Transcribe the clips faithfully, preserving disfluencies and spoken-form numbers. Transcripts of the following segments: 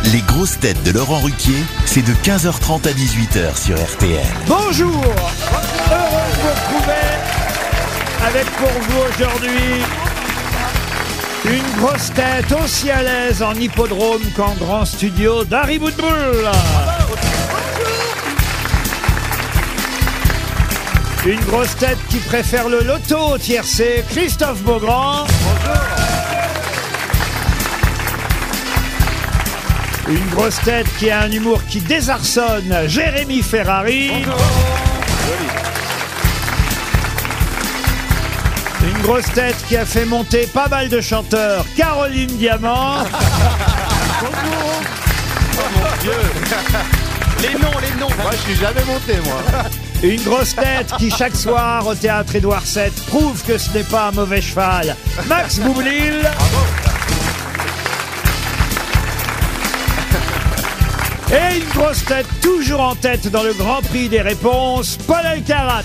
Les grosses têtes de Laurent Ruquier, c'est de quinze heures trente à dix-huit heures sur R T L. Bonjour, heureux de vous retrouver avec pour vous aujourd'hui une grosse tête aussi à l'aise en hippodrome qu'en grand studio, Dari Boudboul. Une grosse tête qui préfère le loto au tiercé, Christophe Beaugrand. Bonjour. Une grosse tête qui a un humour qui désarçonne, Jérémy Ferrari. Bonjour. Une grosse tête qui a fait monter pas mal de chanteurs, Caroline Diamant. Bonjour. Oh mon Dieu. Les noms, les noms. Moi, je suis jamais monté, moi. Une grosse tête qui, chaque soir, au théâtre Édouard sept, prouve que ce n'est pas un mauvais cheval, Max Boublil. Et une grosse tête toujours en tête dans le Grand Prix des réponses, Paul Elkarat.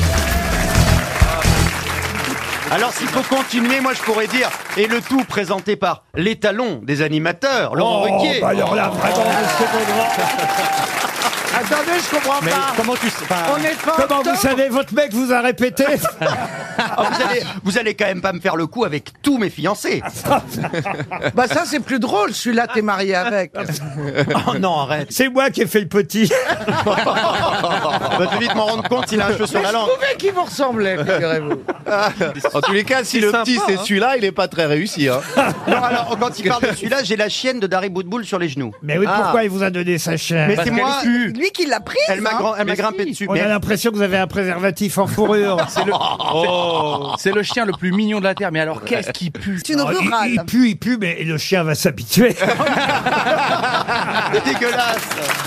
Alors s'il faut continuer, moi je pourrais dire, et le tout présenté par l'étalon des animateurs, Laurent Oh, Ruquier. bah alors là, vraiment, monsieur Beaugrand. Attendez, je comprends Mais pas. comment tu sais pas On est pas Comment vous savez, votre mec vous a répété? Oh, vous, allez, vous allez quand même pas me faire le coup avec tous mes fiancés. Bah ça c'est plus drôle, celui-là t'es marié avec. Oh non, arrête. C'est moi qui ai fait le petit. Bah, je vais vite m'en rendre compte, il a un cheveu sur Mais la je langue. trouvais qu'il vous ressemblait, figurez-vous. En tous les cas, si le petit c'est celui-là, il est pas très réussi. Hein. Non, alors quand il parle de celui-là, j'ai la chienne de Dari Boudboul sur les genoux. Mais oui, Ah. pourquoi il vous a donné sa chaîne? Mais c'est moi, Lui qui l'a prise. elle m'a hein. grand- elle m'a Mais grimpé si. dessus. On Mais a l'impression que vous avez un préservatif en fourrure. C'est le, c'est- c'est le chien le plus mignon de la Terre. Mais alors, qu'est-ce qui pue? C'est une Oh, il, rurale. il pue, il pue, mais le chien va s'habituer. c'est dégueulasse.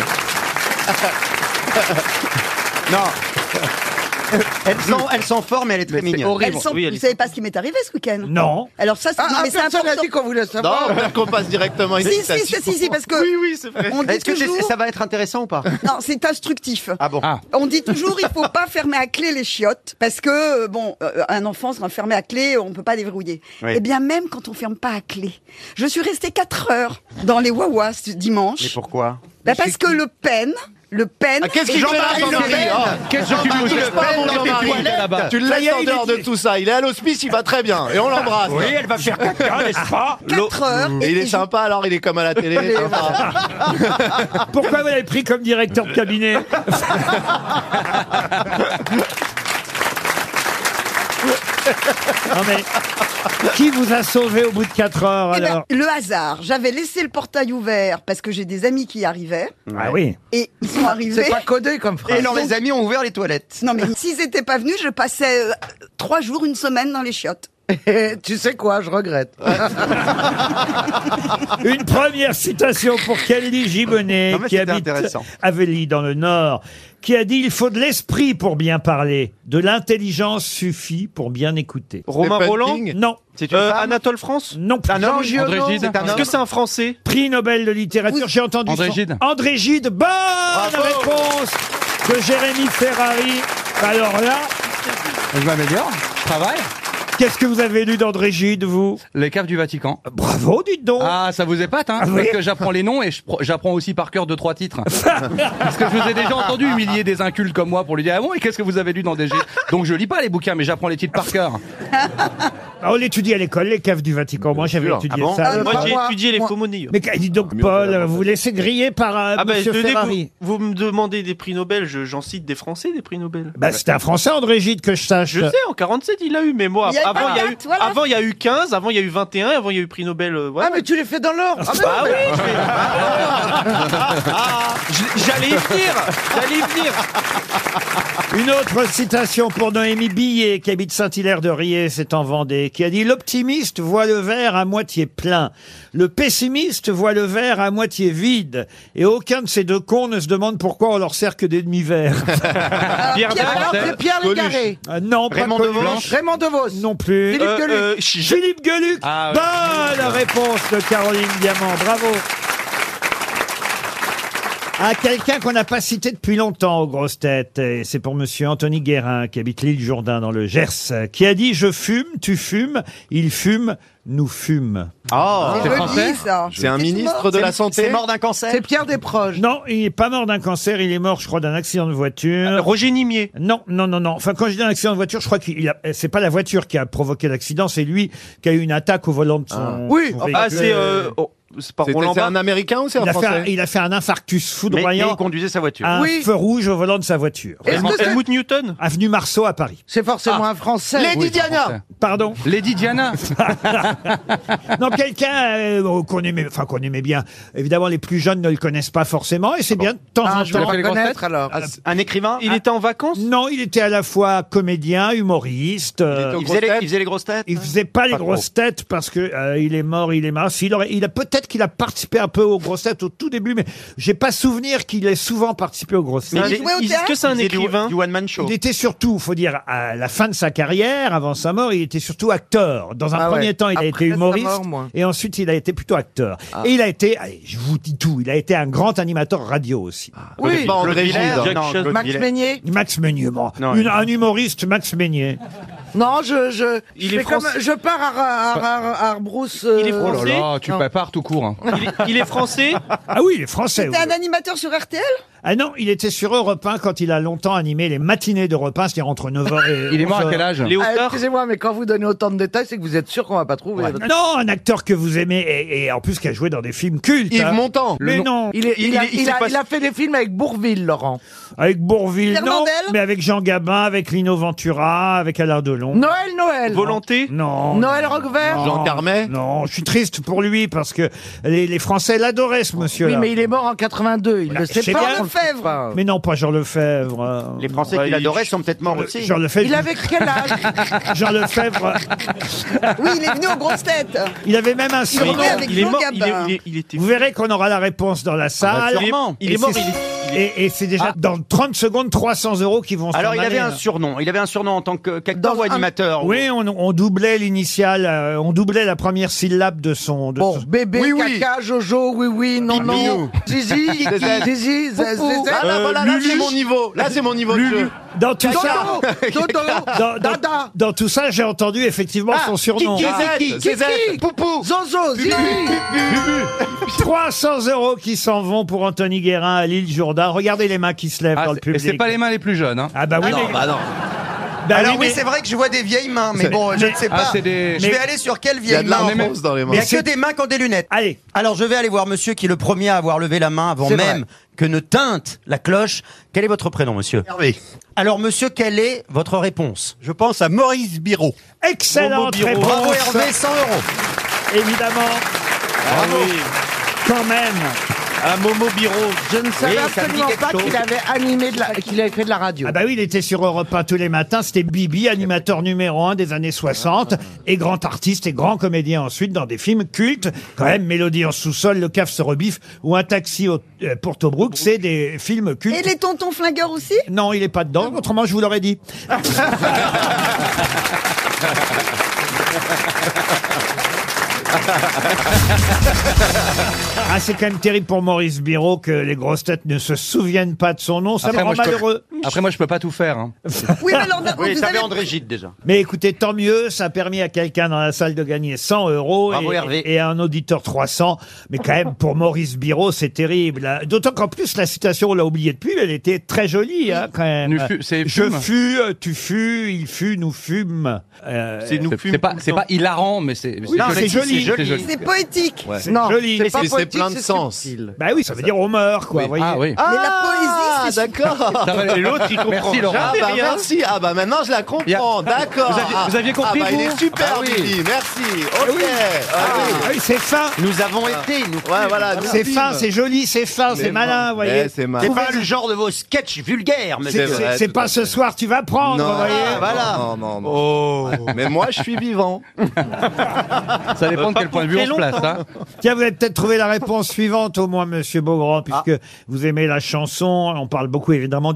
Non. Elle sent, elle sent fort, mais elle est très mignonne. Elles sont- Vous savez pas ce qui m'est arrivé ce week-end? Non. Alors ça, c'est Ah, non, ah, mais c'est personne n'a important. dit qu'on voulait savoir. Non, qu'on passe directement ici. Si, si, si, si, si, parce que Oui, oui, c'est vrai. on dit Est-ce que c'est- toujours. ça va être intéressant ou pas? Non, c'est instructif. Ah bon. Ah. On dit toujours il faut pas fermer à clé les chiottes parce que euh, bon euh, un enfant sera fermé à clé, on peut pas déverrouiller. Oui. Eh bien même quand on ferme pas à clé. Je suis restée quatre heures dans les Wawa ce dimanche. Mais pourquoi? Bah, parce que le Pen, le Pen. Ah, qu'est-ce qu'il fait là, Jean-Marie Jean-Marie Le Pen. Oh, Qu'est-ce que tu Jean-Marie nous Le fais Pen, dans tes Jean-Marie. toilettes là-bas? Tu le Ça y laisses est, en il dehors est- de tout ça. Il est à l'hospice, il va très bien. Et on l'embrasse. Oui, elle va faire caca, n'est-ce pas? Quatre heures. Et il est je- sympa alors, il est comme à la télé. sympa. Pourquoi vous l'avez pris comme directeur de cabinet? Non mais, qui vous a sauvé au bout de quatre heures Eh ben, alors? le hasard. J'avais laissé le portail ouvert parce que j'ai des amis qui y arrivaient Ah oui. et ils sont arrivés. C'est pas codé comme Et phrase. alors les amis ont ouvert les toilettes. Non mais s'ils étaient pas venus, je passais euh, trois jours, une semaine dans les chiottes. Tu sais quoi, je regrette. Une première citation pour Kelly Gibonnet, Non, mais qui c'était habite intéressant. Avelli dans le Nord, qui a dit « Il faut de l'esprit pour bien parler, de l'intelligence suffit pour bien écouter. Romain Stephen Roland, King. » Non, C'est une euh, femme. Anatole France. non plus. Un homme. André Gide. C'est un Est-ce homme. que c'est un Français? Prix Nobel de littérature, j'ai entendu André son- Gide. André Gide, bonne réponse de Jérémy Ferrari. Alors là, Je m'améliore. Je travaille. qu'est-ce que vous avez lu d'André Gide, vous? Les caves du Vatican. Bravo, dites donc. Ah, ça vous épate, hein? Ah oui. Parce que j'apprends les noms et je pro- j'apprends aussi par cœur deux, trois titres. Parce que je vous ai déjà entendu humilier des incultes comme moi pour lui dire, ah bon, et qu'est-ce que vous avez lu dans des G? Donc je lis pas les bouquins, mais j'apprends les titres par cœur. Ah, on l'étudie à l'école, les caves du Vatican. Moi, j'avais sûr. étudié Ah bon ça. Ah, Moi, Moi, j'ai moi, étudié les moi. faux monnaies. Mais dis donc, Paul, vous vous laissez griller par euh, Ah ben, Monsieur dès que Ferrari. vous, vous me demandez des prix Nobel, je- j'en cite des Français, des prix Nobel. Bah, c'était un Français, André Gide, que je sache. Je sais, en quarante-sept, il l'a eu, mais moi, Il y a eu avant, il y a eu, vingt-quatre, voilà. avant, il y a eu quinze, avant, il y a eu vingt et un, avant, il y a eu prix Nobel. euh, voilà. Ah mais tu les fais dans l'ordre. Ah, mais Ah oui, je vais- Ah, ah, je- j'allais y venir, j'allais y venir. Une autre citation pour Noémie Billet, qui habite Saint-Hilaire de Riez, c'est en Vendée, qui a dit « L'optimiste voit le verre à moitié plein. Le pessimiste voit le verre à moitié vide. Et aucun de ces deux cons ne se demande pourquoi on leur sert que des demi-verres. Alors, Pierre Pierre Dac. Dac. c'est Pierre Légaré. Euh, » Non, pas Raymond Coluche. Devos. Raymond DeVos. Non plus. Philippe Euh, Gueluc. euh, je- Philippe Gueluc. Ah, oui. Bonne réponse de Caroline Diamant. Bravo. À quelqu'un qu'on n'a pas cité depuis longtemps aux grosses têtes. Et c'est pour monsieur Anthony Guérin, qui habite l'île Jourdain dans le Gers, qui a dit « Je fume, tu fumes, il fume, nous fume Ah, C'est c'est joli, français ça. C'est un Qu'est-ce qu'il ministre mort de la c'est Santé. mort d'un cancer. C'est Pierre Desproges. ». Non, il n'est pas mort d'un cancer, il est mort, je crois, d'un accident de voiture. Roger Nimier. Non, non, non, non. Enfin, quand je dis un accident de voiture, je crois qu'il a, c'est pas la voiture qui a provoqué l'accident, c'est lui qui a eu une attaque au volant de son, Oui, son enfin, Ah, véhicule. c'est euh, oh, c'est pas C'est Roland c'est un Barthes. Américain ou c'est un Il a, fait un, Français? il a fait un infarctus Mais, mais foudroyant, il conduisait sa voiture. un Oui. feu rouge au volant de sa voiture. Est-ce que c'est- Helmut Newton. Avenue Marceau à Paris. c'est forcément un Français. Lady Oui, c'est Diana. français. Pardon. Lady Diana. Non, quelqu'un euh, qu'on aimait, enfin qu'on aimait bien. Évidemment, les plus jeunes ne le connaissent pas forcément, et c'est bien de temps Ah, en je vais temps. fait les le grosses connaître alors. Un écrivain. Il était en vacances. Non, il était à la fois comédien, humoriste. euh, Il faisait, les, il faisait les grosses têtes. il faisait pas les Pas grosses têtes parce que euh, il est mort, il est mort. S'il aurait, il a peut-être qu'il a participé un peu aux grosses têtes au tout début, mais j'ai pas souvenir qu'il ait souvent participé aux grosses Mais têtes. il jouait au Est-ce théâtre que c'est un Il faisait du- écrivain? Du one man show. Il était surtout, faut dire, à la fin de sa carrière, avant sa mort, il était surtout acteur. Dans un Ah ouais. premier temps, il a Après été sa humoriste, mort, moi. et ensuite il a été plutôt acteur. Et il a été, allez, je vous dis tout, il a été un grand animateur radio aussi. Oui, Pas André Claude Villers. Gilles. Jacques Non, Chaz- Claude Max Villers. Meignier. Max Meignier, bon. Non, Une- il- un humoriste, Max Meignier. Non, je, je, Il je est fais comme, français. je pars à, à, à, à Arbrousse. euh, Il est Oh là français. là, tu Non. prépares tout court. hein. Il est, il est français. Ah oui, il est français. C'était oui. un animateur sur R T L. Ah non, il était sur Europe un quand il a longtemps animé les matinées d'Europe un, c'est-à-dire entre neuf heures et Il est mort à onze heures. quel âge Léo Ah, Tard. excusez-moi, mais quand vous donnez autant de détails, c'est que vous êtes sûr qu'on va pas trouver. Non, un acteur que vous aimez et, et en plus qui a joué dans des films cultes. Yves hein. Montand. Mais non, Il, est, il, Il- a, il- il il s'est a- pas- il a fait des films avec Bourville, Laurent. avec Bourville, non, Fernandel mais avec Jean Gabin, avec Lino Ventura, avec Alain Delon. Noël, Noël. Volonté. Non. Noël Roquevert. Non. Jean Carmet. Non, je suis triste pour lui parce que les, les Français l'adoraient, ce monsieur-là. Oui, mais il est mort en quatre-vingt-deux. Il Ah, le sait c'est pas. bien. on le fait Lefebvre. pas. Mais non, pas Jean Lefebvre. Les Français Ouais, qui il- l'adoraient sont peut-être morts aussi. Jean Lefebvre. Il avait quel âge? Jean Lefebvre. Oui, il est venu aux grosses têtes. Il avait même un Il surnom. revenait avec Il est Jean mort. Il, est- Gabin. il est- il était. Vous verrez qu'on aura la réponse dans la salle. Il est, il Et est mort. c'est- Il est, il est- Et, et c'est déjà dans trente secondes trois cents euros qui vont s'en Alors il aller, avait un hein. surnom. Il avait un surnom en tant que- qu'acteur Dans ou un- animateur. Oui, on, on doublait l'initiale, euh, on doublait la première syllabe de son. De Bon, son- bébé, Oui, oui. caca, Jojo, oui, oui, non, non. Bibou. Zizi, Zézette. Zizi, Zé- Poupou. Zézette. Ah là, voilà, là c'est mon niveau. Là c'est mon niveau de jeu. Dans tout ça, Dodo, Dodo, dans, dans- Dada. dans tout ça, j'ai entendu effectivement son surnom. Kiki, Zézette, Kiki, Zézette, Kiki. Poupou. Zozo, Zizi. trois cents euros qui s'en vont pour Anthony Guérin à l'île Jourdain. Regardez les mains qui se lèvent Ah, dans le c'est- et public. c'est pas les mains les plus jeunes. Hein. Ah bah oui, non, mais... bah non. bah Alors oui, oui, mais- c'est vrai que je vois des vieilles mains, mais C'est- bon, je mais- ne sais Ah, pas. c'est des- Je mais- vais aller sur quelle Il y a vieille de la main réponse dans les Il mains. n'y a Mais c'est- que des mains qui ont des lunettes. Allez, Alors je vais aller voir monsieur qui est le premier à avoir levé la main avant C'est même vrai. que ne teinte la cloche. Quel est votre prénom, monsieur? Hervé. Alors monsieur, quelle est votre réponse? Je pense à Maurice Biro. excellente Biro. réponse. Bravo Hervé, cent euros. Évidemment, Ah oui. quand même. À Momo Biro. Je ne savais Oui, ça me dit absolument quelque pas chose. qu'il avait animé de la, qu'il avait fait de la radio. Ah bah oui, il était sur Europe un tous les matins. C'était Bibi, animateur numéro un des années soixante, et grand artiste et grand comédien ensuite dans des films cultes. Quand même, Mélodie en sous-sol, Le Caf se rebiffe ou Un taxi au, euh, pour Tobruk, c'est des films cultes. Et les tontons flingueurs aussi. Non, il est pas dedans. Autrement, je vous l'aurais dit. Ah, c'est quand même terrible pour Maurice Biro que les grosses têtes ne se souviennent pas de son nom. Ça me Après, rend moi, je peux- malheureux. Après, moi, je peux pas tout faire. Hein. Oui, mais alors, d'accord, Oui, vous ça avez... avait André Gide déjà. Mais écoutez, tant mieux, ça a permis à quelqu'un dans la salle de gagner cent euros Bravo, et, Hervé. et à un auditeur trois cents. Mais quand même, pour Maurice Biro, c'est terrible. hein. D'autant qu'en plus, la citation, on l'a oubliée depuis, elle était très jolie, hein, quand même. Nu fu- c'est Je fume. fus, tu fus, il fut, nous fûmes. Euh, C'est nous C'est fume c'est pas, tout le c'est temps. pas hilarant, mais c'est Oui, non, joli. c'est joli. C'est joli. C'est poétique. c'est non, joli. c'est pas c'est poétique, plein de c'est sens. subtil. Bah oui, ça veut dire Homer, quoi. Oui. voyez. Ah oui. Mais la poésie, c'est... d'accord. Ça va- Et l'autre, il comprend Merci, Laurent. Ah jamais bah rien. merci. Ah bah maintenant je la Y comprends. a- D'accord. Vous aviez- vous aviez compris, Ah bah il vous est super, Ah oui. Bibi. Merci. Ok. Ah oui. Ah oui, c'est fin. Nous avons été, nous. Ouais, voilà. nous C'est films. fin, c'est joli, c'est fin, c'est malin, vous voyez. Eh, c'est malin. C'est pas le genre de vos sketchs vulgaires, C'est- monsieur. C'est vrai, C'est c'est tout pas à ce fait. soir, tu vas prendre, Non, vous voyez. ah, voilà. Non, non, non. Oh. Mais moi, je suis vivant. Ça dépend de Pas quel point de pour vue on se très place. longtemps. Hein. Tiens, vous avez peut-être trouvé la réponse suivante, au moins, monsieur Beaugrand, puisque vous aimez la chanson. On parle beaucoup, évidemment, du retour de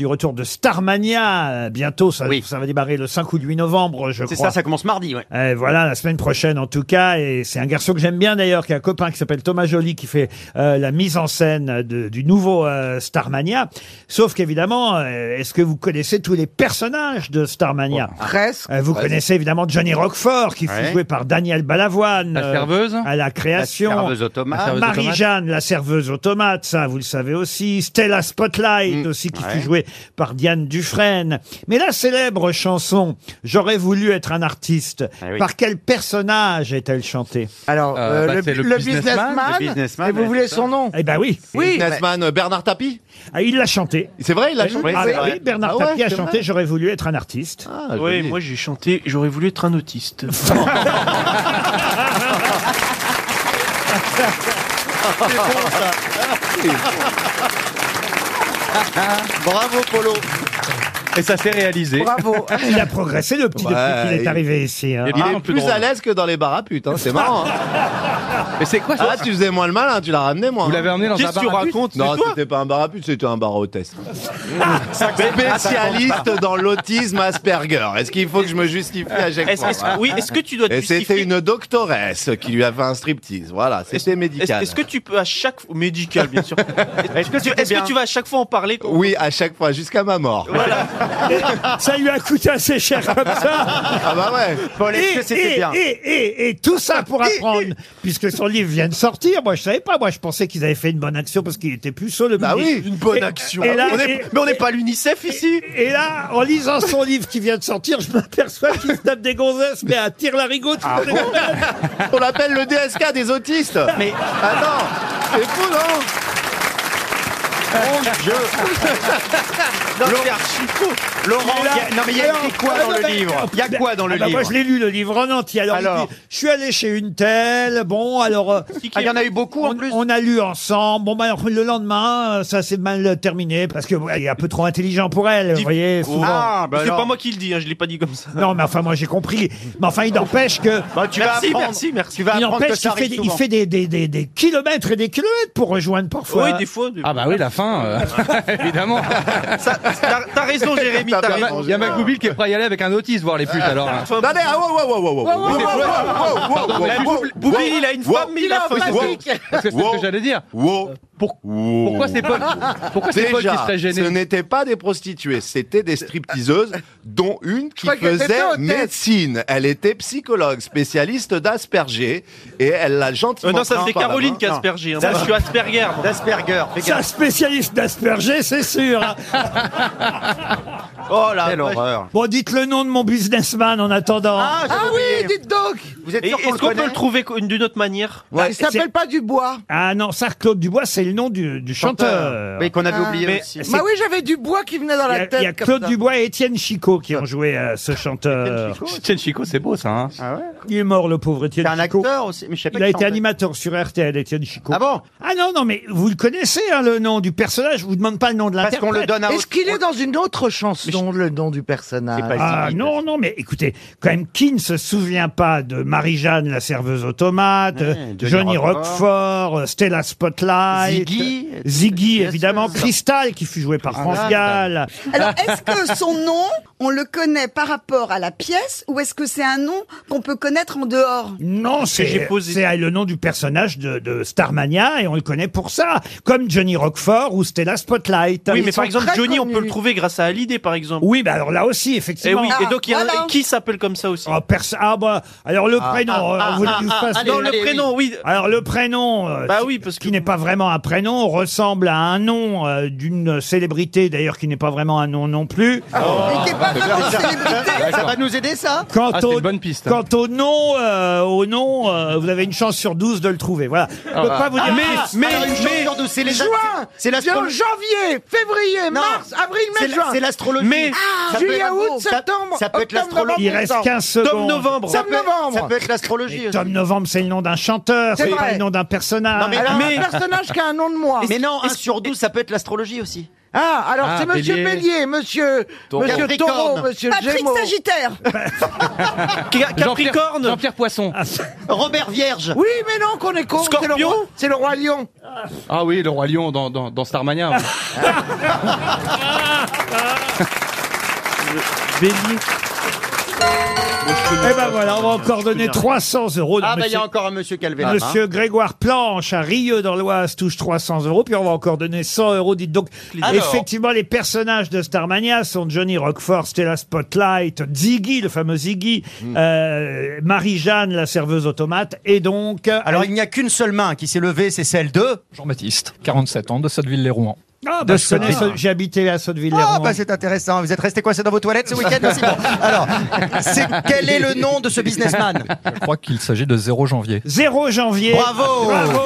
Starmania. Euh, Bientôt, ça, Oui. ça va démarrer le cinq ou le huit novembre, je C'est crois. ça, ça commence mardi, ouais. Euh, voilà, la semaine prochaine en tout cas. Et c'est un garçon que j'aime bien d'ailleurs, qui a un copain qui s'appelle Thomas Joly, qui fait euh, la mise en scène de- du nouveau euh, Starmania. Sauf qu'évidemment, euh, est-ce que vous connaissez tous les personnages de Starmania? Presque. Euh, Vous connaissez évidemment Johnny Roquefort, qui fut Ouais. joué par Daniel Balavoine. La euh, serveuse à la création. La serveuse automate. La serveuse automate. Marie-Jeanne, la serveuse automate, ça vous le savez aussi. Stella Spotlight Mm. aussi, qui Ouais. fut jouée par Diane Dufresne. Mais la célèbre chanson « J'aurais voulu être un artiste Ah oui. par quel personnage est-elle chantée? Alors, Euh, euh, bah, le, c'est le le businessman, businessman, le businessman, et vous ouais, voulez c'est son nom? Eh ben oui, Oui, Businessman euh, Bernard Tapie. Ah, il l'a chanté. C'est vrai, il l'a chanté. Ah, c'est bah vrai. oui, Bernard Ah ouais, Tapie a c'est chanté vrai. « J'aurais voulu être un artiste Ah, Oui, joli. moi j'ai chanté J'aurais voulu être un autiste. Bravo Polo. Et ça s'est réalisé. bravo. » Il a progressé le petit Ouais, depuis qu'il est il- arrivé ici. hein. Et Il Ah, est plus plus drôle. à l'aise que dans les bars à putes, hein. C'est marrant. Hein. Mais c'est quoi Ah, ça tu faisais moins le malin, tu l'as ramené moi. Vous hein. l'avez emmené dans un Qu'est-ce que tu bar à pute racontes? Non, C'est toi c'était pas un bar à pute, c'était un bar à hôtesse. Spécialiste dans l'autisme Asperger. Est-ce qu'il faut que je me justifie à chaque Est-ce- fois est-ce- Oui, est-ce que tu dois te Et c'était justifier une doctoresse qui lui a fait un striptease. Voilà, c'était médical. Est-ce est-ce que tu peux à chaque fois... Médical, bien sûr. Est-ce que, tu- c'était est-ce bien que tu vas à chaque fois en parler quand- Oui, à chaque fois, jusqu'à ma mort. Ça lui a coûté assez cher comme ça. Ah bah ouais. Paul, est-ce que c'était et, bien et, et, et tout ça pour apprendre, puisque son livre vient de sortir. Moi, je savais pas. Moi, je pensais qu'ils avaient fait une bonne action parce qu'il était plus seul. Le Bah ministre. oui, une bonne Et- action. Et là, On est- et- Mais on n'est pas l'UNICEF ici. et là, en lisant son livre qui vient de sortir, je m'aperçois qu'il se tape des gonzesses, mais à tire larigot. Ah bon On l'appelle le D S K des autistes. Mais Attends, c'est fou, non Mon Dieu. non, c'est archi faux. Laurent, Mais là- il y a- non mais il y a alors- écrit quoi ah, dans non, le mais- livre Il y a quoi dans le Ah bah, livre Moi, je l'ai lu, le livre en entier. Alors, il Alors dit, je suis allé chez une telle. Bon, alors... euh, Ah, il y en a eu beaucoup en on, plus. on a lu ensemble. Bon, bah, alors, le lendemain, euh, ça s'est mal terminé parce que ouais, il est un peu trop intelligent pour elle. Vous Dis- voyez, souvent. Ah, bah C'est alors. pas moi qui le dis, hein, je l'ai pas dit comme ça. Non, mais enfin, moi, j'ai compris. Mais enfin, il n'empêche que... Bah, tu vas Merci, apprendre- merci, merci. Tu vas Il apprendre que n'empêche ça qu'il fait, arrive des- il souvent. fait des, des, des, des kilomètres et des kilomètres pour rejoindre parfois. Oui, des fois. des- Ah bah oui, la fin, euh, évidemment. Ça- T'as t'as raison, Jérémy, t'as T'as Il y a raison. Ma- il y a Macboubil qui est prêt à y aller avec un autiste voir les putes alors. hein. Enfin, Attendez, ah, wow, wow, wow, wow, wow, wow, wow, wow, wow, wow, mais wow, Boubli- Boubli, il a une wow, femme, mais il a faim. wow, Parce que c'est ce que j'allais dire. wow, Pour- wow. Pourquoi c'est pas Pourquoi c'est pas qui Déjà, serait ce gêné n'étaient pas des prostituées, c'était des stripteaseuses, dont une qui crois qu'elle était faisait hôtesse. médecine. Elle était psychologue, spécialiste d'Asperger, et elle l'a gentiment. Euh, non, ça pris c'est par la Caroline main. qui a Asperger. hein. Moi, je suis Asperger. moi. D'Asperger. Fais C'est un gaffe. spécialiste d'Asperger, c'est sûr. hein. Oh la Quelle vache. horreur. Bon, dites le nom de mon businessman en attendant. Ah, Ah oui, dites donc. Vous êtes Et sûr qu'on Est-ce le qu'on peut connaît le trouver co- d'une autre manière Il s'appelle pas Dubois. Ah non, ça, Claude Dubois, c'est le nom du, du chanteur. Oui, qu'on avait Ah. oublié Mais- aussi. Bah oui, j'avais Dubois qui venait dans Il y la a, tête. il y a comme Claude ça. Dubois et Étienne Chicot qui ont joué euh, ce chanteur. Etienne Chico, c'est beau ça. Hein. Ah ouais Il est mort, le pauvre Étienne C'est un Chicot. acteur aussi, mais je sais pas Il a qui été chantait. animateur sur R T L, Étienne Chicot. Ah bon Ah non, non, mais vous le connaissez, hein, le nom du personnage. Je vous demande pas le nom de Parce qu'on l'interprète. le donne à Est-ce qu'il est dans une autre chanson, le nom du personnage? C'est pas- Ah non, non, mais écoutez, quand même, qui ne se souvient pas de Marie-Jeanne, la serveuse automate, euh, Johnny Johnny Roquefort, Roquefort, euh, Stella Spotlight, Ziggy, euh, Ziggy, bien évidemment, sûr. Cristal, qui fut joué par France Cristal. Gall. Alors, est-ce que son nom, on le connaît par rapport à la pièce ou est-ce que c'est un nom qu'on peut connaître en dehors? Non, j'ai c'est posé. c'est le nom du personnage de, de Starmania et on le connaît pour ça, comme Johnny Roquefort ou Stella Spotlight. Oui, Ils mais sont par exemple, très Johnny, on connus. peut le trouver grâce à Hallyday, par exemple. Oui, bah alors là aussi, Et effectivement. oui, et Ah, donc il y a un- voilà. qui s'appelle comme ça aussi. Oh, perso- ah bah, alors le prénom, euh, vous voulez que je vous fasse Non, les- le prénom, oui. Alors le prénom, euh, Bah oui, parce qui que n'est pas vraiment un prénom, ressemble à un nom euh, d'une célébrité, d'ailleurs qui n'est pas vraiment un nom non plus. Et qui est pas vraiment une célébrité. Ça va nous aider ça Quant Ah, c'est au une bonne piste. quant au nom, euh, au nom, euh, vous avez une chance sur douze de le trouver. Voilà. Je peux pas vous dire. mais mais Alors, une mais chanson de- c'est les Juin, c'est l'astro- Bien, janvier, février, Non. mars, avril, mai, c'est juin. la- c'est l'astrologie. Mais- Ça peut Juillet, être- août, ça- septembre, ça peut être octobre, l'astrologie. novembre, Il reste décembre. quinze secondes. Tom Novembre. Ça Tom peut, Novembre. ça peut être l'astrologie Et aussi. Tom Novembre, c'est le nom d'un chanteur, C'est c'est pas vrai. le nom d'un personnage. Non, mais- Alors, Mais- un personnage qui a un nom de moi. Mais non, un sur douze, ça peut être l'astrologie aussi. Ah, alors Ah, c'est Monsieur Bélier. Bélier, Monsieur, Monsieur Capricorne. Taureau, Monsieur Patrick Gémeaux. Sagittaire. Ca- Jean-Pierre- Capricorne. Jean-Pierre Poisson. Robert Vierge. Oui, mais non, qu'on est con. c'est le Scorpion. roi- C'est le roi lion. Ah oui, le roi lion dans, dans, dans Starmania. Bélier. Eh ben voilà, on va encore donner trois cents euros. Ah, bah, il y Monsieur- a encore un monsieur Calvé. Monsieur Grégoire Planche à Rieux dans l'Oise touche trois cents euros, puis on va encore donner cent euros. Dites donc, Alors. effectivement, les personnages de Starmania sont Johnny Roquefort, Stella Spotlight, Ziggy, le fameux Ziggy, euh, Marie-Jeanne, la serveuse automate, et donc... Alors, il n'y a qu'une seule main qui s'est levée, c'est celle de... Jean-Baptiste, quarante-sept ans, de Sotteville-les-Rouen. Ah, de bah, je connais, Sotteville. ce- j'ai habité à Sotteville-les-Rouen. Ah, bah c'est intéressant. Vous êtes resté coincé dans vos toilettes ce week-end aussi. Bon. Alors, c'est, quel est le nom de ce businessman? Je crois qu'il s'agit de zéro janvier. zéro janvier. Bravo. Bravo.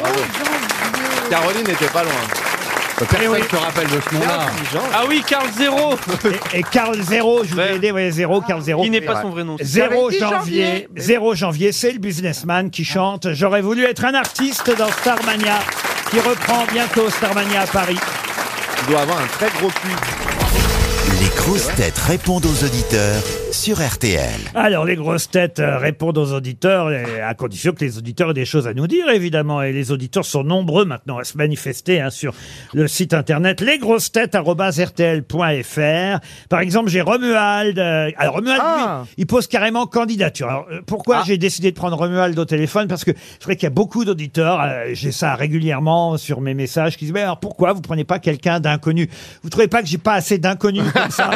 Caroline n'était pas loin. Personne ne se rappelle de ce nom-là. Ah oui, Carl Zéro. Et, et Carl Zéro, je vous ai Ouais. aidé, ouais, Zéro, Carl Zéro. Qui n'est pas son vrai nom. Zéro J'avais dit janvier, janvier. zéro janvier, c'est le businessman qui chante. J'aurais voulu être un artiste dans Starmania, qui reprend bientôt Starmania à Paris. Tu dois avoir un très gros cul. Les grosses têtes répondent aux auditeurs sur R T L. Alors, les grosses têtes euh, répondent aux auditeurs, et à condition que les auditeurs aient des choses à nous dire, évidemment. Et les auditeurs sont nombreux maintenant à se manifester hein, sur le site internet lesgrossetêtes arobase r t l point f r. Par exemple, j'ai Romuald. euh, alors, Romuald, Ah. lui, il pose carrément candidature. Alors, euh, pourquoi j'ai décidé de prendre Romuald au téléphone? Parce que c'est vrai qu'il y a beaucoup d'auditeurs, euh, j'ai ça régulièrement sur mes messages, qui disent, mais alors pourquoi vous prenez pas quelqu'un d'inconnu? Vous trouvez pas que j'ai pas assez d'inconnus comme ça?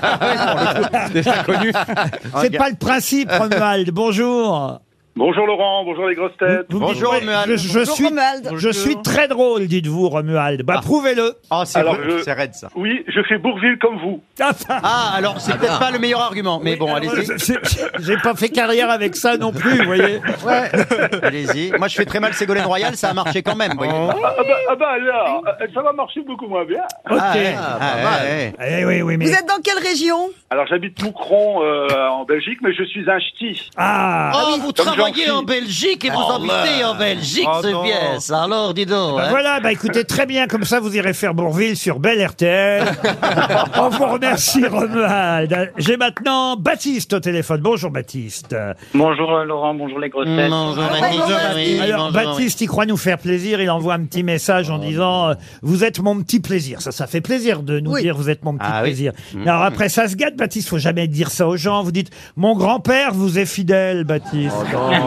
Des inconnus. C'est pas le principe, Romuald. Bonjour. Bonjour Laurent, bonjour les grosses têtes. Vous me dites, Bonjour, ouais, Romuald. Je, je Bonjour, suis, Romuald. je suis très drôle, dites-vous, Romuald. Bah, prouvez-le. Oh, c'est Alors, vrai, je- c'est raide ça. Oui, je fais Bourville comme vous. Ah, Ah, alors c'est peut-être pas le meilleur argument, mais bon, alors, allez-y. je- je- J'ai pas fait carrière avec ça non plus, vous voyez. Allez-y. Moi, je fais très mal Ségolène Royal, ça a marché quand même. Voyez. Ah, ah bah, ah bah alors, euh, ça va marcher beaucoup moins bien. Ok. Ah, ouais, ah, ouais, ouais. Eh oui, oui, mais. Vous êtes dans quelle région? Alors j'habite Moucron euh, en Belgique, mais je suis un ch'ti. Ah. Oh, vous Comme travaillez Jean-Phi. en Belgique et vous habitez en Belgique, Oh, c'est non. bien ça. Alors, dis donc. Bah hein. voilà, bah écoutez, très bien, comme ça vous irez faire Bourville sur Belle R T L. On vous remercie, Romuald. J'ai maintenant Baptiste au téléphone. Bonjour, Baptiste. Bonjour Laurent, bonjour les grosses têtes. Bonjour, Ah, Baptiste. bonjour, Oui, Alors, bonjour, Baptiste, il croit nous faire plaisir. Il envoie un petit message en disant euh, vous êtes mon petit plaisir. Ça, ça fait plaisir de nous Oui. dire vous êtes mon petit Ah oui. plaisir. Alors après, ça se gâte, Baptiste. Faut jamais dire ça aux gens. Vous dites mon grand-père vous est fidèle, Baptiste.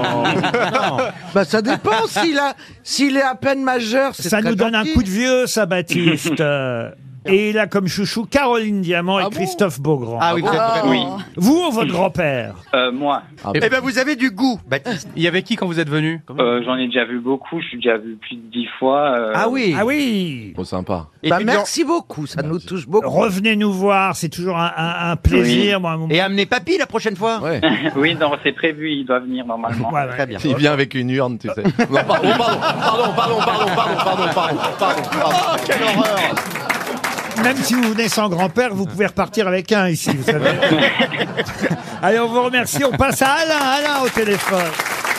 Bah ça dépend s'il a s'il est à peine majeur. c'est Ça très nous donne un gentil. coup de vieux, ça, Baptiste. Euh, Et il a comme chouchou Caroline Diamant et Ah bon Christophe Beaugrand. Ah oui, vous êtes Oh. vrai. Oui. Vous ou votre grand-père? Euh, moi, Eh ben, vous avez du goût, Baptiste. Il y avait qui quand vous êtes venu? euh, j'en ai déjà vu beaucoup, je suis déjà vu plus de dix fois. euh, Ah oui. Ah oui. Trop sympa. Et, Bah puis, merci beaucoup, ça nous touche beaucoup. Revenez nous voir, c'est toujours un, un- un plaisir. Moi, mon- et amenez papy la prochaine fois. Ouais. oui, non, c'est prévu, il doit venir normalement. Ouais, ouais. Très bien. Il vient avec une urne, tu sais. Non, pardon, pardon, pardon, pardon, pardon, pardon, pardon, pardon, pardon, pardon. Quelle horreur. Même si vous venez sans grand-père, vous pouvez repartir avec un ici, vous savez. Allez, on vous remercie. On passe à Alain, Alain au téléphone.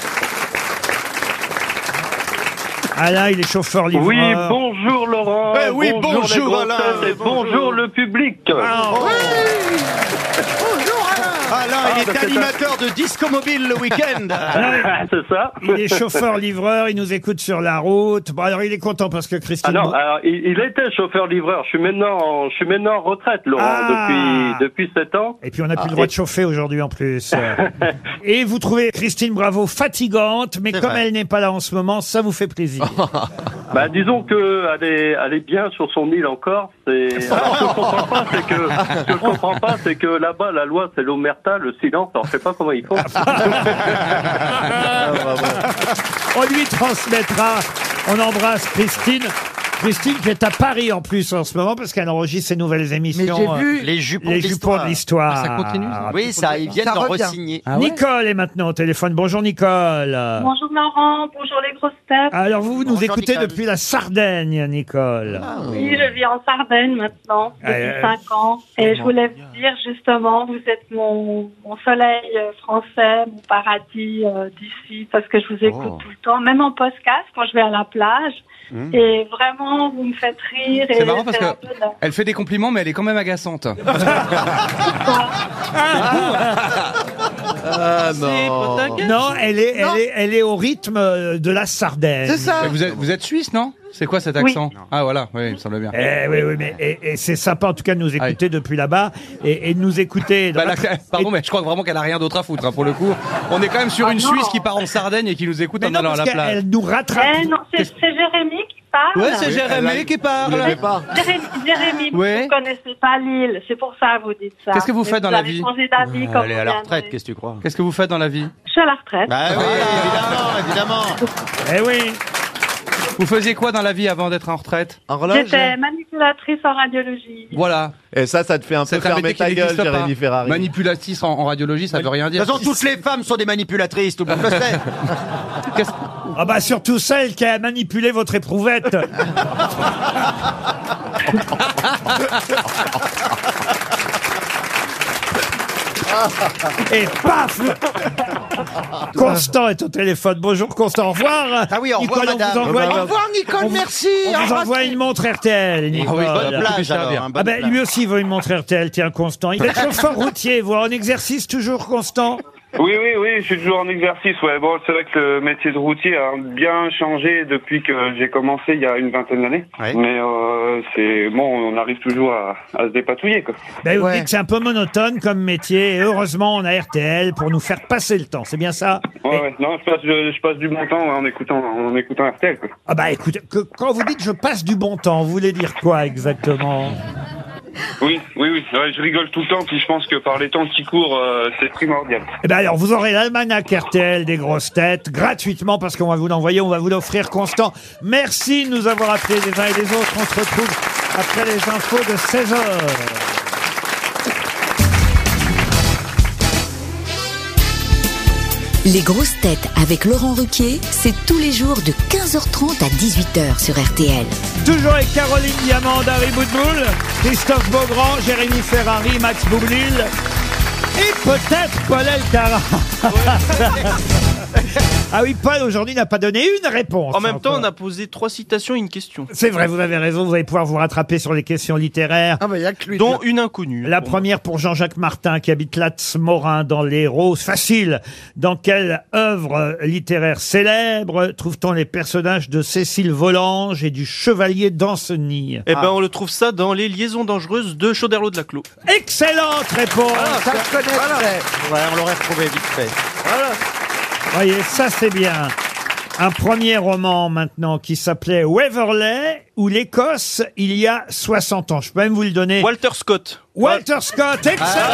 Alain, il est chauffeur-livreur. Oui, bonjour Laurent. Eh oui, bonjour, les grosses Alain. têtes et bonjour le public. Ah, Alain, Ah, il est bah, c'est animateur de Disco Mobile le week-end. c'est ça. il est chauffeur-livreur, il nous écoute sur la route. Bon, alors il est content parce que Christine... Ah non, alors, il, il était chauffeur-livreur. Je suis maintenant, je suis maintenant en retraite, Laurent, Ah. depuis depuis sept ans. Et puis on n'a plus le droit de chauffer aujourd'hui en plus. Et vous trouvez Christine Bravo fatigante, mais C'est comme vrai. elle n'est pas là en ce moment, ça vous fait plaisir. Bah, disons que elle est, elle est bien sur son île encore. C'est, alors, ce que je comprends pas, c'est que, ce que je comprends pas, c'est que là-bas, la loi, c'est l'omerta, le silence. Alors, je sais pas comment ils font. On lui transmettra. On embrasse Christine. Christine qui est à Paris en plus en ce moment parce qu'elle enregistre ses nouvelles Mais émissions. j'ai euh, vu. Les jupons Les de jupons de l'histoire. Ah, ça continue, ça Oui, ça, ils viennent Ça d'en revient. re-signer. Nicole est maintenant au téléphone. Bonjour Nicole. Bonjour Laurent, bonjour les grosses têtes. Alors vous, vous nous Bonjour, écoutez Nicole. depuis la Sardaigne, Nicole. Oui, je vis en Sardaigne maintenant, depuis Euh, cinq ans. Et je voulais vous dire justement, vous êtes mon, mon soleil euh, français, mon paradis euh, d'ici, parce que je vous écoute Oh. tout le temps, même en podcast quand je vais à la plage. Et vraiment, vous me faites rire. C'est et marrant parce c'est un que peu la- elle fait des compliments, mais elle est quand même agaçante. Ah non. Non, elle est, elle est, elle est au rythme euh, de la Sardaigne. C'est ça. Mais vous êtes, vous êtes suisse, non? C'est quoi cet accent? Ah voilà, oui, il me semble bien. Eh oui, oui, mais et, et c'est sympa en tout cas de nous écouter Aïe. depuis là-bas et, et de nous écouter. dans Bah, la- là, pardon, mais je crois vraiment qu'elle a rien d'autre à foutre, hein, pour le coup. On est quand même sur Ah une non. Suisse qui part en Sardaigne et qui nous écoute Mais en non, allant à parce la plage. qu'elle nous rattrape. Eh non, c'est c'est Jérémy qui parle. Ouais, c'est Jérémy qui parle. Jérémy, Jérémy, Ouais. vous connaissez pas l'île, c'est pour ça que vous dites ça. Qu'est-ce que vous Mais faites dans la avez vie changé d'avis comme Elle est vous à la viendrez. retraite, qu'est-ce que tu crois? Qu'est-ce que vous faites dans la vie? Je suis à la retraite. Bah oui, évidemment, évidemment. Eh oui. Vous faisiez quoi dans la vie avant d'être en retraite? J'étais manipulatrice en radiologie. Voilà. Et ça, ça te fait un peu C'est un fermer métier ta qui gueule, n'existe pas. Jérémy Ferrari. Manipulatrice en, en radiologie, ça veut rien De dire. toute façon, toutes les femmes sont des manipulatrices, tout le monde le sait. Qu'est-ce- Ah bah surtout celle qui a manipulé votre éprouvette. Et paf, Constant est au téléphone. Bonjour Constant, au revoir. Ah oui, au revoir, Nicole, on madame. vous envoie, Au revoir, Nicole, on vous- merci. on Au vous revoir. envoie une montre R T L, Nicole. Ah oui, bonne Bonne plage, ça va alors, bien. hein, Ah bonne ben plage. lui aussi veut une montre R T L, tiens Constant. Il est chauffeur routier, vous en exercice toujours Constant? Oui, oui, oui, je suis toujours en exercice. Ouais, bon, c'est vrai que le métier de routier a bien changé depuis que j'ai commencé il y a une vingtaine d'années. Ouais. Mais euh, c'est bon, on arrive toujours à, à se dépatouiller, quoi. Ben, vous Ouais. dites que c'est un peu monotone comme métier et heureusement on a R T L pour nous faire passer le temps, c'est bien ça? Ouais, Et- ouais. Non, je passe, je, je passe du bon temps en écoutant, en écoutant R T L, quoi. Ah bah écoutez, que- quand vous dites je passe du bon temps, vous voulez dire quoi exactement? Oui, oui, oui. Ouais, je rigole tout le temps, puis je pense que par les temps qui courent, euh, c'est primordial. Eh ben alors vous aurez l'almanach R T L des grosses têtes gratuitement parce qu'on va vous l'envoyer, on va vous l'offrir Constant. Merci de nous avoir appelés les uns et les autres. On se retrouve après les infos de seize heures. Les grosses têtes avec Laurent Ruquier, c'est tous les jours de quinze heures trente à dix-huit heures sur R T L. Toujours avec Caroline Diamant, Harry Boudboul, Christophe Beaugrand, Jérémy Ferrari, Max Boublil et peut-être Paul Elkarat. Ah oui, Paul aujourd'hui n'a pas donné une réponse. En même temps, encore. on a posé trois citations et une question. C'est vrai, vous avez raison, vous allez pouvoir vous rattraper sur les questions littéraires. Ah bah, il y a que lui. Dont une inconnue. La pour moi. première pour Jean-Jacques Martin qui habite Latz-Morin dans l'Hérault. Facile. Dans quelle œuvre littéraire célèbre trouve-t-on les personnages de Cécile Volange et du Chevalier d'Ancenis? Eh ben, on le trouve ça dans Les Liaisons dangereuses de Chauderlot de la Clos. Excellente réponse. Ça je connaîtrais. Ouais, on l'aurait retrouvé vite fait. Voyez, ça c'est bien. Un premier roman maintenant qui s'appelait Waverley ou l'Écosse il y a soixante ans. Je peux même vous le donner. Walter Scott. Walter Scott, excellent.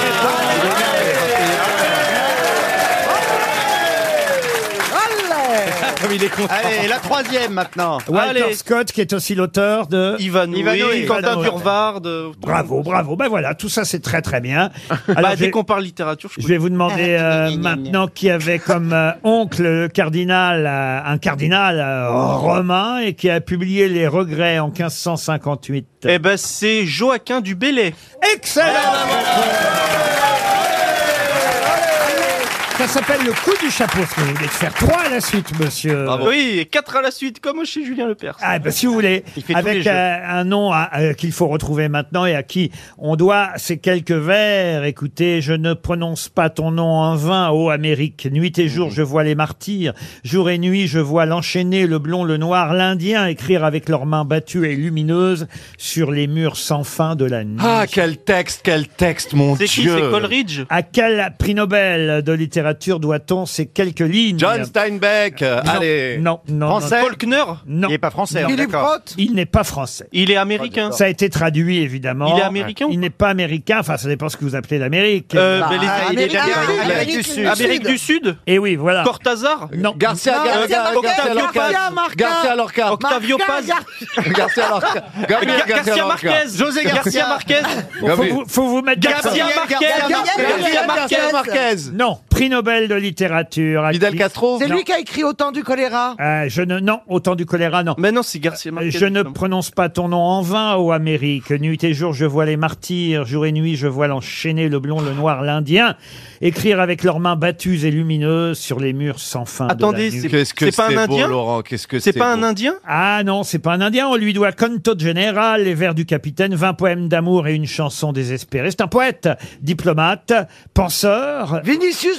Comme il est content. Allez, la troisième maintenant. Walter Allez. Scott qui est aussi l'auteur de... Ivanhoe, Ivanhoe, Quentin Ivanhoe. Durward. euh, Bravo, bravo. Ben voilà, tout ça c'est très très bien. Alors, Bah, je, dès vais, qu'on parle littérature, je je vais vous demander euh, maintenant qui avait comme euh, oncle le cardinal, euh, un cardinal euh, romain et qui a publié Les Regrets en quinze cent cinquante-huit. Eh ben, c'est Joachim du Bellay. Excellent. Ça s'appelle le coup du chapeau. Ce que vous voulez faire trois à la suite, monsieur. Oui, et quatre à la suite, comme chez Julien Lepers. Ah ben si vous voulez, Il fait tous les avec jeux. euh, un nom à- euh, qu'il faut retrouver maintenant et à qui on doit ces quelques vers. Écoutez, je ne prononce pas ton nom en vain, ô Amérique. Nuit et jour, je vois les martyrs. Jour et nuit, je vois l'enchaîné, le blond, le noir, l'Indien écrire avec leurs mains battues et lumineuses sur les murs sans fin de la nuit. Ah, quel texte, quel texte, mon Dieu. C'est qui? C'est Coleridge? À quel prix Nobel de littérature doit-on ces quelques lignes? John Steinbeck. euh, Non, Allez. Non, non, Français. non, Faulkner? non. Il est pas français, hein, Philippe d'accord. Roth. Il n'est pas français. Il est américain. Ça a été traduit, évidemment. Il est américain ou Il n'est pas américain. Enfin, ça dépend ce que vous appelez l'Amérique. Euh, Bah, ben, les- Ah, il est Amérique d'Amérique du Sud. Amérique du Sud. Amérique du Sud? Et oui, voilà. Cortazar? Non. Garcia, Non, Garcia, Garcia Garcia, Marquez, Lorca. Garcia Marquez. Garcia Lorca. Octavio Marca, Paz? Gar- Garcia Lorca. Gabriel Gar- Garcia Lorca. Marquez? José Garcia Marquez? Faut Gabriel. vous, faut vous mettre Garcia d'accord. Marquez? Garcia Garcia Garcia Marquez? Marquez. Non. Prix Nobel de littérature. À Fidel qui- Castro. C'est lui qui a écrit Autant du choléra. Euh, je ne, non, autant du choléra, non. Mais non, c'est Garcia Marquez. Je ne prononce pas ton nom en vain, ô Amérique. Nuit et jour, je vois les martyrs. Jour et nuit, je vois l'enchaîné, le blond, le noir, l'Indien. Écrire avec leurs mains battues et lumineuses sur les murs sans fin. Attendez, de la nuit. c'est- Qu'est-ce que C'est pas un c'est beau, Indien Laurent. Qu'est-ce que C'est pas un beau. Indien? Ah non, c'est pas un Indien. On lui doit Canto Général, les vers du capitaine, vingt poèmes d'amour et une chanson désespérée. C'est un poète, diplomate, penseur. Vinicius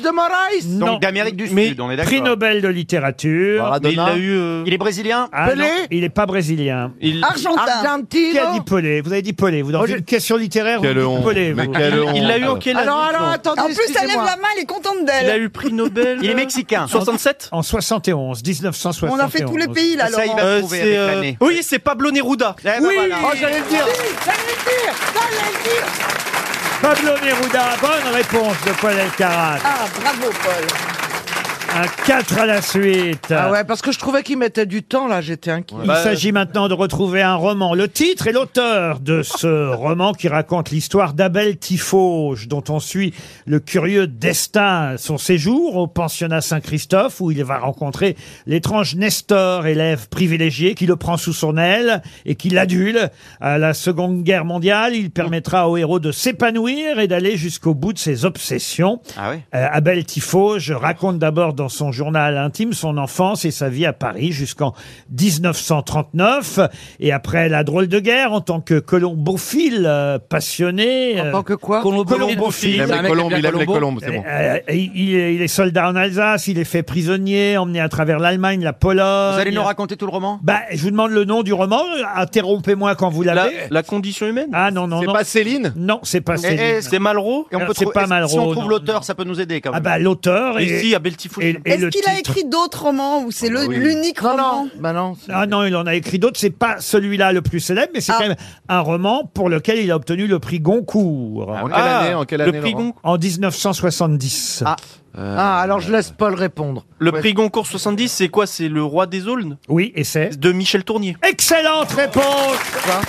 de Moraes. Non. Donc d'Amérique du Mais Sud, on est d'accord. prix Nobel de littérature. Mais il l'a eu. euh, Il est brésilien. Ah Pelé non, il n'est pas brésilien. il- Argentin. Argentino. Qui a dit Pelé? Vous avez dit Pelé. Vous dans Oh, une je- question littéraire, vous Quelle dites honte. Pelé. Mais vous. quelle honte. Il l'a eu en quelle année Alors, alors, non attendez, En plus, elle lève excusez-moi. la main, elle est contente Il a d'elle. eu prix Nobel. Il est euh, mexicain. soixante-sept. En soixante et onze, dix-neuf cent soixante et onze. On a fait tous les pays, là, Ça, il Laurent. va Euh, trouver c'est, avec euh, l'année. Oui, c'est Pablo Neruda. Eh ben Oui. voilà. Oh, j'allais le dire. J'allais le dire. J'allais le dire. Pablo Neruda, bonne réponse de Paul Elkarat. Ah, bravo, Paul. Un quatre à la suite. Ah ouais, parce que je trouvais qu'il mettait du temps, là, j'étais inquiet. Il s'agit maintenant de retrouver un roman. Le titre et l'auteur de ce roman qui raconte l'histoire d'Abel Tifauge, dont on suit le curieux destin, son séjour au pensionnat Saint-Christophe, où il va rencontrer l'étrange Nestor, élève privilégié, qui le prend sous son aile et qui l'adule. À la Seconde Guerre mondiale, il permettra au héros de s'épanouir et d'aller jusqu'au bout de ses obsessions. Ah ouais. Euh, Abel Tifauge raconte d'abord dans son journal intime son enfance et sa vie à Paris jusqu'en dix-neuf cent trente-neuf. Et après la drôle de guerre, en tant que colombophile euh, passionné... En tant que quoi Colombophile. Il aime C'est un les mec colombes, qui aime il bien aime les Colombo. colombes, c'est bon. Euh, il, il est, il est soldat en Alsace, il est fait prisonnier, emmené à travers l'Allemagne, la Pologne. Vous allez nous raconter tout le roman? Bah, je vous demande le nom du roman. Interrompez-moi quand vous La, l'avez. la condition humaine. Ah non, non, C'est non. pas Céline? Non, c'est pas Et- Céline. et- C'est Malraux. Et on Alors, peut c'est trouver- pas Si Malraux, on trouve non. l'auteur, ça peut nous aider quand Ah même. bah, l'auteur et, Ici, Abel Tifauge. et, et Est-ce le qu'il a titre. écrit d'autres romans ou c'est le- oui. l'unique Non, roman non, bah non. c'est- Ah non, il en a écrit d'autres. C'est pas celui-là le plus célèbre, mais c'est Ah. quand même un roman pour lequel il a obtenu le prix Goncourt En quelle Ah, année? En quelle le année, prix Laurent Goncourt. en dix-neuf cent soixante-dix. Ah. Ah, alors je laisse Paul répondre. Le Ouais. prix Goncourt soixante-dix, c'est quoi? C'est le roi des aulnes Oui, et c'est de Michel Tournier. excellente réponse.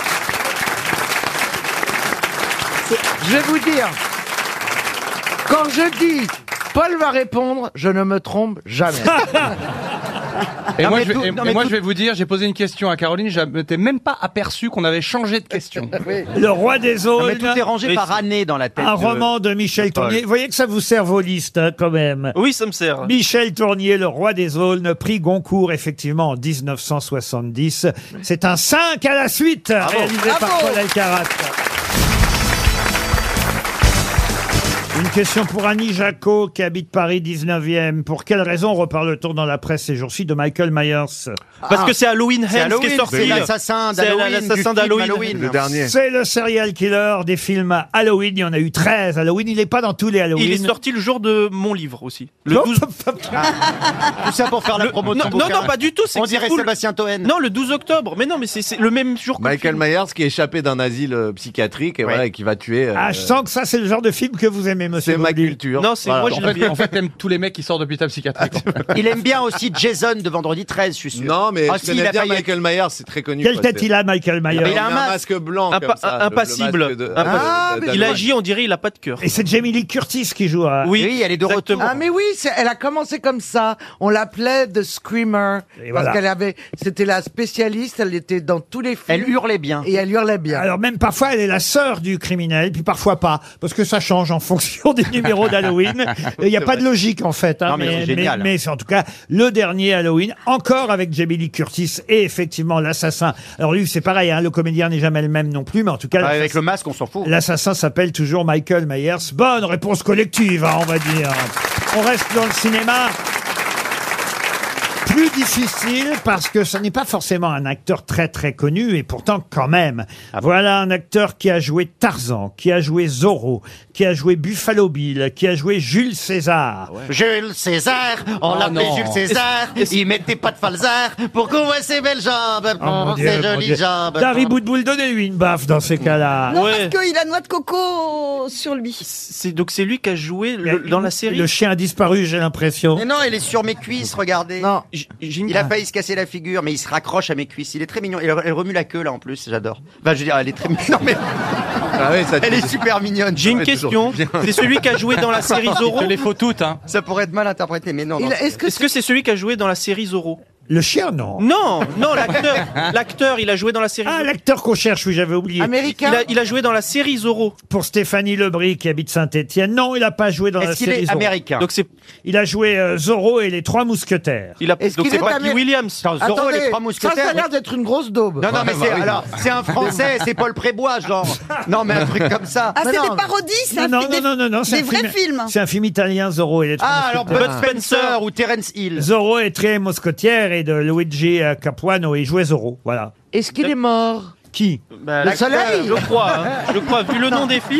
Je vais vous dire, quand je dis Paul va répondre, je ne me trompe jamais. Et Non, moi, mais je vais, tout- et- non, et mais moi, tout- je vais vous dire, j'ai posé une question à Caroline, je m'étais même pas aperçu qu'on avait changé de question. Le roi des Non, mais aulnes. tout est rangé Mais par c'est- année dans la tête. Un de- roman de Michel Tournier. Vous voyez que ça vous sert vos listes, hein, quand même. Oui, ça me sert. Michel Tournier, le roi des aulnes, prix Goncourt, effectivement, en dix-neuf cent soixante-dix. C'est un cinq à la suite, réalisé par Bravo. Paul Elkarat. Une question pour Annie Jacot, qui habite Paris dix-neuvième. Pour quelle raison reparle-t-on dans la presse ces jours-ci de Michael Myers? Parce que c'est Halloween C'est Ends qui est Halloween, sorti. c'est l'assassin C'est d'Halloween. l'assassin du film d'Halloween. Halloween. Le dernier. C'est le serial killer des films Halloween. Il y en a eu treize Halloween. Il n'est pas dans tous les Halloween. Il est sorti le jour de mon livre aussi. Le douze. Tout ça pour faire la Le- promo de non, son non, bouquin. non, pas du tout. c'est On que c'est dirait cool. Sébastien Toen. Non, le douze octobre. Mais non, mais c'est c'est le même jour que le Michael film. Myers qui est échappé d'un asile euh, psychiatrique et voilà et qui va tuer. euh, Ah, je sens que ça, c'est le genre de film que vous aimez, monsieur. c'est ma Bauduit. culture. Non, c'est Voilà. moi, En j'ai fait, bien. en fait, t'aimes tous les mecs qui sortent d'hôpital psychiatrique. Il aime bien aussi Jason de Vendredi treize, je suis sûr. Non, mais Ah, je si, connais il a bien failli être- Michael Myers, c'est très connu. Quelle quoi, tête c'est- il a, Michael Myers? Il Il a a un un masque. masque blanc Un comme pa- ça. un- le- le impassible. masque de- Un- Ah, de- mais de- Il d'Halloween. agit, on dirait, il a pas de cœur. Et c'est Jamie Lee Curtis qui joue. à- Oui, Oui, elle est de retour. exactement. Ah mais oui, c'est- elle a commencé comme ça. On l'appelait The Screamer Et parce voilà. qu'elle avait, c'était la spécialiste. Elle était dans tous les films. Elle hurlait bien. et elle hurlait bien. Alors même parfois elle est la sœur du criminel, puis parfois pas, parce que ça change en fonction des numéros d'Halloween. Il n'y a pas de logique en fait. hein, Non, mais c'est génial. mais c'est en tout cas le dernier Halloween, encore avec Jamie Lee Curtis et effectivement l'assassin. Alors lui c'est pareil, hein, le comédien n'est jamais le même non plus, mais en tout cas Ah, avec l'assassin- le masque, on s'en fout. l'assassin s'appelle toujours Michael Myers. Bonne réponse collective, hein, on va dire. On reste dans le cinéma. Plus difficile parce que ce n'est pas forcément un acteur très très connu et pourtant quand même. Voilà un acteur qui a joué Tarzan, qui a joué Zorro, qui a joué Buffalo Bill, qui a joué Jules César. Jules César, on Oh, l'appelait non. Jules César, il mettait pas de falzar pour qu'on voit ses belles jambes, Oh, mon pour Dieu, ses mon jolies Dieu. jambes. Dari Boudboul, donnez-lui une baffe dans ces cas-là. Non, Ouais. parce qu'il a noix de coco sur lui. C'est donc c'est lui qui a joué le- dans la série. Le chien a disparu, j'ai l'impression. Mais non, il est sur mes cuisses, regardez. Non. J- j'ai une- Il a failli se casser la figure, mais il se raccroche à mes cuisses. Il est très mignon. Elle, elle remue la queue là en plus, j'adore. Enfin, je veux dire, elle est très mignonne. Non, mais Ah ouais, ça elle est super mignonne. J'ai une Ouais, question. toujours bien. C'est celui qui a joué dans la série Zorro. Je les faut toutes, hein. Ça pourrait être mal interprété, mais non. Il non. a- Est-ce que Est-ce que c'est celui qui a joué dans la série Zorro? Le chien, non. Non, non, l'acteur. L'acteur, il a joué dans la série. Ah, l'acteur qu'on cherche, oui, j'avais oublié. Américain. Il a, il a joué dans la série Zorro. Pour Stéphanie Lebris, qui habite Saint-Étienne. Non, il n'a pas joué dans la Est-ce qu'il série est Zorro. américain? Donc c'est, Il a joué euh, Zorro et les Trois Mousquetaires. il a, Est-ce donc qu'il c'est est Robbie amé- Williams. Dans Zorro et Attendez, les Trois ça, Mousquetaires. ça a l'air d'être une grosse daube. Non, non, mais c'est alors c'est un Français, c'est Paul Prébois, genre. Non, mais un truc comme ça. Ah, Mais c'est non. des parodies, c'est un Non, fi- non, des, non, non, non, c'est des un vrais film- films. C'est un film italien, Zorro et les Trois Ah, alors Mousquetaires. Bud Spencer ou Terence Hill. Zorro et Tre Moscotières et de Luigi euh, Capuano, il jouait Zorro, voilà. Est-ce qu'il est mort? Qui Bah, Le l'acteur, soleil. Je crois, hein. je crois, vu le nom des films.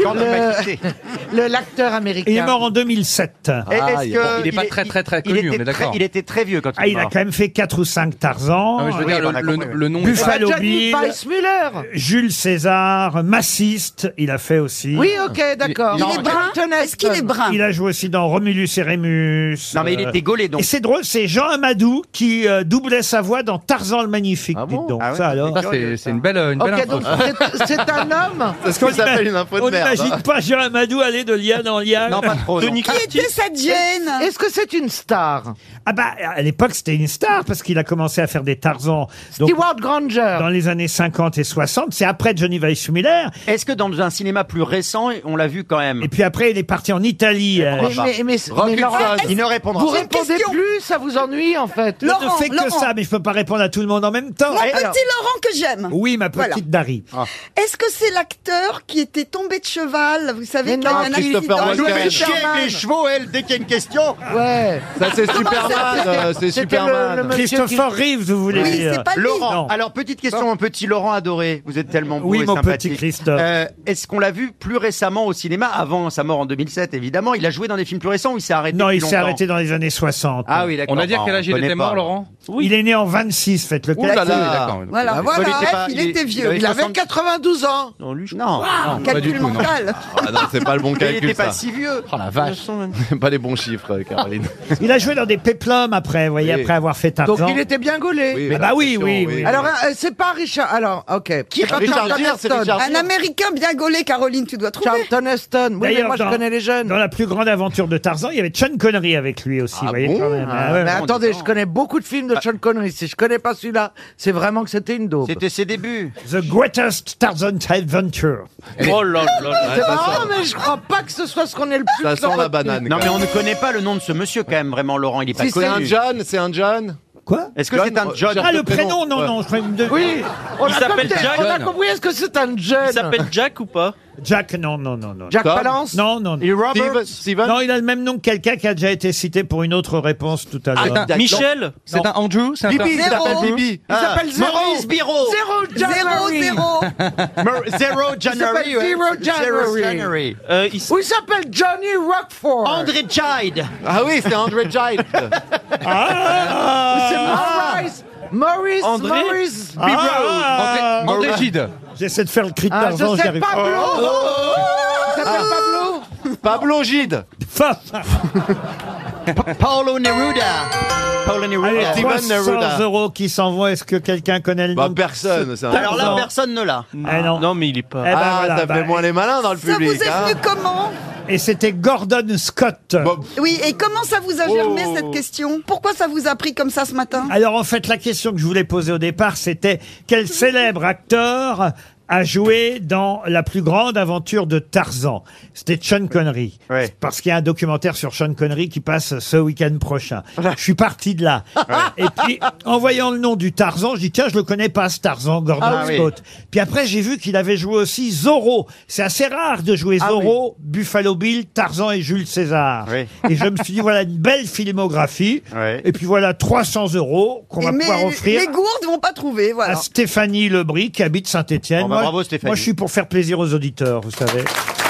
Le- le- L'acteur américain. Il est mort en deux mille sept. Et est-ce Ah, il- que bon, il est pas très, très, très connu, il on était est d'accord. très- Il était très vieux quand il Ah, est il a mort. quand même fait quatre ou cinq Tarzan. Ah, mais je veux oui, dire, on le, a le- compris, le nom. Buffalo Johnny Bill, Weissmuller. Jules César, Massiste, il a fait aussi. Oui, ok, d'accord. Il est brun. Charlton Est-ce qu'il est Heston. brun? Il a joué aussi dans Romulus et Rémus. Non, mais il euh, était gaulé donc. Et c'est drôle, c'est Jean Amadou qui euh, doublait sa voix dans Tarzan le Magnifique. Ah dites bon donc. Ah ouais, ça alors. Ça, c'est c'est une belle, une belle Ok, info. donc c'est- c'est un homme. C'est ce qu'on ima- s'appelle une info on de merde. n'imagine pas Jean Amadou aller de liane en liane. Non, pas trop. non. Denis Qui Cartier. était cette gêne? Est-ce que c'est une star? Ah bah à l'époque c'était une star parce qu'il a commencé à faire des Tarzans donc, Stewart Granger. dans les années cinquante et soixante. C'est après Johnny Weissmuller. Est-ce que dans un cinéma plus récent, on l'a vu quand même? Et puis après il est parti en Italie. euh, Mais, mais, mais, Rock mais Laurent, Hudson. Il ne répondra vous pas. répondez question. plus, ça vous ennuie en fait. je ne Laurent, fais que Laurent. ça, mais je peux pas répondre à tout le monde en même temps. Mon Eh, petit alors- Laurent que j'aime. Oui, ma petite Voilà. Dari. Est-ce que c'est l'acteur qui était tombé de cheval? Vous savez Mais qu'il y a non, eu un Christopher accident. Walken. Je me fais Superman. chier avec les chevaux, elle, dès qu'il y a une question. Ouais. Ça, c'est Comment Superman. ça, euh, C'est C'était Superman. le- le monsieur Christopher Reeves, vous voulez Oui, dire. c'est pas lui. Laurent, Non. alors petite question, mon petit Laurent adoré. Vous êtes tellement beau Oui, et mon sympathique. petit Christophe. Euh, Est-ce qu'on l'a vu plus récemment au cinéma, avant sa mort en deux mille sept, évidemment? Il a joué dans des films plus récents ou il s'est arrêté Non, depuis il s'est longtemps arrêté dans les années soixante. Ah oui, d'accord. On a dit à quel Bon, âge il on connaît était mort, pas. Laurent? Il est né en vingt-six, faites le Ouh là calcul. là. Oui, d'accord. Voilà, Bah, voilà, il était bref, pas- il il- était il vieux. avait Il avait soixante- quatre-vingt-douze ans. Non, lui, je- non. non. pas du Calcul tout, non. mental. Ah non, c'est pas le bon Mais il calcul, était pas ça. si vieux. Oh la vache. Pas les bons chiffres, Caroline. Il a joué dans des péplums après, vous voyez, Oui. après avoir fait Donc Tarzan. il était bien gaulé. Oui, Ah bah oui, attention, oui, oui. Alors euh, c'est pas Richard. Alors ok. Qui C'est pas Richard Charlton Gere, c'est Heston. Richard Un Américain bien gaulé, Caroline, tu dois trouver. Charlton Heston. Oui, mais D'ailleurs, moi je dans- connais les jeunes. Dans la plus grande aventure de Tarzan, il y avait Sean Connery avec lui aussi, vous voyez bon quand même. Ah ouais. Mais bon, attendez, disons. je connais beaucoup de films de Sean Connery. Si je connais pas celui-là, c'est vraiment que c'était une daube. C'était ses débuts. The Greatest Tarzan Adventure. Oh là là là. C'est marrant, mais je crois pas que ce soit ce qu'on est le plus. Ça sent la banane. Non, quand mais on même. ne connaît pas le nom de ce monsieur quand même, vraiment, Laurent. Il est pas Si, C'est un connu. John, c'est un John. Quoi Est-ce que John, c'est un euh, John? cherche Ah, le le prénom. prénom, non, Ouais. non, je crois de... Oui. On Il a s'appelle compris- Jack. On a compris. Est-ce que c'est un jeune Il s'appelle Jack ou pas? Jack, non, non, non, non. Jack Tom. Palance. Non, non, non. Et Robert? Steven, Steven Non, il a le même nom que quelqu'un qui a déjà été cité pour une autre réponse tout à l'heure. d'accord. Michel? C'est un Andrew? C'est un Bibi, il Zéro. s'appelle Bibi. Il s'appelle Zéro. Maurice Biro. Zéro Zéro, January. zéro. Mer- Zero January. s'appelle Zero ouais. January. January. Euh, il s- Ou il s'appelle Johnny Rockford. André Child. Ah oui, c'est André Child. Ah, C'est Maurice. Maurice. André Maurice. Ah, André, André Gide. J'essaie de faire le cri de Ah, Tarzan, je j'y sais arrive Pablo. pas. Il s'appelle Pablo. Pablo Gide. Paulo Neruda. Paulo Allez, Neruda. Steven trois cents Neruda. euros qui s'envoient. Est-ce que quelqu'un connaît le nom Bah de personne. c'est un- Alors là, Tarzan. personne ne l'a. Ah, non. Non, mais il est pas. Eh ben Ah, voilà, ça bah, fait moins les malins dans le Ça public. vous est hein. venu comment? Et c'était Gordon Scott. Bon, Oui, et comment ça vous a germé Oh. cette question? Pourquoi ça vous a pris comme ça ce matin? Alors en fait, la question que je voulais poser au départ, c'était quel célèbre acteur a joué dans la plus grande aventure de Tarzan? C'était Sean Connery. Ouais. Parce qu'il y a un documentaire sur Sean Connery qui passe ce week-end prochain. Je suis parti de là. Et puis, en voyant le nom du Tarzan, je dis, tiens, je le connais pas, ce Tarzan, Gordon Ah oui. Scott. Puis après, j'ai vu qu'il avait joué aussi Zorro. C'est assez rare de jouer Ah Zorro, Buffalo Bill, Tarzan et Jules César. Oui. Et je me suis dit, voilà une belle filmographie. Ouais. Et puis voilà trois cents euros qu'on va Et mais pouvoir offrir les gourdes vont pas trouver, à voilà. Stéphanie Lebris qui habite Saint-Étienne. Bon, bah, moi, bravo, Stéphanie. moi, je suis pour faire plaisir aux auditeurs, vous savez.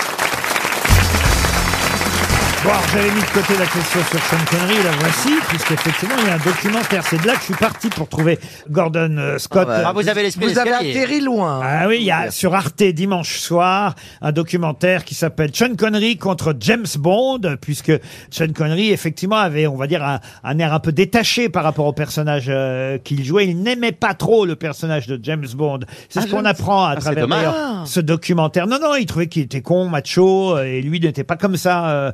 Bon, alors, j'avais mis de côté la question sur Sean Connery, la voici, puisqu'effectivement, il y a un documentaire. C'est de là que je suis parti pour trouver Gordon euh, Scott. Ah, vous avez l'esprit Vous avez d'escalier. atterri loin. Ah oui, il y a sur Arte dimanche soir un documentaire qui s'appelle Sean Connery contre James Bond, puisque Sean Connery effectivement avait, on va dire, un, un air un peu détaché par rapport au personnage euh, qu'il jouait. Il n'aimait pas trop le personnage de James Bond. C'est ce qu'on apprend à c'est travers dommage. d'ailleurs ce documentaire. Non, non, il trouvait qu'il était con, macho, euh, et lui n'était pas comme ça. euh, Oui, oui,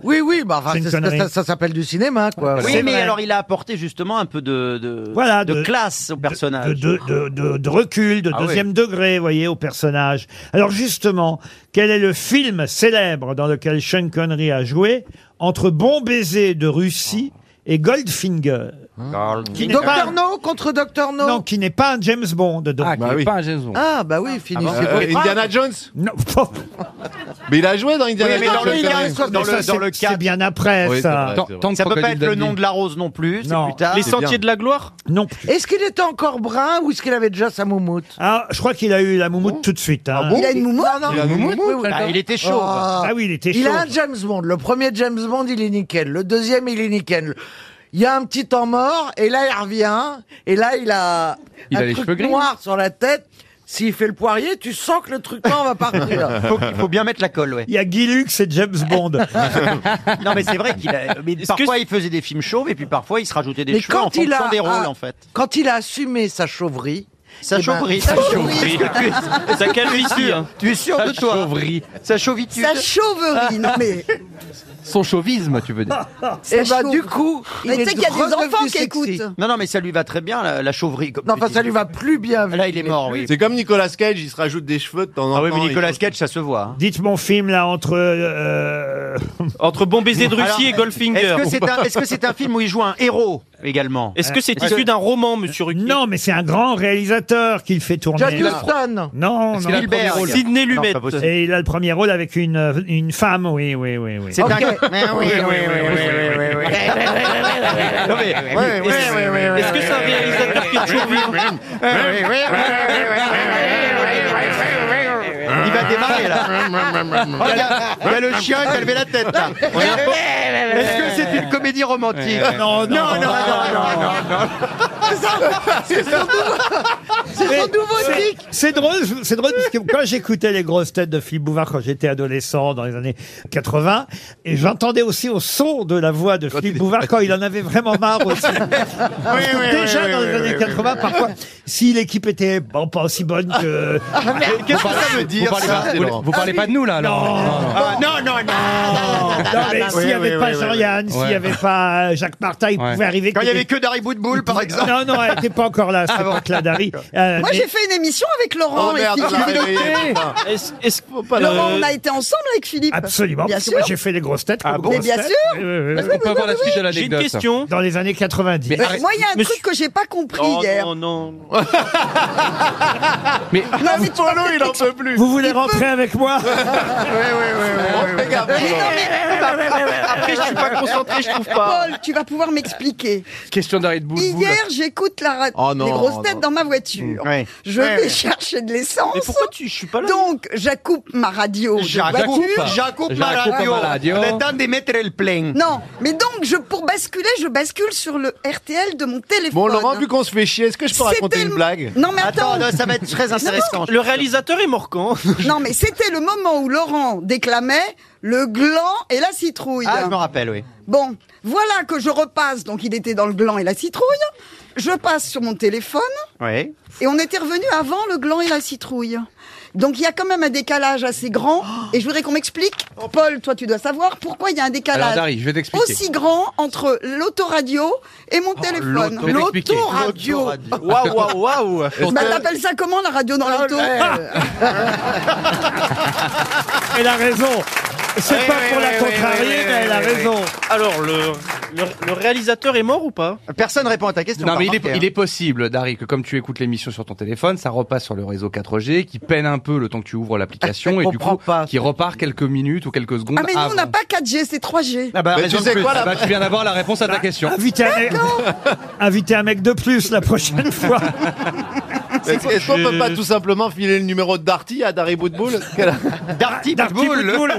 bah enfin, C'est une c'est- connerie. ça, ça s'appelle du cinéma, quoi. Oui, C'est mais vrai. alors il a apporté justement un peu de, de, Voilà, de, de- classe au personnage. de, de, de, de recul, de Ah oui. deuxième degré, vous voyez, au personnage. Alors justement, quel est le film célèbre dans lequel Sean Connery a joué entre Bon baiser de Russie et Goldfinger? Qui n'est Docteur pas, No contre Docteur No. non, qui n'est pas un James Bond. Donc. Ah, qui Bah est oui. pas un James Bond. Ah bah oui, fini. Euh, Indiana Jones. Non, Mais il a joué dans Indiana Oui, mais Jones. dans le Sean Connery. cas- dans ça, le- c'est- dans le c'est cadre- bien après Oui, c'est ça. vrai. Tant- tant que Ça peut pas Crocodile être le Dundee. nom de la rose non plus, c'est Non. plus tard. Les c'est Sentiers bien. de la Gloire. Non. Est-ce qu'il était encore brun ou est-ce qu'il avait déjà sa moumoute? Ah, je crois qu'il a eu la moumoute tout de suite. hein. Il a une moumoute? Non, non, Il a une moumoute, oui, oui. Ah, il était chaud. Ah. Ah oui, il était Il chaud. a un James Bond. Le premier James Bond, il est nickel. Le deuxième, il est nickel. Il y a un petit temps mort, et là, il revient, et là, il a Il un a les truc cheveux gris. noir sur la tête. S'il fait le poirier, tu sens que le truc noir va partir. Faut, il faut bien mettre la colle, ouais. Il y a Guy Lux et James Bond. Non, mais c'est vrai qu'il a. Mais Est-ce parfois, que- il faisait des films chauves et puis parfois, il se rajoutait des Mais cheveux en quand il fonction a, des rôles, ah, en fait. quand il a assumé sa chauverie, Sa eh ben, chauverie. sa Sa chauverie. Sa calvitie. hein. Tu es sûr de toi Chauverie. Sa chauvitude. Sa chauverie, non mais Son chauvisme, tu veux dire. et bah, chauve. du coup, il Mais tu est sais qu'il y a des redevenu enfants qui sexy. écoutent. Non, non, mais ça lui va très bien, la, la chauverie. Comme Non, tu enfin, dis. ça lui va plus bien. Là, il est mort, oui. C'est comme Nicolas Cage, il se rajoute des cheveux de temps en temps. Ah oui, mais il Nicolas change- Cage, ça se voit. hein. Dites mon film là entre. euh, Entre Bon baiser de Russie Alors, et Goldfinger. Est-ce que c'est un, est-ce que c'est un film où il joue un héros également Est-ce que c'est Est-ce issu que- d'un roman, monsieur Ruquier? Non, mais c'est un grand réalisateur qui le fait tourner. John Huston. Non, Est-ce non. qu'il a le premier Spielberg. rôle Sidney Non, Lumet. pas possible. Et il a le premier rôle avec une, euh, une femme, oui, oui, oui, oui. C'est Ok. un. Mais oui, oui, oui, oui, oui, oui, oui, oui. Non, mais- Est-ce que c'est un réalisateur qui est toujours vivant? Il va démarrer là. Oh, il, y a, il y a le chien qui a levé la tête là. Est-ce que c'est une comédie romantique? Non, non, non, non, non, C'est son nouveau tic. C'est drôle, c'est drôle parce que quand j'écoutais les grosses têtes de Philippe Bouvard quand j'étais adolescent dans les années quatre-vingts, et j'entendais aussi au son de la voix de Philippe Bouvard quand il en avait vraiment marre aussi. Déjà dans les années quatre-vingts, parfois, si l'équipe était bon, pas aussi bonne que. Qu'est-ce que ça veut dire Vous parlez, ça pas, vous, vous parlez pas de nous là alors. Non. Ah, Non, non, non. Non, mais s'il n'y avait oui, pas oui, Jean-Yann, s'il n'y avait pas euh, Jacques Martin, il Ouais. pouvait arriver. Quand il y que avait des- que Dari Boudboul, par exemple. Non, non, elle n'était pas encore là, cette époque-là, Dari. Euh, moi mais- j'ai fait une émission avec Laurent Oh et merde, Philippe. ça l'a réveillé, putain. Est-ce, est-ce, Laurent, euh, on a été ensemble avec Philippe. Absolument, Bien parce que sûr. moi j'ai fait les grosses têtes. Ah comme bon Mais grosses bien têtes. sûr. Oui, oui, oui. Est-ce qu'on peut avoir la suite de j'ai une l'anecdote? question. Dans les années quatre-vingt-dix. Mais Mais arrête- moi, il y a un Monsieur- truc que j'ai pas compris Oh, hier. non, non. Mais Non, mais tu- Polo, il en peut plus. Vous voulez rentrer avec moi Oh, fais gaffe, Polo. Après, je suis pas concentré, je trouve pas. Paul, tu vas pouvoir m'expliquer. question d'arrêt de boule. Hier, j'écoute la ra- Oh non, les grosses têtes non. dans ma voiture. Ouais. Je vais chercher de l'essence. Mais pourquoi tu, je suis pas là? Donc, j'accoupe ma radio de J'accoupe voiture. j'accoupe ma J'accoupe radio. ma radio. Le temps de mettre le plein. Non, mais donc, je, pour basculer, je bascule sur le R T L de mon téléphone. Bon, Laurent, vu qu'on se fait chier, est-ce que je peux raconter C'était une le- blague? Non, mais attends. Attends, ça va être très intéressant. Le réalisateur est mort quand? Non, mais c'était le moment où Laurent déclamait le gland et la citrouille. Ah, je me rappelle, oui. Bon, voilà que je repasse. Donc, il était dans le gland et la citrouille. Je passe sur mon téléphone Oui. et on était revenu avant le gland et la citrouille. Donc, il y a quand même un décalage assez grand. Et je voudrais qu'on m'explique, Paul, toi, tu dois savoir pourquoi il y a un Alors décalage Dari, je vais t'expliquer. aussi grand entre l'autoradio et mon téléphone. l'auto- Je vais t'expliquer. L'autoradio. Waouh, waouh, waouh. Bah, t'appelles ça comment, la radio dans l'auto Elle a raison. C'est pas pour la contrarier, mais elle a raison. Alors, le, le, le réalisateur est mort ou pas? Personne répond à ta question. Non t'as mais il remarqué, est, hein. il est possible, Dari, que comme tu écoutes l'émission sur ton téléphone, ça repasse sur le réseau quatre G, qui peine un peu le temps que tu ouvres l'application Je et du comprends coup, pas. qui repart quelques minutes ou quelques secondes Ah, mais nous, on avant. n'a pas quatre G, c'est trois G. Ah bah, Mais raison tu de sais plus. quoi, là Ah bah, tu viens d'avoir la réponse à ta question. Invitez un, mec... Invitez un mec de plus la prochaine fois. Est-ce est-ce qu'on peut pas tout simplement filer le numéro de Darty à Dari Boudboul? Darty Darty Boudboul. Boudboul.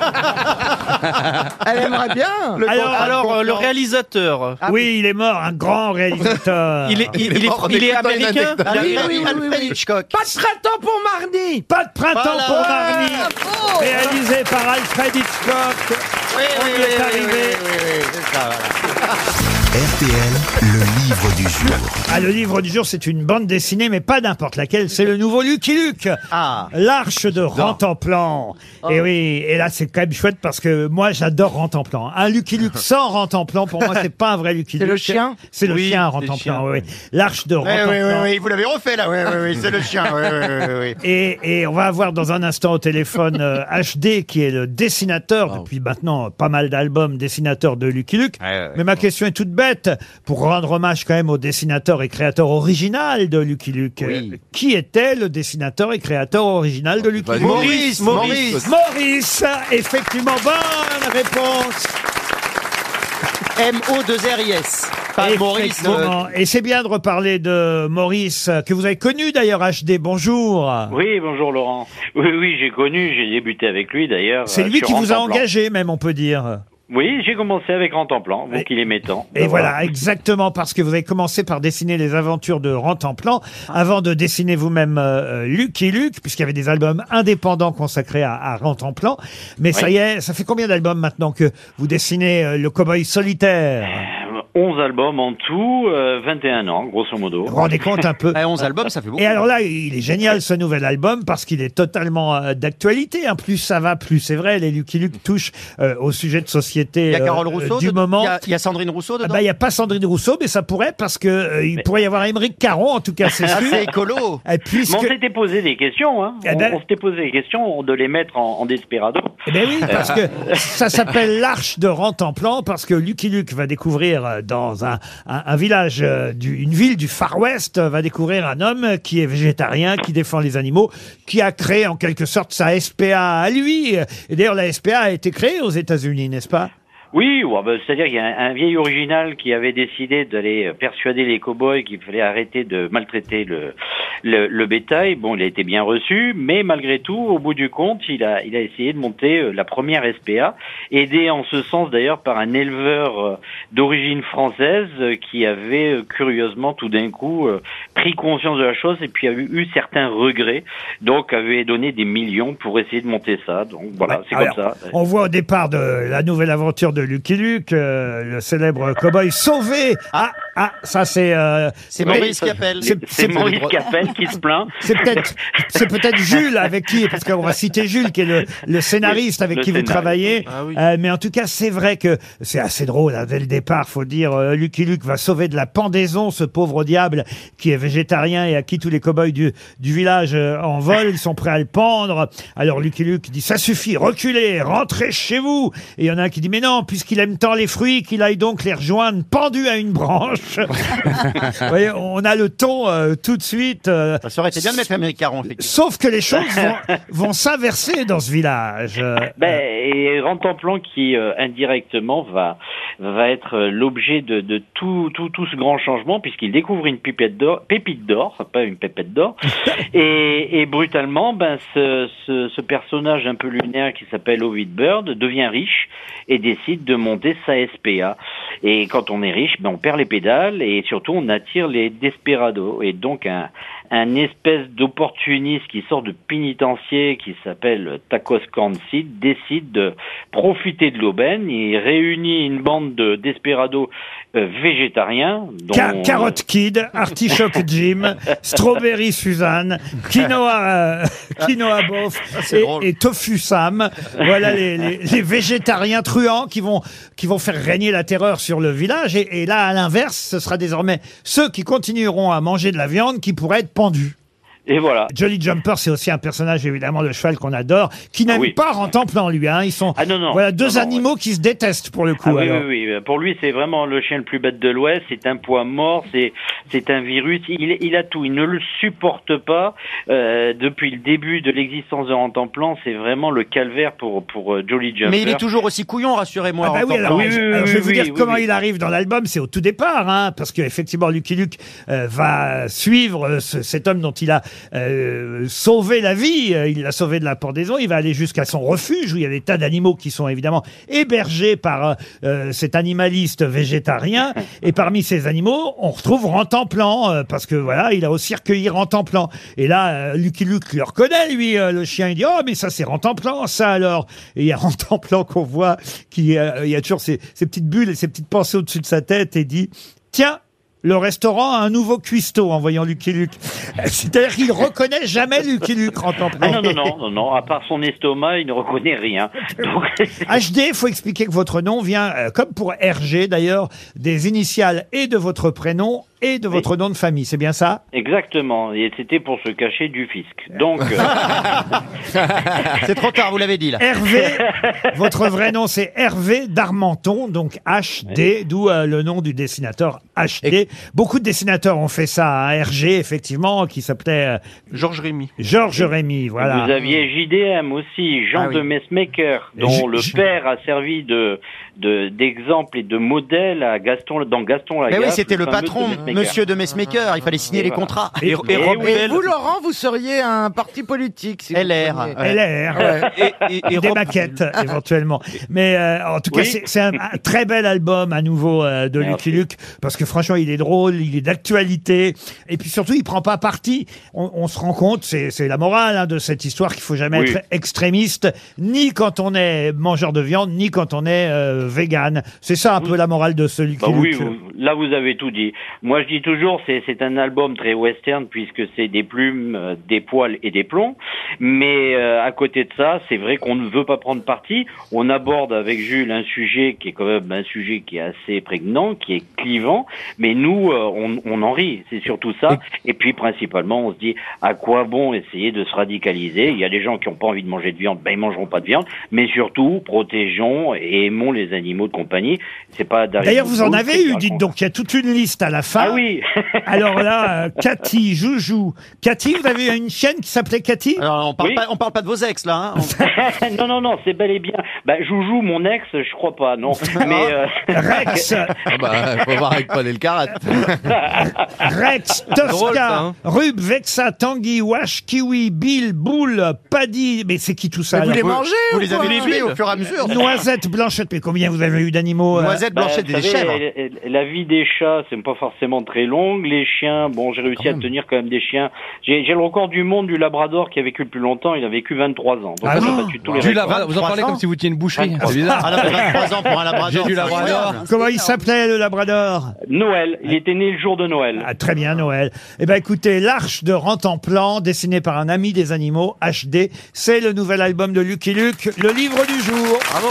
Elle aimerait bien. Alors, Alors, euh, le réalisateur, oui, il est mort, un grand réalisateur. il est, il, il est, mort en il est écoutant une américain? anecdote. Alfred- oui, oui, oui, Alfred oui. Hitchcock. Pas de printemps pour Mardi. Pas de printemps Voilà. pour Marnie, Bravo. réalisé par Alfred Hitchcock. Oui, On oui, y oui, est oui, arrivé. oui, oui, oui, c'est ça, voilà. R T L, le livre du jour. Ah, le livre du jour, c'est une bande dessinée, mais pas n'importe laquelle. C'est le nouveau Lucky Luke. Ah. L'Arche de Rantanplan. Oh. Et oui, et là, c'est quand même chouette parce que moi, j'adore Rantanplan. Un Lucky Luke sans Rantanplan, pour moi, c'est pas un vrai Lucky C'est Luke. le chien C'est le Oui, chien, le Rantanplan, chien. oui. L'Arche de Oui, oui, Rantanplan. oui, oui, vous l'avez refait là, oui, oui, oui, c'est le chien, oui, oui, oui, oui. Et, et on va avoir dans un instant au téléphone euh, H D, qui est le dessinateur, depuis maintenant pas mal d'albums, dessinateur de Lucky Luke. Ouais, ouais, Mais ma question est toute bête, pour rendre hommage quand même au dessinateur et créateur original de Lucky Luke. Oui. Euh, Qui était le dessinateur et créateur original de Lucky Luke? Maurice, Maurice. Maurice, effectivement, bonne réponse. M O deux R I S. Pas Maurice. euh, Effectivement. Et c'est bien de reparler de Maurice, que vous avez connu d'ailleurs, H D. Bonjour. Oui, bonjour Laurent. Oui, oui, j'ai connu, j'ai débuté avec lui d'ailleurs. C'est euh, lui sur qui vous a Rantanplan. engagé, même, on peut dire. Oui, j'ai commencé avec Rantanplan, donc il est mettant. Et voilà, exactement, parce que vous avez commencé par dessiner les aventures de Rantanplan, avant de dessiner vous-même euh, Lucky Luke, puisqu'il y avait des albums indépendants consacrés à, à Rantanplan. Mais ça Oui. y est, ça fait combien d'albums maintenant que vous dessinez euh, le cow-boy solitaire? onze albums en tout, euh, vingt et un ans, grosso modo. Vous vous rendez compte un peu? onze albums, ça fait beaucoup. Et alors là, il est génial ce nouvel album parce qu'il est totalement euh, d'actualité. Hein. Plus ça va, plus c'est vrai. Les Lucky Luke touchent euh, au sujet de société Il y a Carole euh, Rousseau du dedans. moment. Il y a- il y a Sandrine Rousseau Ah dedans. bah, il n'y a pas Sandrine Rousseau, mais ça pourrait parce que euh, il pourrait y avoir Émeric Caron, en tout cas, c'est Ah, sûr. c'est écolo. Et Mais puisque... on s'était posé des questions, hein. Eh On, ben- on s'était posé des questions de les mettre en, en desperado. Eh ben oui, parce que ça s'appelle l'Arche de Rantanplan, parce que Lucky Luke va découvrir euh, dans un, un, un village, euh, du, une ville du Far West, euh, va découvrir un homme qui est végétarien, qui défend les animaux, qui a créé en quelque sorte sa S P A à lui. Et d'ailleurs, la S P A a été créée aux États-Unis, n'est-ce pas? Oui, ouais, bah, c'est-à-dire qu'il y a un, un vieil original qui avait décidé d'aller persuader les cow-boys qu'il fallait arrêter de maltraiter le, le, le bétail. Bon, il a été bien reçu, mais malgré tout, au bout du compte, il a, il a essayé de monter euh, la première S P A, aidé en ce sens d'ailleurs par un éleveur euh, d'origine française euh, qui avait euh, curieusement tout d'un coup euh, pris conscience de la chose et puis a eu, eu certains regrets, donc avait donné des millions pour essayer de monter ça. Donc voilà, c'est Alors, comme ça. On voit au départ de la nouvelle aventure de Lucky Luke, euh, le célèbre cow-boy sauvé. Ah, ah, ça c'est... euh, C'est oui, Maurice qui appelle. c'est- C'est Maurice Capel qui se plaint. C'est peut-être, c'est peut-être Jules avec qui, parce qu'on va citer Jules qui est le, le scénariste avec Le qui vous scénariste. travaillez. Ah oui. Euh, mais en tout cas, c'est vrai que c'est assez drôle hein, dès le départ. Faut dire, euh, Lucky Luke va sauver de la pendaison ce pauvre diable qui est végétarien et à qui tous les cow-boys du, du village euh, en volent. Ils sont prêts à le pendre. Alors Lucky Luke dit ça suffit, reculez, rentrez chez vous. Et il y en a un qui dit mais non, puisqu'il aime tant les fruits, qu'il aille donc les rejoindre pendus à une branche. Vous voyez, on a le ton euh, tout de suite. euh, Ça aurait été bien de mettre Émeric Caron, effectivement. Sauf que les choses vont, vont s'inverser dans ce village. Euh, Ben, et Rantanplan qui euh, indirectement va va être euh, l'objet de, de tout, tout tout ce grand changement puisqu'il découvre une pipette d'or, pépite d'or, pas une pépette d'or, et, et brutalement, ben ce, ce, ce personnage un peu lunaire qui s'appelle Ovid Bird devient riche et décide de monter sa S P A. Et quand on est riche, ben on perd les pédales et surtout on attire les desperados et donc un un espèce d'opportuniste qui sort de pénitencier qui s'appelle Tacos Kancid décide de profiter de l'aubaine. Il réunit une bande de desperados euh, végétariens. Dont... Ca- Carotte Kid, Artichoke Jim, Strawberry Suzanne, Quinoa, euh, Quinoa Bof c'est et, drôle. et Tofu Sam. Voilà les, les, les végétariens truands qui vont, qui vont faire régner la terreur sur le village. Et, et là, à l'inverse, ce sera désormais ceux qui continueront à manger de la viande qui pourraient être pendus. Et voilà. Jolly Jumper, c'est aussi un personnage, évidemment, de cheval qu'on adore, qui n'aime oui. pas Rantanplan, lui. Hein. Ils sont Ah non, non. voilà, deux Non, non, animaux qui se détestent, pour le coup. Ah oui, alors. oui, oui. Pour lui, c'est vraiment le chien le plus bête de l'Ouest. C'est un poids mort. C'est, c'est un virus. Il, il a tout. Il ne le supporte pas. Euh, depuis le début de l'existence de Rantanplan, c'est vraiment le calvaire pour pour euh, Jolly Jumper. Mais il est toujours aussi couillon, rassurez-moi. Ah bah oui, Rantanplan. alors, Oui, je, oui, alors, je vais oui, vous oui, dire oui, comment oui. il arrive dans l'album, c'est au tout départ, hein, parce que effectivement Lucky Luke euh, va suivre euh, ce- cet homme dont il a euh, sauver la vie. Il l'a sauvé de la pendaison. Il va aller jusqu'à son refuge où il y a des tas d'animaux qui sont évidemment hébergés par euh, cet animaliste végétarien. Et parmi ces animaux, on retrouve Rantanplan euh, parce que voilà, il a aussi recueilli Rantanplan. Et là, euh, Lucky Luke le reconnaît, lui, euh, le chien. Il dit oh mais ça c'est Rantanplan, ça alors. Et il y a Rantanplan qu'on voit qui euh, il y a toujours ces, ces petites bulles et ces petites pensées au-dessus de sa tête et dit tiens. Le restaurant a un nouveau cuistot en voyant Lucky Luke. C'est-à-dire qu'il reconnaît jamais Lucky Luke en tant que Ah non, non, non, non, non, à part son estomac, il ne reconnaît rien. Donc... H D, il faut expliquer que votre nom vient, euh, comme pour R G d'ailleurs, des initiales et de votre prénom et de votre nom de famille. C'est bien ça? Exactement, et c'était pour se cacher du fisc. Donc... Euh... C'est trop tard, vous l'avez dit là. Hervé, votre vrai nom c'est Hervé Darmenton, donc H D, oui. D'où euh, le nom du dessinateur H D. Et... Beaucoup de dessinateurs ont fait ça à R G, effectivement, qui s'appelait... Euh, Georges Rémy. Georges Rémy, voilà. Vous aviez J D M aussi, Jean ah, oui. de Messmaker, dont J... le père a servi de, de, d'exemple et de modèle à Gaston, dans Gaston Lagaffe. Mais oui, c'était le, le patron, de monsieur de Messmaker, il fallait signer et les voilà. contrats. Et, et, et, et, et vous, Laurent, vous seriez un parti politique, si L R. Ouais. L R. Ouais. Et, et, et des maquettes, éventuellement. Mais euh, en tout cas, oui. c'est, c'est un, un très bel album à nouveau euh, de Lucky Luke, parce que franchement, il est drôle, il est d'actualité, et puis surtout, il prend pas parti. On, on se rend compte, c'est, c'est la morale hein, de cette histoire, qu'il faut jamais oui. être extrémiste, ni quand on est mangeur de viande, ni quand on est euh, vegan. C'est ça un oui. peu la morale de ce Lucky bah, Luke. Oui, vous, là vous avez tout dit. Moi, je dis toujours, c'est, c'est un album très western, puisque c'est des plumes, euh, des poils et des plombs. Mais euh, à côté de ça, c'est vrai qu'on ne veut pas prendre parti. On aborde avec Jules un sujet qui est quand même un sujet qui est assez prégnant, qui est clivant. Mais nous, euh, on, on en rit. C'est surtout ça. Et puis principalement, on se dit à quoi bon essayer de se radicaliser. Il y a des gens qui n'ont pas envie de manger de viande, ben ils mangeront pas de viande. Mais surtout, protégeons et aimons les animaux de compagnie. C'est pas d'ailleurs vous en avez eu, dites donc. Il y a toute une liste à la fin. Ah oui. Alors là, euh, Cathy, Joujou. Cathy, vous avez une chienne qui s'appelait Cathy? Alors on parle oui. pas, on parle pas de vos ex là. Hein. On... non non non, c'est bel et bien. Bah Joujou, mon ex, je crois pas, non. Mais euh... Rex. Ah bah faut voir avec Paul Elkarat. Rex, Tosca, drôle, ça, hein. Rub, Vexa, Tanguy, Wash, Kiwi, Bill, Boule, Paddy. Mais c'est qui tout ça? Mais vous les mangez? Vous les avez tués au fur et à mesure. Noisette, Blanchette. Mais combien vous avez eu d'animaux? Noisette, Blanchette, bah, des chèvres. La vie des chats, c'est pas forcément très longue. Les chiens, bon, j'ai réussi à tenir quand même des chiens. J'ai, j'ai le record du monde du Labrador qui a vécu le plus longtemps. Il a vécu vingt-trois ans. Donc ah ça, non. a battu tous les du Labrador. Vous en parlez comme si vous étiez une boucherie. C'est bizarre. Ah non, vingt-trois ans pour un Labrador. J'ai du Labrador. Comment il s'appelait le Labrador? Noël. Il était né le jour de Noël. Ah, très bien, Noël. Eh ben, écoutez, L'Arche de Rantanplan, dessiné par un ami des animaux, H D. C'est le nouvel album de Lucky Luke, le livre du jour. Bravo.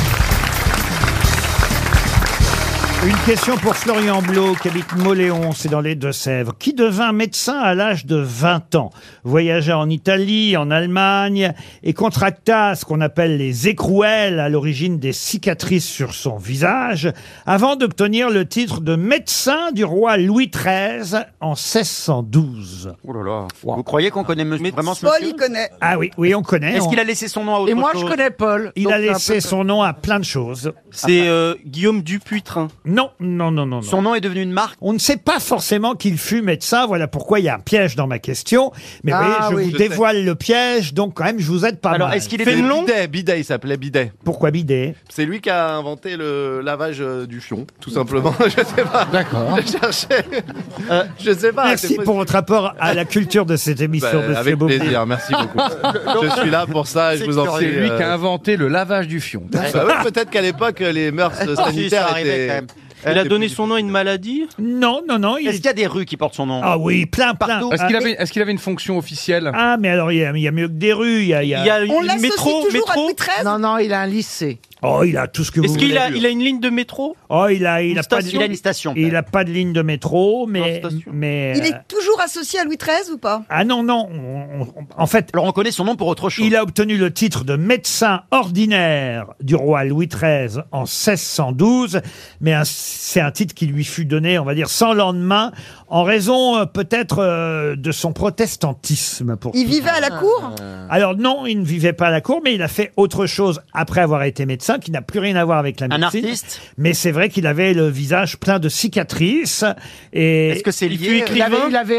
Une question pour Florian Blot, qui habite Moléon, c'est dans les Deux-Sèvres, qui devint médecin à l'âge de vingt ans, voyagea en Italie, en Allemagne, et contracta ce qu'on appelle les écrouelles, à l'origine des cicatrices sur son visage, avant d'obtenir le titre de médecin du roi Louis treize en seize cent douze. Oh là là. Wow. Vous croyez qu'on connaît monsieur, vraiment ce Paul, monsieur? il connaît. Ah oui, oui, on connaît. Est-ce on... qu'il a laissé son nom à autre chose? Et moi, chose je connais Paul. Il a laissé son nom à plein de choses. C'est euh, Guillaume Dupuytren. Non, non, non, non, non. Son nom est devenu une marque? On ne sait pas forcément qu'il fut médecin, voilà pourquoi il y a un piège dans ma question. Mais ah, vous voyez, je oui, vous je dévoile sais. le piège, donc quand même, je vous aide pas Alors, mal. est-ce qu'il est Fénelon? Bidet, Bidet, il s'appelait Bidet. Pourquoi Bidet? C'est lui qui a inventé le lavage du fion, tout simplement. Je sais pas. D'accord. Je cherchais. Euh, je sais pas. Merci pour votre rapport à la culture de cette émission, bah, monsieur avec Beaupuy. plaisir, merci beaucoup. Je suis là pour ça et je vous en prie. C'est lui euh... qui a inventé le lavage du fion. Bah, ouais, peut-être qu'à l'époque, les mœurs sanitaires étaient... Il a donné son nom à une maladie? Non, non, non. Il... Est-ce qu'il y a des rues qui portent son nom? Ah oui, plein, plein. Est-ce qu'il ah, avait, est-ce qu'il avait une fonction officielle? Ah, mais alors, il y a, il y a mieux que des rues. Il y a, il y a... Il y a On une l'associe métro, toujours métro. à Louis treize? Non, non, il a un lycée. Oh, il a tout ce que Est-ce vous qu'il voulez. a, il a une ligne de métro? Oh, il a, il Une a pas de, station? Il a une station. il a pas de ligne de métro, mais, mais. Il euh, est toujours associé à Louis treize ou pas? Ah non, non. on- on- en fait, Alors on connaît son nom pour autre chose. il a obtenu le titre de médecin ordinaire du roi Louis treize en seize cent douze, mais un- c'est un titre qui lui fut donné, on va dire, sans lendemain, en raison euh, peut-être euh, de son protestantisme. Pour Il tout vivait à la cour? Alors non, il ne vivait pas à la cour, mais il a fait autre chose après avoir été médecin, qui n'a plus rien à voir avec la Un médecine. artiste? Mais c'est vrai qu'il avait le visage plein de cicatrices. Et Est-ce que c'est Il fut lié? écrivain? Il avait, il avait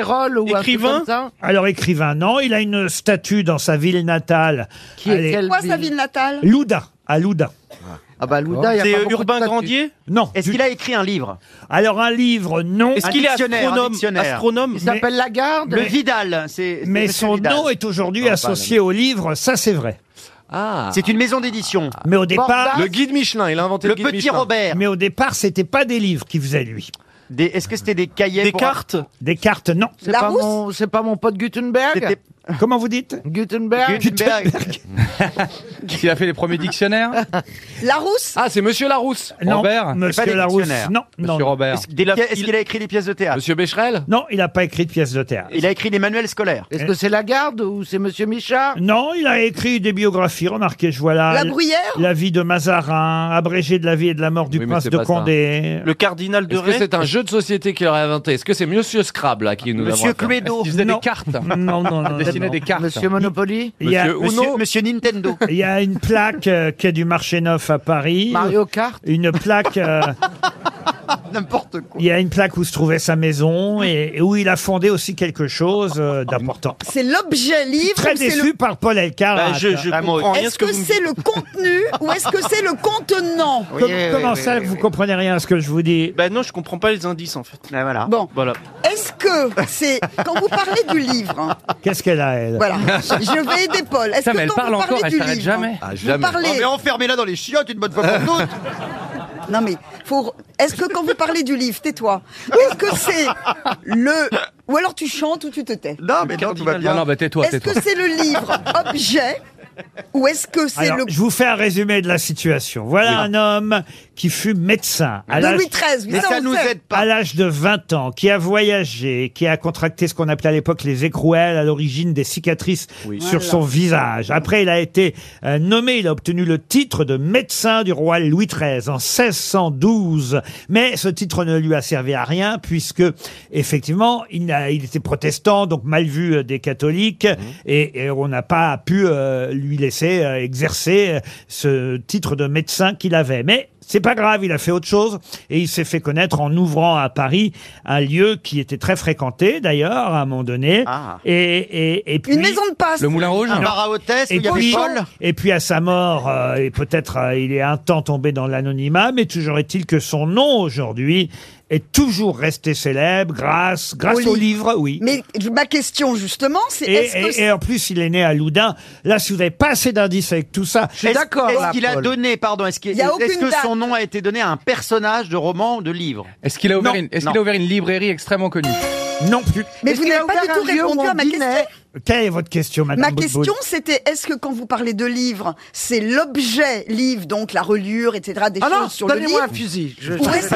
Gérol ou un truc Écrivain comme ça. Alors écrivain, non, il a une statue dans sa ville natale. Qui est Elle quelle Quoi, sa ville ville natale? Louda, à Louda. Ah bah Louda, il y a C'est pas euh, beaucoup de Urbain statues. Grandier. Non. Est-ce du- qu'il a écrit un livre? Alors un livre, non. Est-ce Un qu'il est dictionnaire, un astronome dictionnaire. Astronome. Il s'appelle Lagarde. Le Vidal, c'est. c'est Mais Monsieur son Vidal. nom est aujourd'hui associé au livre, ça c'est vrai. Ah. C'est une maison d'édition. Mais au départ, Le guide Michelin, il a inventé Le le, guide petit Michelin. Robert. mais au départ, c'était pas des livres qui faisait lui. Des- Est-ce que c'était des cahiers Des pour- cartes. Des cartes, non. C'est La pas Rousse mon, c'est pas mon pote Gutenberg. C'était Comment vous dites Gutenberg. Gutenberg. Il a fait les premiers dictionnaires. Larousse? Ah, c'est Monsieur Larousse. Non, Robert Monsieur des Larousse. dictionnaires. Non, Monsieur non. Robert. Est-ce qu'il a, est-ce qu'il a écrit des pièces de théâtre? Monsieur Becherel. Non, il n'a pas écrit de pièces de théâtre. Il a écrit des manuels scolaires. Est-ce que c'est Lagarde ou c'est Monsieur Michard? Non, il a écrit des biographies. Remarquez, je vois là. La Bruyère? La vie de Mazarin, abrégé de la vie et de la mort du Oui, mais prince c'est de pas ça. Condé. Le cardinal de Est-ce que Ray. c'est un jeu de société qu'il aurait inventé? Est-ce que c'est Monsieur Scrabble là, qui nous a Monsieur inventé Cluedo. Il faisait Non. des cartes. Non, non, non. Il dessinait non. des cartes. Monsieur Monopoly. Il y a, Monsieur Monsieur, Uno. Monsieur Nintendo. il y a une plaque euh, qui est du marché neuf à Paris. Mario Kart. Une plaque. euh, N'importe quoi. il y a une plaque où se trouvait sa maison et, et où il a fondé aussi quelque chose euh, d'important. C'est l'objet livre Très ou c'est déçu le... par Paul Elkarat. Bah, je je Ah, moi comprends rien Est-ce ce que que vous me c'est dites. le contenu ou est-ce que c'est le contenant? Oui, Com- oui, comment oui, ça, oui, vous oui. comprenez rien à ce que je vous dis? Bah non, je comprends pas les indices en fait. Ah, voilà. Bon, Voilà. est-ce que c'est... Quand vous parlez du livre, hein, Qu'est-ce qu'elle a, elle? voilà, je vais aider Paul. Est-ce Putain, que mais elle quand parle vous parlez encore, elle du s'arrête livre, jamais. Ah, vous jamais. parlez... Oh, mais enfermez-la dans les chiottes une bonne fois pour toutes. Non mais, faut... est-ce que quand vous parlez du livre, tais-toi, est-ce que c'est le... Ou alors tu chantes ou tu te tais? Non, mais non, tout va Non, bien. non, bah tais-toi, Est-ce tais-toi. que c'est le livre objet ou est-ce que c'est Alors, le... je vous fais un résumé de la situation. Voilà un homme qui fut médecin à De l'âge Louis treize, oui, Mais ça, ça on nous le sait. aide pas. à l'âge de vingt ans, qui a voyagé, qui a contracté ce qu'on appelait à l'époque les écrouelles, à l'origine des cicatrices sur son visage. Après, il a été euh, nommé, il a obtenu le titre de médecin du roi Louis treize en seize cent douze. Mais ce titre ne lui a servi à rien puisque, effectivement, il, a- il était protestant, donc mal vu euh, des catholiques, et, et on n'a pas pu euh, lui laisser euh, exercer euh, ce titre de médecin qu'il avait. Mais c'est pas grave, il a fait autre chose et il s'est fait connaître en ouvrant à Paris un lieu qui était très fréquenté d'ailleurs à un moment donné. Ah. Et, et, et puis, Une maison de passe. Le Moulin Rouge. Un bar à hôtesse où et il y avait puis, Paul. et puis à sa mort, euh, et peut-être euh, il est un temps tombé dans l'anonymat, mais toujours est-il que son nom aujourd'hui est toujours resté célèbre grâce, grâce Au au livre. livre, oui. Mais ma question justement, c'est Et, est-ce que et- et en plus, il est né à Loudun. Là, si vous n'avez pas assez d'indices avec tout ça, Je suis Est-ce d'accord. est-ce là, qu'il a Paul. donné, pardon, est-ce qu'il- Il y a est-ce aucune que date. son nom a été donné à un personnage de roman ou de livre? Est-ce qu'il a ouvert Non, une, est-ce non. qu'il a ouvert une librairie extrêmement connue? non plus. Mais Est-ce vous qu'il a n'avez pas du ouvert tout un lieu où répondu on à ma dînait question. Quelle est votre question, Madame Ma Boutboul question, c'était est-ce que quand vous parlez de livre, c'est l'objet livre, donc la relure, et cetera, des Ah non, choses sur le donnez-moi livre un fusil. Je... Ou est-ce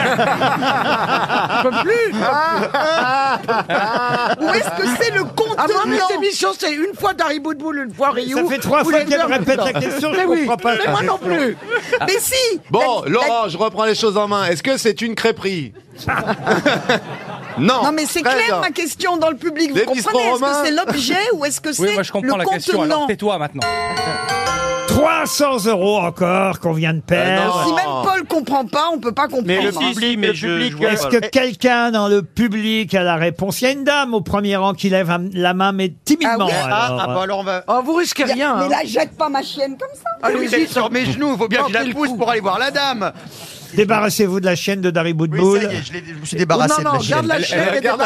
Je peux plus. ou est-ce que c'est le Ah, moi, mes contenant? émissions, c'est une fois Dari Boudboul, une fois Ryu. Ça fait trois Vous fois les qu'elle deux en même répète temps. la question, je Mais oui, comprends pas. mais moi non plus. Mais si. Bon, La- Laurent, je reprends les choses en main. Est-ce que c'est une crêperie? Non. Non mais c'est Très clair bien. ma question dans le public, vous Des comprenez? bistrots Est-ce que romains c'est l'objet ou est-ce que Oui, c'est moi je comprends le la question. Alors contenant? tais-toi maintenant. trois cents euros encore qu'on vient de perdre. Si même Paul comprend pas, on peut pas comprendre. Mais le hein. public, mais le je- public, je vois euh, Est-ce que quelqu'un dans le public a la réponse? Il y a une dame au premier rang qui lève un- la main, mais timidement. Ah oui. Ah, alors. ah, bah alors on va. Oh, vous risquez Y a- rien. Mais hein. là, jette pas ma chienne comme ça. Allez, vous êtes sur mes genoux, il faut bien que je la Tentez le pousse coup. pour aller voir la dame. Débarrassez-vous de la chienne de Dari Oui, Boudboul. ça y est, je, l'ai- je me suis Oh, débarrassé non, non, de la garde la chienne. chaîne elle et garde la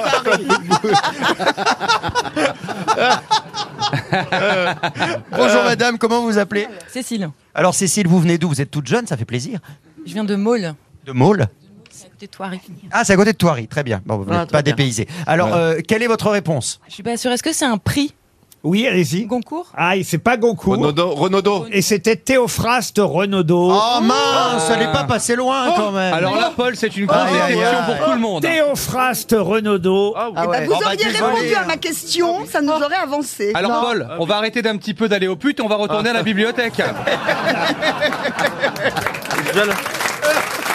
débarrasse-toi. Bonjour madame, comment vous vous appelez? Cécile, Alors Cécile, vous venez d'où? Vous êtes toute jeune, ça fait plaisir. je viens de Maule. De Maule? C'est à côté de Thoiry. Ah, c'est à côté de Thoiry, très bien. Bon, vous Ah, n'êtes très pas bien. dépaysé. Alors, euh, quelle est votre réponse? Je suis pas sûre. Est-ce que c'est un prix Oui, allez-y. Goncourt? Ah, et c'est pas Goncourt. Renaudot. Renaudot. Et c'était Théophraste Renaudot. Oh mince, ça n'est pas passé loin quand même. Alors là, Paul, c'est une Aïe, grosse aïe, question aïe. pour tout le monde. Théophraste Renaudot. Ah, oui. Eh ben, ouais. vous Oh, bah, auriez désolé, répondu à hein. ma question, ça nous aurait avancé. Alors Non. Paul, on va arrêter d'un petit peu d'aller au pute et on va retourner à la bibliothèque. Je vais à la...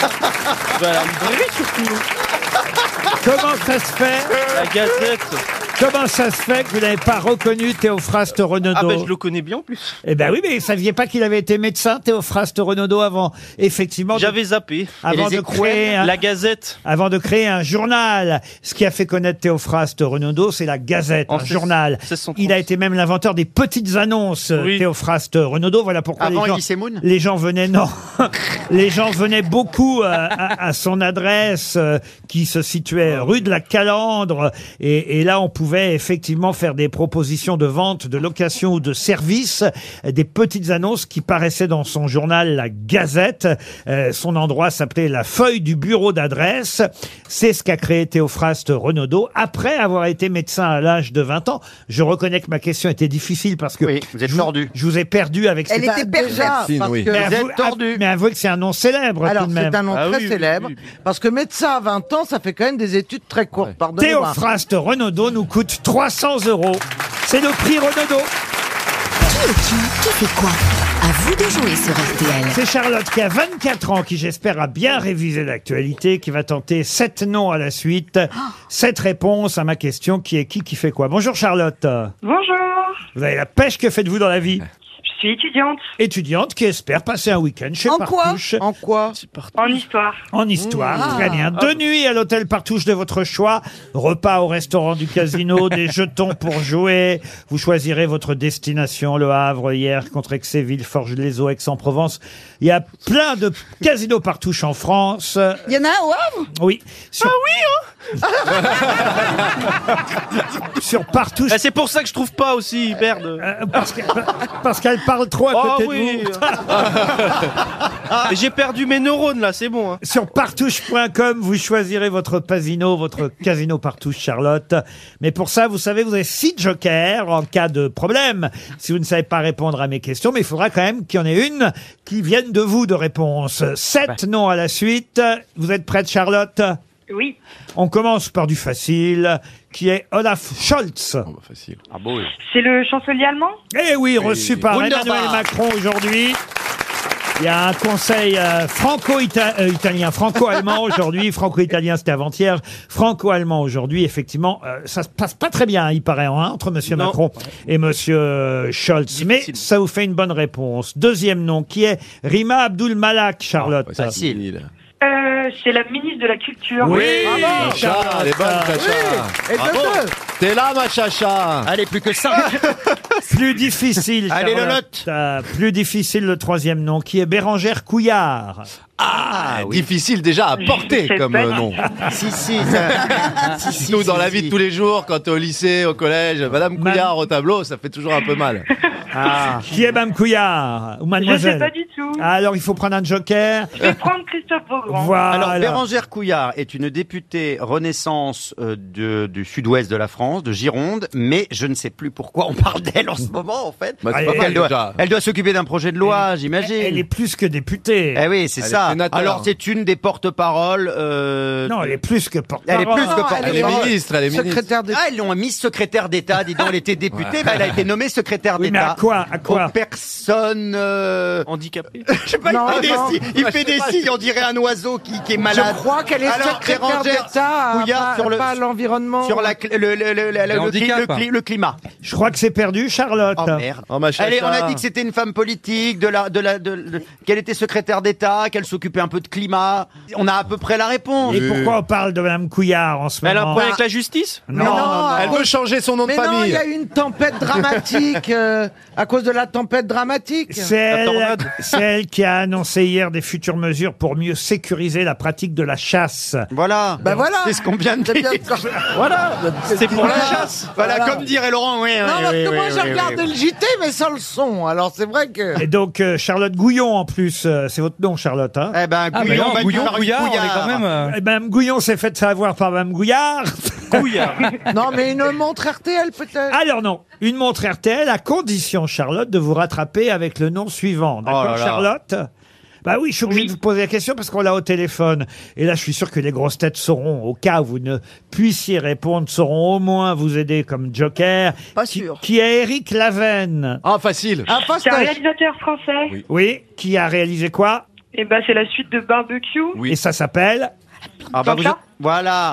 je vais à la librairie surtout. Comment ça se fait La Gazette. Comment ça se fait que vous n'avez pas reconnu Théophraste Renaudot? Ah ben je le connais bien en plus. Eh ben oui, mais vous saviez pas qu'il avait été médecin, Théophraste Renaudot, avant, effectivement. de- J'avais zappé. Avant de créer un, La Gazette. avant de créer un journal. Ce qui a fait connaître Théophraste Renaudot, c'est la Gazette, En un seize- journal. seize cent trente. Il a été même l'inventeur des petites annonces, Oui. Théophraste Renaudot. Voilà pourquoi Avant les gens, Elysée Moon les gens venaient, non, les gens venaient beaucoup euh, à, à son adresse, euh, qui se situait rue de la Calandre. Et, et là, on pouvait effectivement faire des propositions de vente, de location ou de service, euh, des petites annonces qui paraissaient dans son journal La Gazette. Euh, son endroit s'appelait la feuille du bureau d'adresse. C'est ce qu'a créé Théophraste Renaudot après avoir été médecin à l'âge de vingt ans. Je reconnais que ma question était difficile parce que Oui, vous êtes je, tordu. je vous ai perdu avec Elle cette... était perverse. Déjà, parce oui. que- Mais Vous avouez, êtes tordu. mais avouez que c'est un nom célèbre Alors, tout de même. c'est un nom Ah très oui, oui, célèbre, oui, oui. parce que médecin à vingt ans, ça fait quand même des études très courtes, pardonnez-moi. Théophraste Renaudot nous coûte trois cents euros. C'est le prix Renaudot. Qui est qui Qui fait quoi? À vous de jouer sur R T L. C'est Charlotte qui a vingt-quatre ans, qui j'espère a bien révisé l'actualité, qui va tenter sept noms à la suite. Sept réponses à ma question, qui est qui, qui fait quoi. Bonjour Charlotte. Bonjour, Vous avez la pêche, que faites-vous dans la vie? je suis étudiante Étudiante qui espère passer un week-end chez En quoi Partouche. En quoi? en histoire. En histoire, Mmh. très bien. Deux nuits à l'hôtel Partouche de votre choix, repas au restaurant du casino, des jetons pour jouer. Vous choisirez votre destination, Le Havre, Hyères, Contrexéville, Forges-les-Eaux, Aix-en-Provence. Il y a plein de casinos Partouche en France. Il y en a un au Havre? Oui. Sur... Ah oui, hein Sur Partouche. Ah, c'est pour ça que je trouve pas aussi, merde. Euh, parce qu'elle parce qu'elle parle trop à Oh côté oui. de vous. Mais J'ai perdu mes neurones là, c'est bon. Hein. Sur partouche point com, vous choisirez votre casino, votre casino Partouche, Charlotte. Mais pour ça, vous savez, vous avez six jokers en cas de problème. Si vous ne savez pas répondre à mes questions, mais il faudra quand même qu'il y en ait une qui vienne de vous de réponse. Sept noms à la suite. Vous êtes prête, Charlotte? Oui. On commence par du facile, qui est Olaf Scholz. Facile. Ah bon. C'est le chancelier allemand? Eh oui, reçu par Wunderbar. Emmanuel Macron aujourd'hui. Il y a un conseil euh, franco-italien, franco-allemand aujourd'hui. Franco-italien, c'était avant-hier. Franco-allemand aujourd'hui, effectivement, euh, ça se passe pas très bien, il paraît, hein, entre Monsieur Non. Macron et Monsieur euh, Scholz. Mais ça vous fait une bonne réponse. Deuxième nom, qui est Rima Abdul Malak, Charlotte. Facile. Euh, c'est la ministre de la Culture. Oui, Chacha, Charlotte. elle est bonne, Chacha. Et de deux. T'es là, ma Chacha. Allez, plus que ça. Plus difficile, Allez, Charlotte. Lolotte. Euh, plus difficile, le troisième nom, qui est Bérangère Couillard. Ah, difficile déjà à porter sais comme pas euh, du nom. si, si. ça- si, si, Nous, si, dans la si. vie de tous les jours, quand t'es au lycée, au collège, Madame Ma- Couillard au tableau, ça fait toujours un peu mal. Ah. Qui est Mme Couillard ou Je Mademoiselle? sais pas du tout. Ah, alors il faut prendre un joker. Je vais prendre Christophe Beaugrand. Voilà. Alors, Bérangère Couillard est une députée Renaissance euh, de- du sud-ouest de la France, de Gironde, mais je ne sais plus pourquoi on parle d'elle en ce moment, en fait. Bah, c'est Allez, pas mal Elle doit, déjà. elle doit s'occuper d'un projet de loi, Elle j'imagine. est plus que députée. Eh oui, c'est Elle est ça. sénateur. Alors, c'est une des porte-paroles. euh, Non, elle est plus que porte-parole. Elle est plus que Non, porte-parole. Elle est ministre, elle est ministre. Secrétaire de... Ah, ils l'ont mise secrétaire d'État. Dis donc, elle était députée, bah, elle a été nommée secrétaire Oui, mais d'État. à quoi? À quoi? Aux personnes. euh, Handicapé. Je sais pas, Non, il fait des non. signes, il Moi, fait je sais des pas, signes, on dirait un oiseau qui, qui est malade. Je crois qu'elle est Alors, secrétaire Bérangère d'État, à- Couillard pas, sur le- pas à l'environnement. Sur la, cl- le, le, le, le, le, handicap. le cli- le climat. Je crois que c'est perdu, Charlotte. Oh merde. Oh, ma Chacha. Allez, on a dit que c'était une femme politique, de la, de la, de, de- qu'elle était secrétaire d'État, qu'elle s'occupait un peu de climat. On a à peu près la réponse. Et pourquoi on parle de Mme Couillard en ce Elle a un moment? problème avec la justice? Non, non, non, à Elle cause- veut changer son nom de Mais non, il famille. y a eu une tempête dramatique euh, à cause de la tempête dramatique. C'est elle, tornade. c'est elle qui a annoncé hier des futures mesures pour mieux sécuriser la pratique de la chasse. Voilà. Ben voilà. C'est ce qu'on vient de C'est dire. bien de- Voilà. C'est pour la chasse. Voilà, Voilà. comme dirait Laurent, oui. Non, oui, parce oui, que oui, moi oui, j'ai oui, regardé oui. le J T, mais sans le son. Alors c'est vrai que. Et donc, euh, Charlotte Gouillon, en plus, euh, c'est votre nom, Charlotte, hein? Eh ben, Ah, mais Gouillon, non, battu Gouillon, par une Couillard, on est Couillard. quand même. euh, Eh ben, Mme Gouillon s'est faite savoir par Mme Gouillard. Couillard. Non, mais une montre R T L peut-être. Alors non, une montre R T L à condition, Charlotte, de vous rattraper avec le nom suivant. D'accord, Oh là là. Charlotte? Bah oui, je suis obligé de vous poser la question parce qu'on l'a au téléphone. Et là, je suis sûr que les grosses têtes sauront, au cas où vous ne puissiez répondre, sauront au moins vous aider comme joker. Pas qui, sûr. Qui est Éric Lavenne. Ah, facile. Un C'est un fastoche. réalisateur français. Oui, qui a réalisé quoi? Et ben c'est la suite de Barbecue. Et ça s'appelle Ah bah, vous- Plancha. Voilà. Plancha.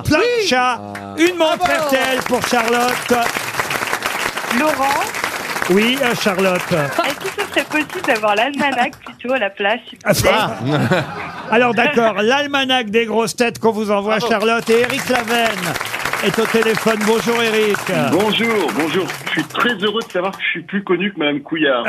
Plancha. Une montre R T L pour Charlotte. Laurent, Oui, euh, Charlotte. est-ce que ce serait possible d'avoir l'almanach plutôt à la place, s'il vous plaît? Ah. Alors d'accord, l'almanach des grosses têtes qu'on vous envoie, Charlotte, et Éric Lavenne est au téléphone. Bonjour Éric. Bonjour, bonjour. Je suis très heureux de savoir que je suis plus connu que Madame Couillard.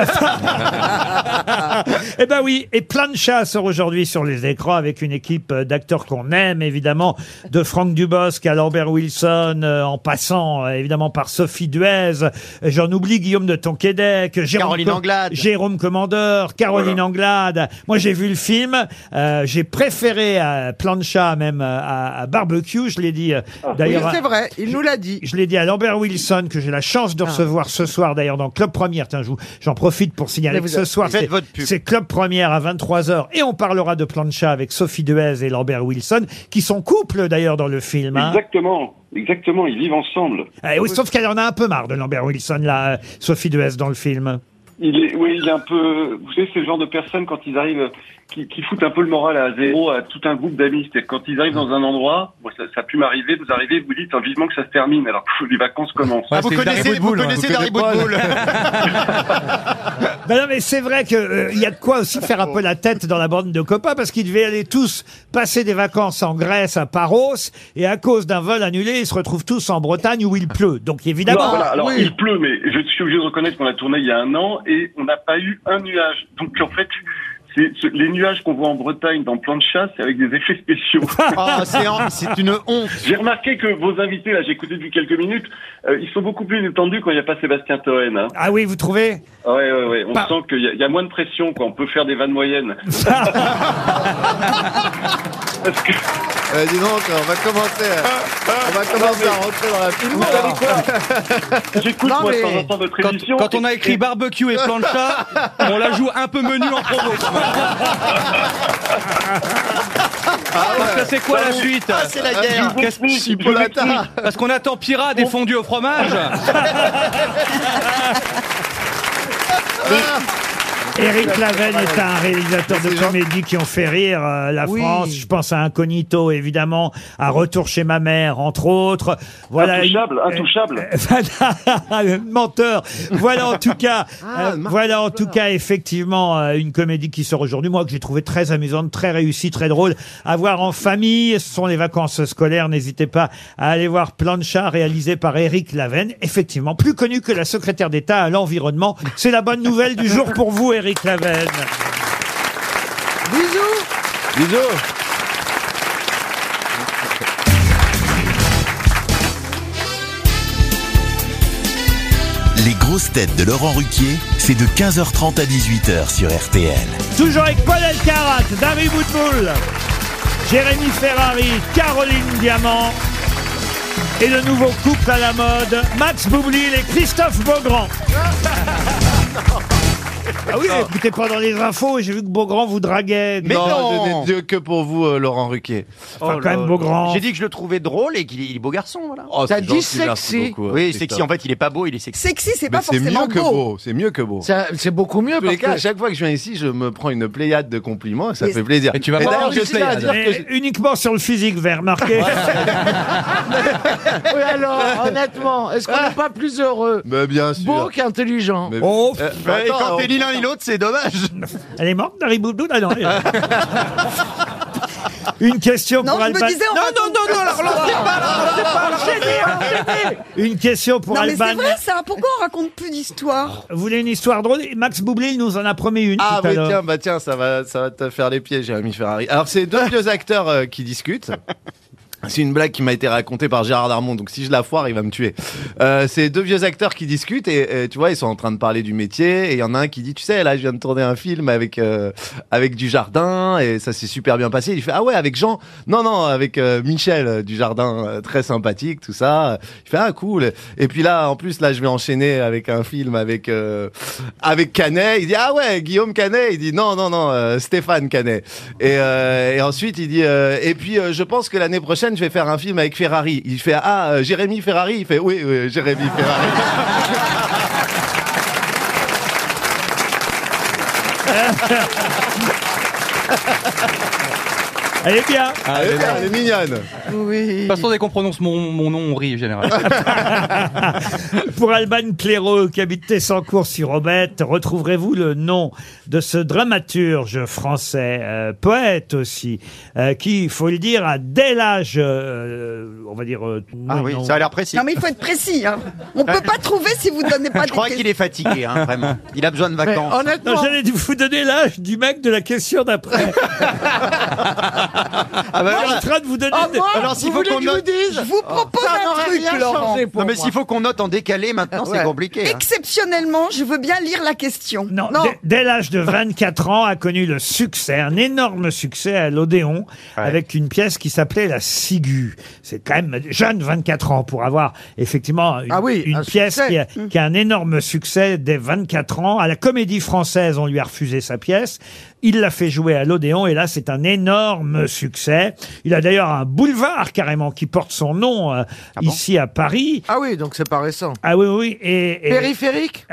Eh ben oui, et plein de chats sort aujourd'hui sur les écrans avec une équipe d'acteurs qu'on aime, évidemment, de Franck Dubosc à Lambert Wilson, euh, en passant euh, évidemment par Sophie Duez, j'en oublie Guillaume de Tonquédec, Jérôme Caroline Com- Anglade. Jérôme Commandeur, Caroline Anglade. Moi j'ai vu le film, euh, j'ai préféré à Plan de chat même euh, à, à Barbecue, je l'ai dit euh, d'ailleurs. Oui, c'est vrai, il nous l'a dit. Je l'ai dit à Lambert Wilson que j'ai la chance de recevoir ce soir d'ailleurs dans Club Première. Tiens, je vous- j'en profite pour signaler Mais que vous ce avez- soir faites c'est votre pub. c'est Club Première à vingt-trois heures et on parlera de Plancha avec Sophie Duez et Lambert Wilson qui sont couple d'ailleurs dans le film. Hein. Exactement, exactement, ils vivent ensemble. Eh oui, sauf qu'elle en a un peu marre de Lambert Wilson là, euh, Sophie Duez dans le film. Il est, oui, il est un peu, vous savez, c'est le genre de personnes quand ils arrivent, qui, qui foutent un peu le moral à zéro à tout un groupe d'amis. C'est quand ils arrivent dans un endroit, bon, ça, ça a pu m'arriver, vous arrivez, vous dites, oh, vivement que ça se termine, alors pff, les vacances commencent. Ah, vous connaissez, vous connaissez Dari Boudboul. Ben non, mais c'est vrai que euh, il y a de quoi aussi faire un peu la tête dans la bande de copains parce qu'ils devaient aller tous passer des vacances en Grèce à Paros et à cause d'un vol annulé, ils se retrouvent tous en Bretagne où il pleut. Donc évidemment, Non, voilà, alors oui. il pleut, mais je suis obligé de reconnaître qu'on a tourné il y a un an et on n'a pas eu un nuage. Donc en fait, c'est, c'est- les nuages qu'on voit en Bretagne dans Plan de chat, c'est avec des effets spéciaux. Ah, c'est en- c'est une honte. J'ai remarqué que vos invités, là, j'ai écouté depuis quelques minutes, euh, ils sont beaucoup plus détendus quand il n'y a pas Sébastien Toen. Hein. Ah oui, vous trouvez? Ouais, ouais, ouais. On Pas- sent qu'il y, a- il y a moins de pression, quoi. On peut faire des vannes moyennes. Parce que... Euh, dis donc, on va commencer, euh, on va commencer à rentrer dans la film. Vous savez quoi? J'écoute, Non, moi, de mais- temps en temps votre Quand, émission. quand on a et- écrit barbecue et plancha, on la joue un peu menu en promo. quand même. Parce que c'est quoi la suite? Ah, c'est la guerre. Qu'est-ce- Chipolata. Parce qu'on attend Pirate et fondu au fromage. Éric Lavenne est un réalisateur de C'est gentil. comédie qui ont fait rire euh, la Oui. France. Je pense à Incognito, évidemment, à Retour chez ma mère, entre autres. Voilà. Intouchable, intouchable. Euh, Menteur. Voilà en tout cas, Ah, euh, Marc voilà en tout cas effectivement euh, une comédie qui sort aujourd'hui. Moi que j'ai trouvé très amusante, très réussie, très drôle à voir en famille. Ce sont les vacances scolaires. N'hésitez pas à aller voir Plancha, réalisé par Éric Lavenne. Effectivement, plus connu que la secrétaire d'État à l'environnement. C'est la bonne nouvelle du jour pour vous, Éric Lavenne. Bisous. Bisous. Les grosses têtes de Laurent Ruquier, c'est de quinze heures trente à dix-huit heures sur R T L. Toujours avec Paul Elkarat, Dari Boudboul, Jérémy Ferrari, Caroline Diamant et le nouveau couple à la mode, Max Boublil et Christophe Beaugrand. Ah oui, écoutez pas dans les infos, j'ai vu que Beaugrand vous draguait. Mais non, non. je n'ai Dieu que pour vous, euh, Laurent Ruquier. Enfin, quand même Beaugrand. J'ai dit que je le trouvais drôle et qu'il est, il est beau garçon, voilà. Oh, T'as c'est dit gentil, merci sexy. beaucoup, Oui, Christophe. sexy. En fait, il est pas beau, il est sexy. Sexy, c'est Mais pas c'est forcément mieux que beau. beau. C'est mieux que beau. Ça- C'est beaucoup mieux En tous parce les cas, à que... chaque fois que je viens ici, je me prends une pléiade de compliments et ça Et- fait plaisir. Et tu vas Et voir d'ailleurs, en je tiens à Pléiade. dire que Mais uniquement sur le physique, vous avez remarqué. Oui, alors, honnêtement, est-ce qu'on n'est pas plus heureux Mais bien sûr. beau qu'intelligent? Mais- Oh, Euh, Ouais, et attends, quand on- t'es ni l'un ni l'autre, c'est dommage. elle est morte, Dari Boudboul? Ah non. elle- Une question Non, pour je me Alban. disais, on non, raconte non, non, non, alors lancez pas, lancez pas, lancez pas. Une question pour Non, mais Alban. c'est vrai, ça. Pourquoi on raconte plus d'histoires? Vous voulez une histoire drôle? Max Boublil nous en a promis une Ah tout à oui, l'heure. tiens, bah tiens, ça va, ça va te faire les pieds, Jérémy Ferrari. Alors, c'est deux vieux acteurs euh, qui discutent. C'est une blague qui m'a été racontée par Gérard Darmon, donc si je la foire, il va me tuer. Euh, c'est deux vieux acteurs qui discutent et, et tu vois, ils sont en train de parler du métier et il y en a un qui dit, tu sais, là, je viens de tourner un film avec euh, avec Dujardin et ça s'est super bien passé. Il fait, ah ouais, avec Jean? Non, non, avec euh, Michel euh, Dujardin, euh, très sympathique, tout ça. Il fait, ah cool. Et puis là, en plus, là, je vais enchaîner avec un film avec euh, avec Canet. Il dit, ah ouais, Guillaume Canet. Il dit, non, non, non, euh, Stéphane Canet. Et, euh, et ensuite, il dit, euh, et puis euh, je pense que l'année prochaine, je vais faire un film avec Ferrari. Il fait, ah, euh, Jérémy Ferrari. Il fait, oui, oui, Jérémy Ferrari. Elle est bien. Ah, elle, est bien, elle est mignonne. Oui. De toute façon, dès qu'on prononce mon, mon nom, on rit, en général. Pour Alban Cléreux, qui habite Tessancourt-sur-Aubette, retrouverez-vous le nom de ce dramaturge français, euh, poète aussi, euh, qui, il faut le dire, a dès l'âge, euh, on va dire... euh, Ah oui, non. ça a l'air précis. Non mais il faut être précis. Hein. On peut pas trouver si vous donnez pas. Je crois qu'il est fatigué, hein, vraiment. Il a besoin de vacances. Mais honnêtement, Non, j'allais vous donner l'âge du mec de la question d'après. Ah bah Moi, je alors, suis en train de vous donner... Ah, une- moi, Alors, s'il vous faut voulez qu'on que je vous note- dise Je vous propose Ça un n'aurait truc, rien Laurent. changé pour non, mais moi. s'il faut qu'on note en décalé, maintenant, Ouais. c'est compliqué. hein. Exceptionnellement, je veux bien lire la question. Non, Non. Dès, dès l'âge de vingt-quatre ans, a connu le succès, un énorme succès à l'Odéon, avec une pièce qui s'appelait La Ciguë. C'est quand même jeune, vingt-quatre ans, pour avoir effectivement une, Ah oui, une un pièce succès. qui a, qui a un énorme succès dès vingt-quatre ans. À la Comédie Française, on lui a refusé sa pièce. Il l'a fait jouer à l'Odéon, et là, c'est un énorme succès. Il a d'ailleurs un boulevard, carrément, qui porte son nom, euh, ici à Paris. Ah oui, donc c'est pas récent. Ah oui, oui, et... et- Périphérique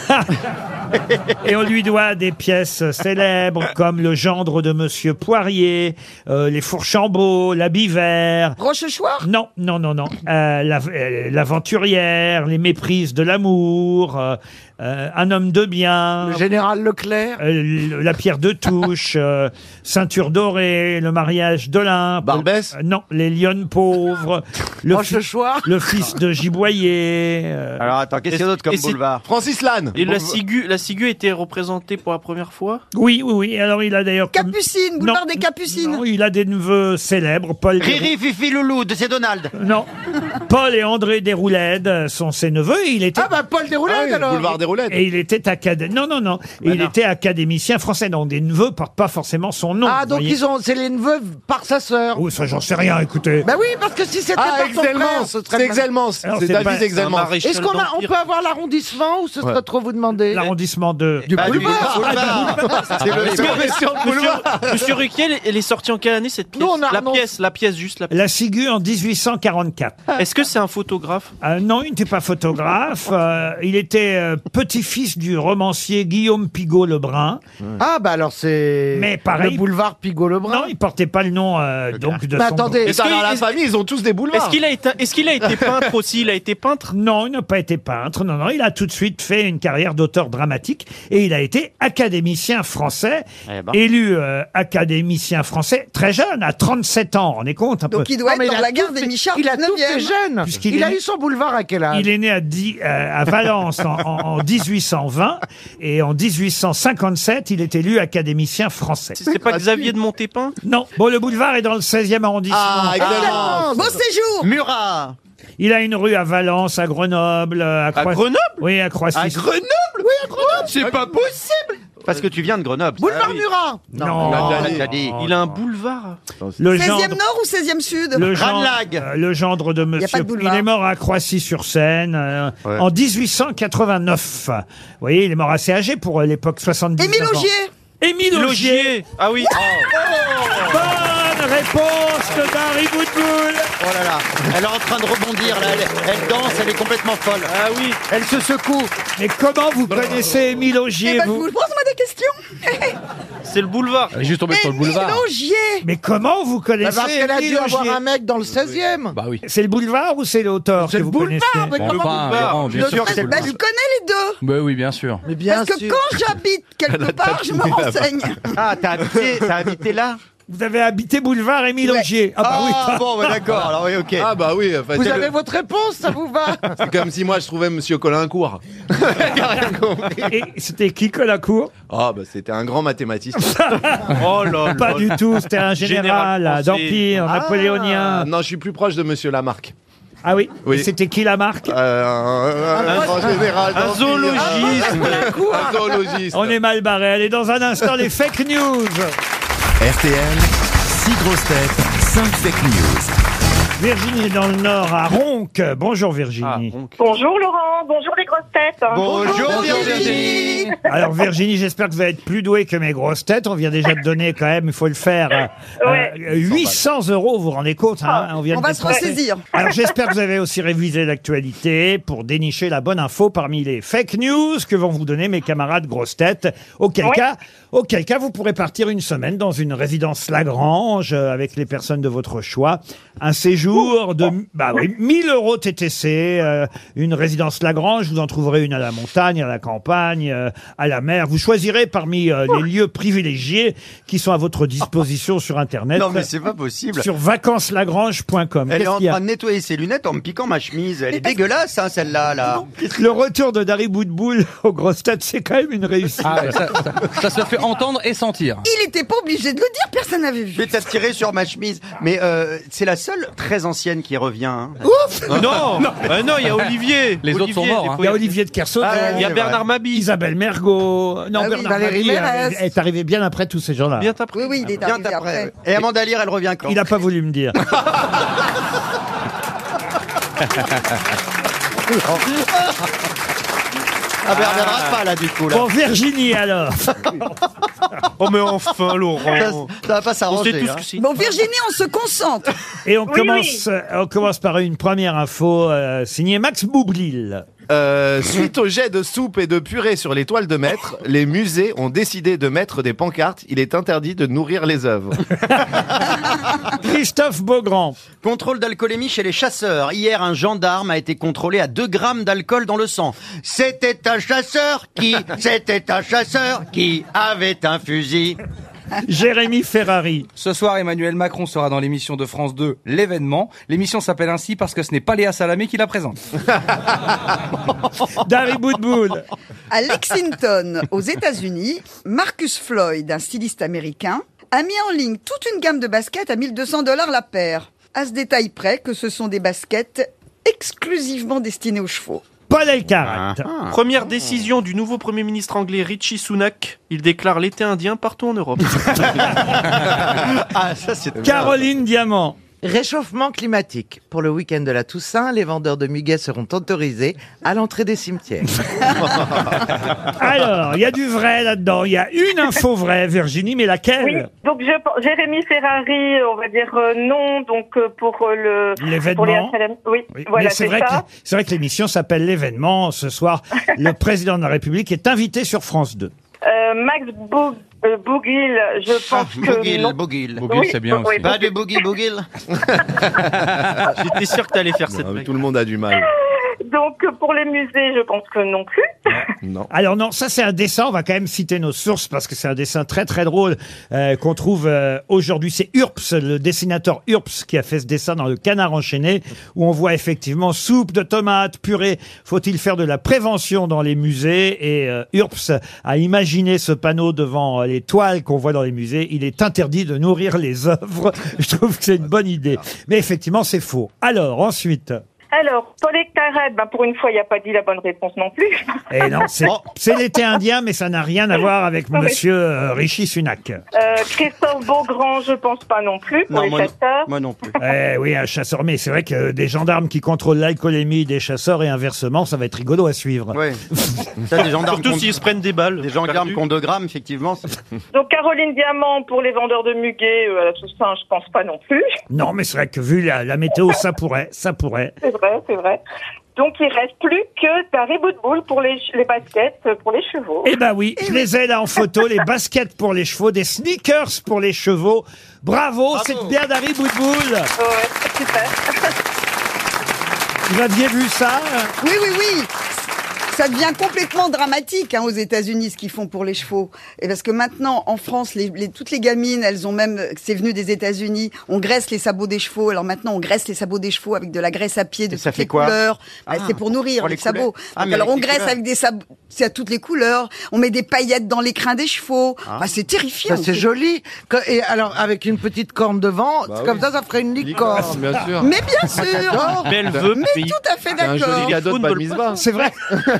Et on lui doit des pièces célèbres comme Le Gendre de Monsieur Poirier, euh, Les Fourchambault, L'Habit Vert. Rochechouart Non, non, non, non. Euh, la- euh, L'Aventurière, Les Méprises de l'amour, euh, euh, Un homme de bien. Le général Leclerc. euh, le- La Pierre de Touche, euh, Ceinture dorée, Le mariage d'Olympe. Barbès Euh, Non, Les Lionnes pauvres. Le, fi- Rochechouart. le fils de Giboyer. euh, Alors, attends, qu'est-ce qu'il y a d'autre comme Et c'est- boulevard Francis Lannes. Et la ciguë, la ciguë a été représentée pour la première fois. Oui, oui, oui. Alors, il a d'ailleurs... comme- Capucine, boulevard Non. des Capucines. Non, il a des neveux célèbres. Paul Riri, Fifi, Loulou, de c'est Donald. Non. Paul et André Desroulèdes sont ses neveux. Et il était... Ah bah Paul Déroulède Ah oui, alors. boulevard des roulettes. Et il était acadé... Non, non, non. Et il non. était académicien français. Donc, des neveux portent pas forcément son nom. Ah vous donc voyez. ils ont, c'est les neveux par sa sœur. Oh, ça, j'en sais rien, écoutez. Bah oui, parce que si c'était Ah, par son frère, Exelmans. ce serait C'est Exelmans. Alors, C'est c'est David pas- Exelmans. Est-ce qu'on a, on peut avoir l'arrondissement ou ce serait Ouais. trop vous demander? L'arrondissement de... Du Bah, du boulevard. boulevard. C'est le C'est le question de boulevard. Monsieur Ruquier, elle- elle est sortie en quelle année cette pièce Nous, on a La renoncé. pièce, la pièce juste la pièce. La Ciguë en dix-huit cent quarante-quatre. Est-ce que c'est un photographe Euh, non, il n'était pas photographe. Euh, il était euh, petit-fils du romancier Guillaume Pigault-Lebrun. Ah bah alors c'est Mais pareil- le boulevard Pigault-Lebrun. Non, il portait pas le nom euh, donc de Mais son... attendez, Et Est-ce ça, que- dans la est-ce- famille, ils ont tous des boulevards. Est-ce qu'il a été, est-ce qu'il a été peintre aussi Il a été peintre Non, il n'a pas été peintre. Non, non, il a tout de suite fait une carrière d'auteur dramatique et il a été académicien français, Eh ben. élu euh, académicien français très jeune, à trente-sept ans. On est compte un peu. Donc il doit Non, mais être il dans a la tout gare fait- des Michards. Il a tout fait dix-neuvième. jeune. Puisqu'il Il est a né- eu son boulevard à quel âge? Il est né à, dix- euh, à Valence en, en- en dix-huit cent vingt et en dix-huit cent cinquante-sept, il est élu académicien français. C'est c'est pas Xavier de Montépin Non, bon, le boulevard est dans le seizième arrondissement. Ah, Exelmans. Beau séjour. Murat. Il a une rue à Valence, à Grenoble, à, Croix- Grenoble Oui, à Croissy. À Grenoble. Oui, à Grenoble. C'est pas possible. Parce que tu viens de Grenoble. Boulevard Murat. Non, on l'a Oh, déjà dit. Il a un boulevard. le seizième gendre, nord ou seizième sud? le, gendre, Ranelagh. euh, le gendre de a pas Monsieur. de boulevard. Il est mort à Croissy-sur-Seine euh, Ouais. en dix-huit cent quatre-vingt-neuf. Vous voyez, il est mort assez âgé pour euh, l'époque soixante-dix-neuf Émile ans. Augier. Émile Augier. Logier. Ah oui. Bonne réponse de Dari Boudboul. Oh là là. Elle est en train de rebondir, là. Elle, elle danse, elle est complètement folle. Ah oui. Elle se secoue. Mais comment vous connaissez Émile Eh Augier, ben, je vous vous pose-moi des questions. C'est le boulevard. Elle est juste tombée sur le Émile boulevard. Augier. Mais comment vous Bah, connaissez parce qu'elle a Émile dû avoir Augier un mec dans le seizième. Bah oui. C'est le boulevard ou c'est l'auteur C'est que le vous boulevard, connaissez mais Bon, comment enfin, boulevard Laurent, bien Le sûr que c'est le Bah, je boulevard. connais les deux. Bah oui, bien sûr. Mais bien Parce que sûr. quand j'habite quelque part, je me renseigne. Ah, t'as habité, t'as habité là Vous avez habité boulevard Émile Ouais. Augier. Ah bah oui. Ah, bon, bah, d'accord. Alors oui, ok. Ah bah oui, enfin, Vous c'est avez le- votre réponse, ça vous va? c'est comme si moi je trouvais Monsieur Colincourt. Et c'était qui Colincourt? Ah bah c'était un grand mathématicien. Oh là Pas là. du tout, c'était un général, Général là, français. d'Empire, Ah, napoléonien. non, je suis plus proche de Monsieur Lamarck. Ah oui, Oui. Et c'était qui Lamarck? Euh, un, un grand général Un d'Empire. zoologiste. Un zoologiste. On est mal barré. Allez, dans un instant, les fake news. R T L, six grosses têtes, cinq fake news. Virginie est dans le Nord, à Ronc. Bonjour Virginie. Bonjour Laurent, bonjour les grosses têtes. Bonjour, Virginie. Alors Virginie, j'espère que vous allez être plus douée que mes grosses têtes. On vient déjà de donner quand même, il faut le faire, euh, Ouais. euh, huit cents euros, vous vous rendez compte hein, on, vient On de va se dépenser. ressaisir. Alors j'espère que vous avez aussi révisé l'actualité pour dénicher la bonne info parmi les fake news que vont vous donner mes camarades grosses têtes. Auquel Ouais. cas, auquel cas, vous pourrez partir une semaine dans une résidence Lagrange euh, avec les personnes de votre choix. Un séjour de bah oui, mille euros T T C, euh, une résidence Lagrange. Vous en trouverez une à la montagne, à la campagne, euh, à la mer. Vous choisirez parmi euh, les lieux privilégiés qui sont à votre disposition sur Internet. Non, mais c'est pas possible. Sur vacances lagrange point com. Elle est Qu'est-ce en qu'il y a train de nettoyer ses lunettes en me piquant ma chemise. Elle est dégueulasse, hein, celle-là, là. Le retour de Dari Boudboul aux grosses têtes, c'est quand même une réussite. Ah ouais, ça, ça- ça se fait entendre et sentir. Il était pas obligé de le dire, personne n'avait vu. Je vais t'attirer sur ma chemise. Mais euh, c'est la seule très ancienne qui revient. Hein. Ouf Non, euh, non, il y a Olivier. Les autres sont Olivier, morts, des hein. Il y a Olivier de Kersauzon. Ah ouais, Il y a c'est Bernard vrai. Mabille. Isabelle Mergo. Non, Ah oui, Bernard Valérie Mabille Mérès. euh, est arrivé bien après tous ces gens-là. Bien après. Oui, oui, il est Bien arrivé après. après. Et Amanda Lear, elle revient quand Il n'a pas voulu me dire. Ah ben, elle reviendra pas, là, du coup. Là. Bon, Virginie, alors. Oh, mais enfin, Laurent. Ça, ça va pas On s'arranger. sait tous hein. que c'est. Bon, Virginie, on se concentre. Et on, Oui, commence, euh, on commence par une première info euh, signée Max Boublil. Euh, suite au jet de soupe et de purée sur les toiles de maître, les musées ont décidé de mettre des pancartes. Il est interdit de nourrir les œuvres. Christophe Beaugrand. Contrôle d'alcoolémie chez les chasseurs. Hier, un gendarme a été contrôlé à deux grammes d'alcool dans le sang. C'était un chasseur qui, c'était un chasseur qui avait un fusil. Jérémy Ferrari. Ce soir, Emmanuel Macron sera dans l'émission de France deux, L'événement. L'émission s'appelle ainsi parce que ce n'est pas Léa Salamé qui la présente. Dari Boudboul. À Lexington, aux États-Unis, Marcus Floyd, un styliste américain, a mis en ligne toute une gamme de baskets à mille deux cents dollars la paire. À ce détail près que ce sont des baskets exclusivement destinées aux chevaux. Paul Elkarat. Première décision du nouveau Premier ministre anglais Richie Sunak. Il déclare l'été indien partout en Europe. Ah, ça, c'est Caroline Diamant. Réchauffement climatique. Pour le week-end de la Toussaint, les vendeurs de muguet seront autorisés à l'entrée des cimetières. Alors, il y a du vrai là-dedans. Il y a une info vraie, Virginie, mais laquelle? Oui, donc je, Jérémy Ferrari, on va dire euh, non, donc euh, pour euh, le L'événement. pour les H L M. Oui, Oui, voilà, mais c'est c'est vrai, ça. que, c'est vrai que l'émission s'appelle L'événement. Ce soir, le président de la République est invité sur France deux. Euh, Max Bou- euh, Bouguil, je pense que Bouguil, non. Bouguil. Bouguil, Oui, c'est bien oui, aussi. Pas de boogie boogie. J'étais sûr que t'allais faire cette Non, blague. tout le monde a du mal. Donc euh, pour les musées, je pense que non plus. Non. Alors non, ça c'est un dessin, on va quand même citer nos sources parce que c'est un dessin très très drôle euh, qu'on trouve euh, aujourd'hui. C'est Urps, le dessinateur Urps qui a fait ce dessin dans Le Canard enchaîné où on voit effectivement soupe de tomates, purée. Faut-il faire de la prévention dans les musées? Et euh, Urps a imaginé ce panneau devant euh, les toiles qu'on voit dans les musées. Il est interdit de nourrir les œuvres. Je trouve que c'est une bonne idée. Mais effectivement, c'est faux. Alors ensuite... Alors, Paul Elkarat, ben pour une fois, il n'y a pas dit la bonne réponse non plus. Eh non, c'est, c'est l'été indien, mais ça n'a rien à voir avec Oui. monsieur euh, Rishi Sunak. Euh, Christophe Beaugrand, je pense pas non plus pour Non, les moi, non- chasseurs. moi non plus. Eh oui, un chasseur, mais c'est vrai que des gendarmes qui contrôlent l'alcoolémie des chasseurs et inversement, ça va être rigolo à suivre. Ouais. Ça, des gendarmes Surtout qui ont- s'ils se prennent des balles. Des gendarmes qui ont deux grammes, effectivement. c'est- Donc Caroline Diamant pour les vendeurs de muguet, euh, à la Toussaint, je pense pas non plus. Non, mais c'est vrai que vu la, la météo, ça pourrait, ça pourrait. C'est vrai, c'est vrai. Donc il reste plus que Dari Boudboul pour les, les baskets, euh, pour les chevaux. Eh ben oui, je les ai là en photo, les baskets pour les chevaux, des sneakers pour les chevaux. Bravo, c'est bien Dari Boudboul. Ouais, super. Vous aviez vu ça? Oui, oui, oui. Ça devient complètement dramatique hein, aux États-Unis ce qu'ils font pour les chevaux. Et parce que maintenant, en France, les, les, toutes les gamines, elles ont même, c'est venu des États-Unis, on graisse les sabots des chevaux. Alors maintenant, on graisse les sabots des chevaux avec de la graisse à pied de Et ça toutes fait les quoi couleurs. Bah, Ah, c'est pour nourrir pour les, les sabots. couleurs. Ah, Donc, mais alors avec on les graisse couleurs. avec des sabots, c'est à toutes les couleurs. On met des paillettes dans les crins des chevaux. Ah. Bah, c'est terrifiant. Ça, c'est joli. Que- Et alors, avec une petite corne devant, Bah comme oui. ça, ça ferait une licorne. Bien sûr. Mais bien sûr. J'adore. Mais elle veut Mais payer. tout à fait C'est un d'accord. joli cadeau de Faune bat de le mitzvah. C'est vrai.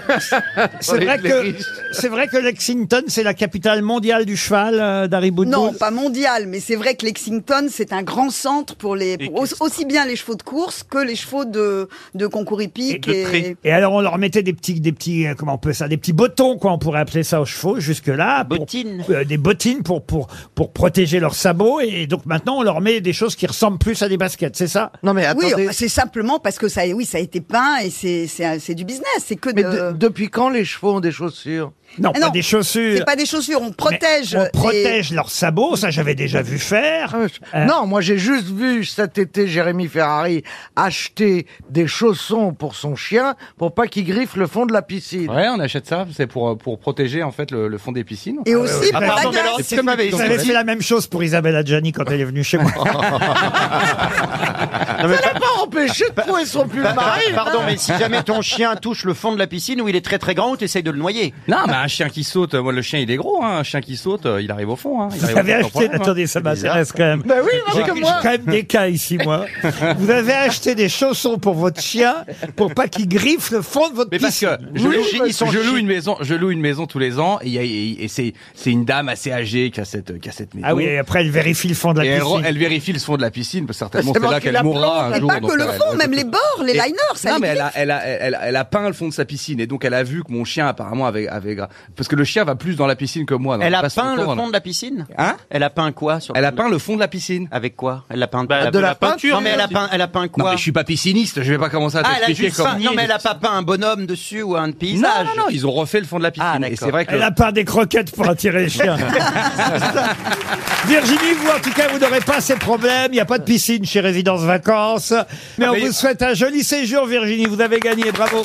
C'est vrai que c'est vrai que Lexington, c'est la capitale mondiale du cheval, euh, Dari Boudboul. Non, pas mondial, mais c'est vrai que Lexington, c'est un grand centre pour les, pour aussi, aussi bien les chevaux de course que les chevaux de, de concours hippiques. Et, Et alors on leur mettait des petits, des petits, euh, comment on peut ça, des petits bottons, quoi, on pourrait appeler ça aux chevaux jusque là. Bottines. Euh, des bottines pour pour pour protéger leurs sabots. Et donc maintenant on leur met des choses qui ressemblent plus à des baskets, c'est ça? Non mais Oui, enfin, c'est simplement parce que ça, oui, ça a été peint et c'est, c'est, c'est du business. C'est que Mais de... de- depuis quand les chevaux ont des chaussures? Non, Ah pas des chaussures. C'est pas des chaussures, on protège. Mais on protège et- leurs sabots, ça j'avais déjà vu faire. Euh, Non, moi j'ai juste vu cet été Jérémy Ferrari acheter des chaussons pour son chien pour pas qu'il griffe le fond de la piscine. Ouais, on achète ça, c'est pour, pour protéger en fait le, le fond des piscines. Et aussi pour la pardon, glace. mais alors, c'est- vous avez fait la même chose pour Isabelle Adjani quand elle est venue chez moi. Non, mais Ça l'a pas empêché de trouver son pull Bah, marine. Pardon, hein. mais si jamais ton chien touche le fond de la piscine où il est très très grand, tu essayes de le noyer. Non, mais un chien qui saute, moi le chien il est gros, hein. Un chien qui saute, euh, il arrive au fond. Hein. Il Vous arrive au avez fond sans acheté, problème, hein. attendez, ça m'intéresse quand même. Bah oui, parce J'ai que j'ai moi- quand même des cas ici, moi. Vous avez acheté des chaussons pour votre chien pour pas qu'il griffe le fond de votre Mais parce piscine. que je, Oui, loue, ils sont je loue chics. une maison, je loue une maison tous les ans et, il y a- et, et c'est c'est une dame assez âgée qui a cette qui a cette maison. Ah oui, et après elle vérifie le fond de la Et elle, piscine. re- elle vérifie le fond de la piscine, parce que certainement C'est c'est là marqué qu'elle la mourra plante, un mais jour. pas donc que le elle- fond, elle- même les bords, les Et- liners, ça Non, les mais elle griffe. a, elle, a, elle, a, elle a peint le fond de sa piscine et donc elle a vu que mon chien apparemment avait, avait gra- parce que le chien va plus dans la piscine que moi. donc Elle a passe peint son le temps, fond là. de la piscine. Hein? Elle a peint quoi sur le Elle a fond de la- peint le fond de la piscine. Avec quoi? Elle a peint Bah, de la peinture. Non mais elle a peint, elle a peint quoi? Non mais je suis pas pisciniste, je vais pas commencer à Ah, elle a t'expliquer juste peint- comment. Non mais elle a pas peint un bonhomme dessus ou un Non, paysage. non, non, ils ont refait le fond de la piscine. Ah, et d'accord. c'est vrai que Elle a peint des croquettes pour attirer les chiens. Virginie, vous en tout cas, vous n'aurez pas ces problèmes. Il n'y a pas de piscine chez Résidence Vacances. Mais Ah, on mais- vous souhaite un joli séjour, Virginie. Vous avez gagné, bravo.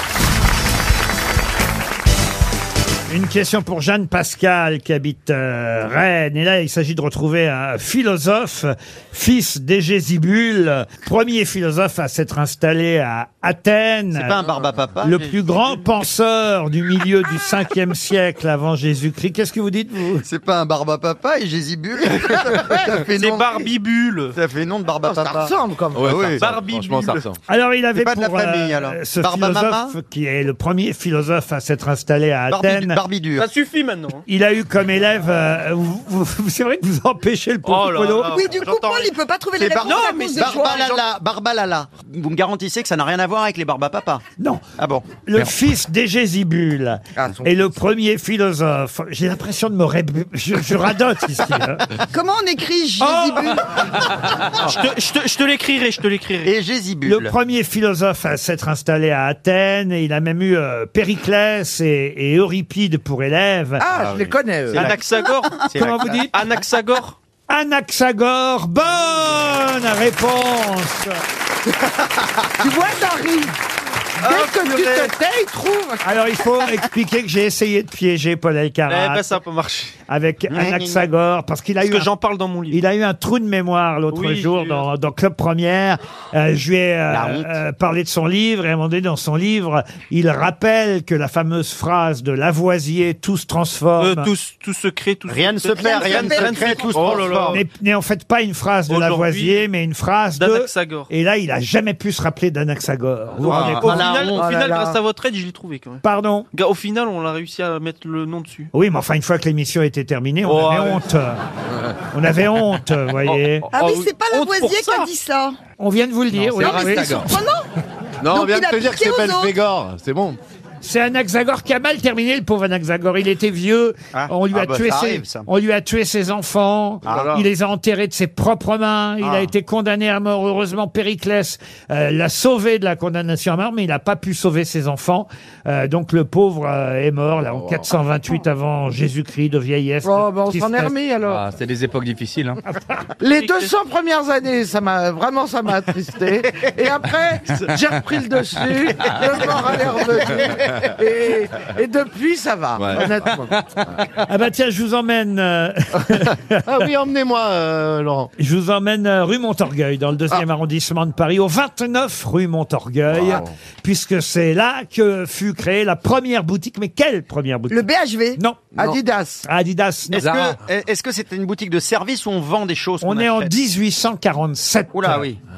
Une question pour Jeanne Pascal qui habite euh, Rennes. Et là, il s'agit de retrouver un philosophe, fils d'Égésibule, premier philosophe à s'être installé à Athènes. C'est pas un barbapapa. Le j'ai- plus grand penseur du milieu du cinquième siècle avant Jésus-Christ. Qu'est-ce que vous dites, vous? C'est pas un barbapapa et Gésibule. Ça fait C'est nom. Barbibule. Ça fait nom de Ça barbapapa. ressemble comme Ouais, oui. ça ressemble. Barbie Franchement, ça Bulle. ressemble. Alors, il avait pas de la pour famille, euh, alors. ce Barbamama philosophe qui est le premier philosophe à s'être installé à Barbi, Athènes. Barbidure. Ça suffit maintenant. hein. Il a eu comme élève, euh, vous- vous- c'est vrai que vous empêchez le pauvre Oh là Polo. là. Oui, du coup, J'entends Paul, rien. il peut pas trouver les C'est réponses Bar- à non, mais cause c'est des choix. Barbalala, Barbalala. Vous me garantissez que ça n'a rien à voir avec les barbapapa. Non, Ah bon. le fils d'Égésibule Ah, son est le premier philosophe. J'ai l'impression de me ré... je, je radote ici. hein. Comment on écrit Oh Gésibule Je te, je te, je te l'écrirai, je te l'écrirai. Et Gésibule. Le premier philosophe à s'être installé à Athènes, et il a même eu euh, Périclès et, et Euripide pour élèves. Ah, je les connais. eux. Anaxagore. Comment vous dites? Anaxagore. Anaxagore, bonne réponse. Tu vois, Dari, dès que tu te tais, il trouve. Alors il faut expliquer que j'ai essayé de piéger Paul Eh Elkarat ben, ça a pas marché. avec Anaxagore parce qu'il a Parce eu que un, j'en parle dans mon livre. il a eu un trou de mémoire l'autre Oui, jour j'ai eu dans, dans Club Première. Euh, je lui ai euh, La honte. euh, parlé de son livre et à un moment donné dans son livre, il rappelle que la fameuse phrase de Lavoisier, tout se transforme. Euh, tout, tout se crée, tout Rien ne se perd, rien ne se crée, tout se Oh là là. transforme. N'est n'est en fait pas une phrase de Aujourd'hui, Lavoisier, mais une phrase de... d'Anaxagore. Et là, il a jamais pu se rappeler d'Anaxagore. Vous vous Ah. rendez Au compte? Voilà, final, on- au oh là final là. grâce à votre aide, je l'ai trouvé quand même. Pardon? Gars, Au final, on a réussi à mettre le nom dessus. Oui, mais enfin, une fois que l'émission était terminée, on Oh, avait ouais. honte. On avait honte, vous voyez. Ah oui, Oh, c'est pas honte pour Lavoisier qui ça. a dit ça. On vient de vous le dire. oui. c'est Oui. Anaxagore. Surprenant. Non, on Donc, vient il de a te dire que piqué c'est pas aux le autres. Pégor, c'est bon. C'est Anaxagore qui a mal terminé, le pauvre Anaxagore. Il était vieux. Ah. On lui a Ah bah, tué ça ses, arrive, ça. on lui a tué ses enfants. Ah. Il les a enterrés de ses propres mains. Il Ah. a été condamné à mort. Heureusement, Périclès euh, l'a sauvé de la condamnation à mort, mais il n'a pas pu sauver ses enfants. Euh, donc le pauvre euh, est mort là en quatre cent vingt-huit avant Jésus-Christ de vieillesse. Oh, de ben, on s'en est tristesse. remis alors. Ah, c'est des époques difficiles. Hein. Les deux cents premières années, ça m'a vraiment ça m'a attristé. Et après, j'ai repris le dessus. Le moral est revenu. Et, et depuis, ça va, Ouais. honnêtement. Ah bah tiens, je vous emmène. euh, Ah oui, emmenez-moi, euh, Laurent. Je vous emmène euh, rue Montorgueil, dans le deuxième Ah. arrondissement de Paris, au vingt-neuf rue Montorgueil, Wow. puisque c'est là que fut créée la première boutique. Mais quelle première boutique? Le B H V. Non. Adidas. Adidas, non. Est-ce que est-ce que c'était une boutique de service où on vend des choses qu'on On est en achète dix-huit cent quarante-sept. Oula, oui.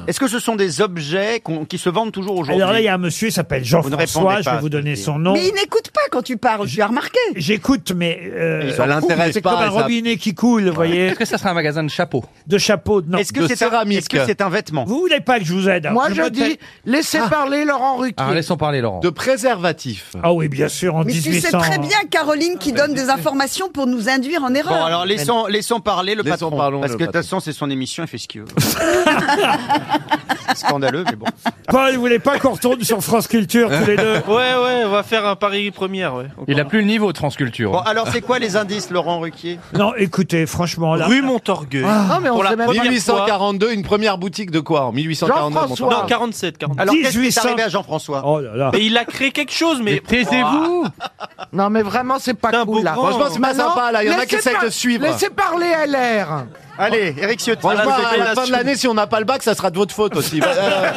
Est-ce que ce sont des objets qu'on- qui se vendent toujours aujourd'hui? Alors là, il y a un monsieur, il s'appelle Vous ne Jean-François, répondez je vais pas, vous donner c'est- son nom. Mais il n'écoute pas quand tu parles, je lui ai remarqué. J'écoute, mais euh, Ça l'intéresse c'est pas, comme un ça- robinet qui coule, vous voyez. Est-ce que ça serait un magasin de chapeaux? De chapeaux, non. Est-ce que de c'est un, céramique. est-ce que c'est un vêtement? Vous voulez pas que je vous aide? Alors, Moi, je me dis, tais- laissez parler Laurent Ruquier. Ah, laissons parler, Laurent. De préservatif. Ah oui, bien sûr, en Mais tu sais dix-huit cents. très bien, Caroline, qui donne des informations pour nous induire en erreur. Bon, alors laissons, laissons parler le Laissons patron. parlons parce le que de toute patron. façon, c'est son émission, il fait ce qu'il veut. Scandaleux, mais bon. Paul, vous voulez pas qu'on retourne sur France Culture tous les deux? Ouais, ouais, on va faire un pari première, ouais. Il a plus le niveau de France Culture. Bon, alors c'est quoi les indices, Laurent Ruquier? Non, écoutez, franchement, là. Rue Montorgueil. Non, mais on Pour la sait même pas. première mille huit cent quarante-deux, une première boutique de quoi en mille huit cent quarante-deux? Jean-François. mon Non, temps. quarante-sept, quarante-sept. Alors qu'est-ce qui est dix-huit cents arrivé à Jean-François? Oh là là. Mais il a créé quelque chose, mais. Mais taisez-vous. Non, mais vraiment, c'est pas Putain, cool, là. Beaugrand. Franchement, c'est pas Maintenant, sympa, là. Il y en a laissez qui essayent par- de suivre. Laissez parler L R. Allez, Eric Ciotti. Franchement, Voilà, à c'est la la fin de suite. l'année, si on n'a pas le bac, ça sera de votre faute aussi. Euh,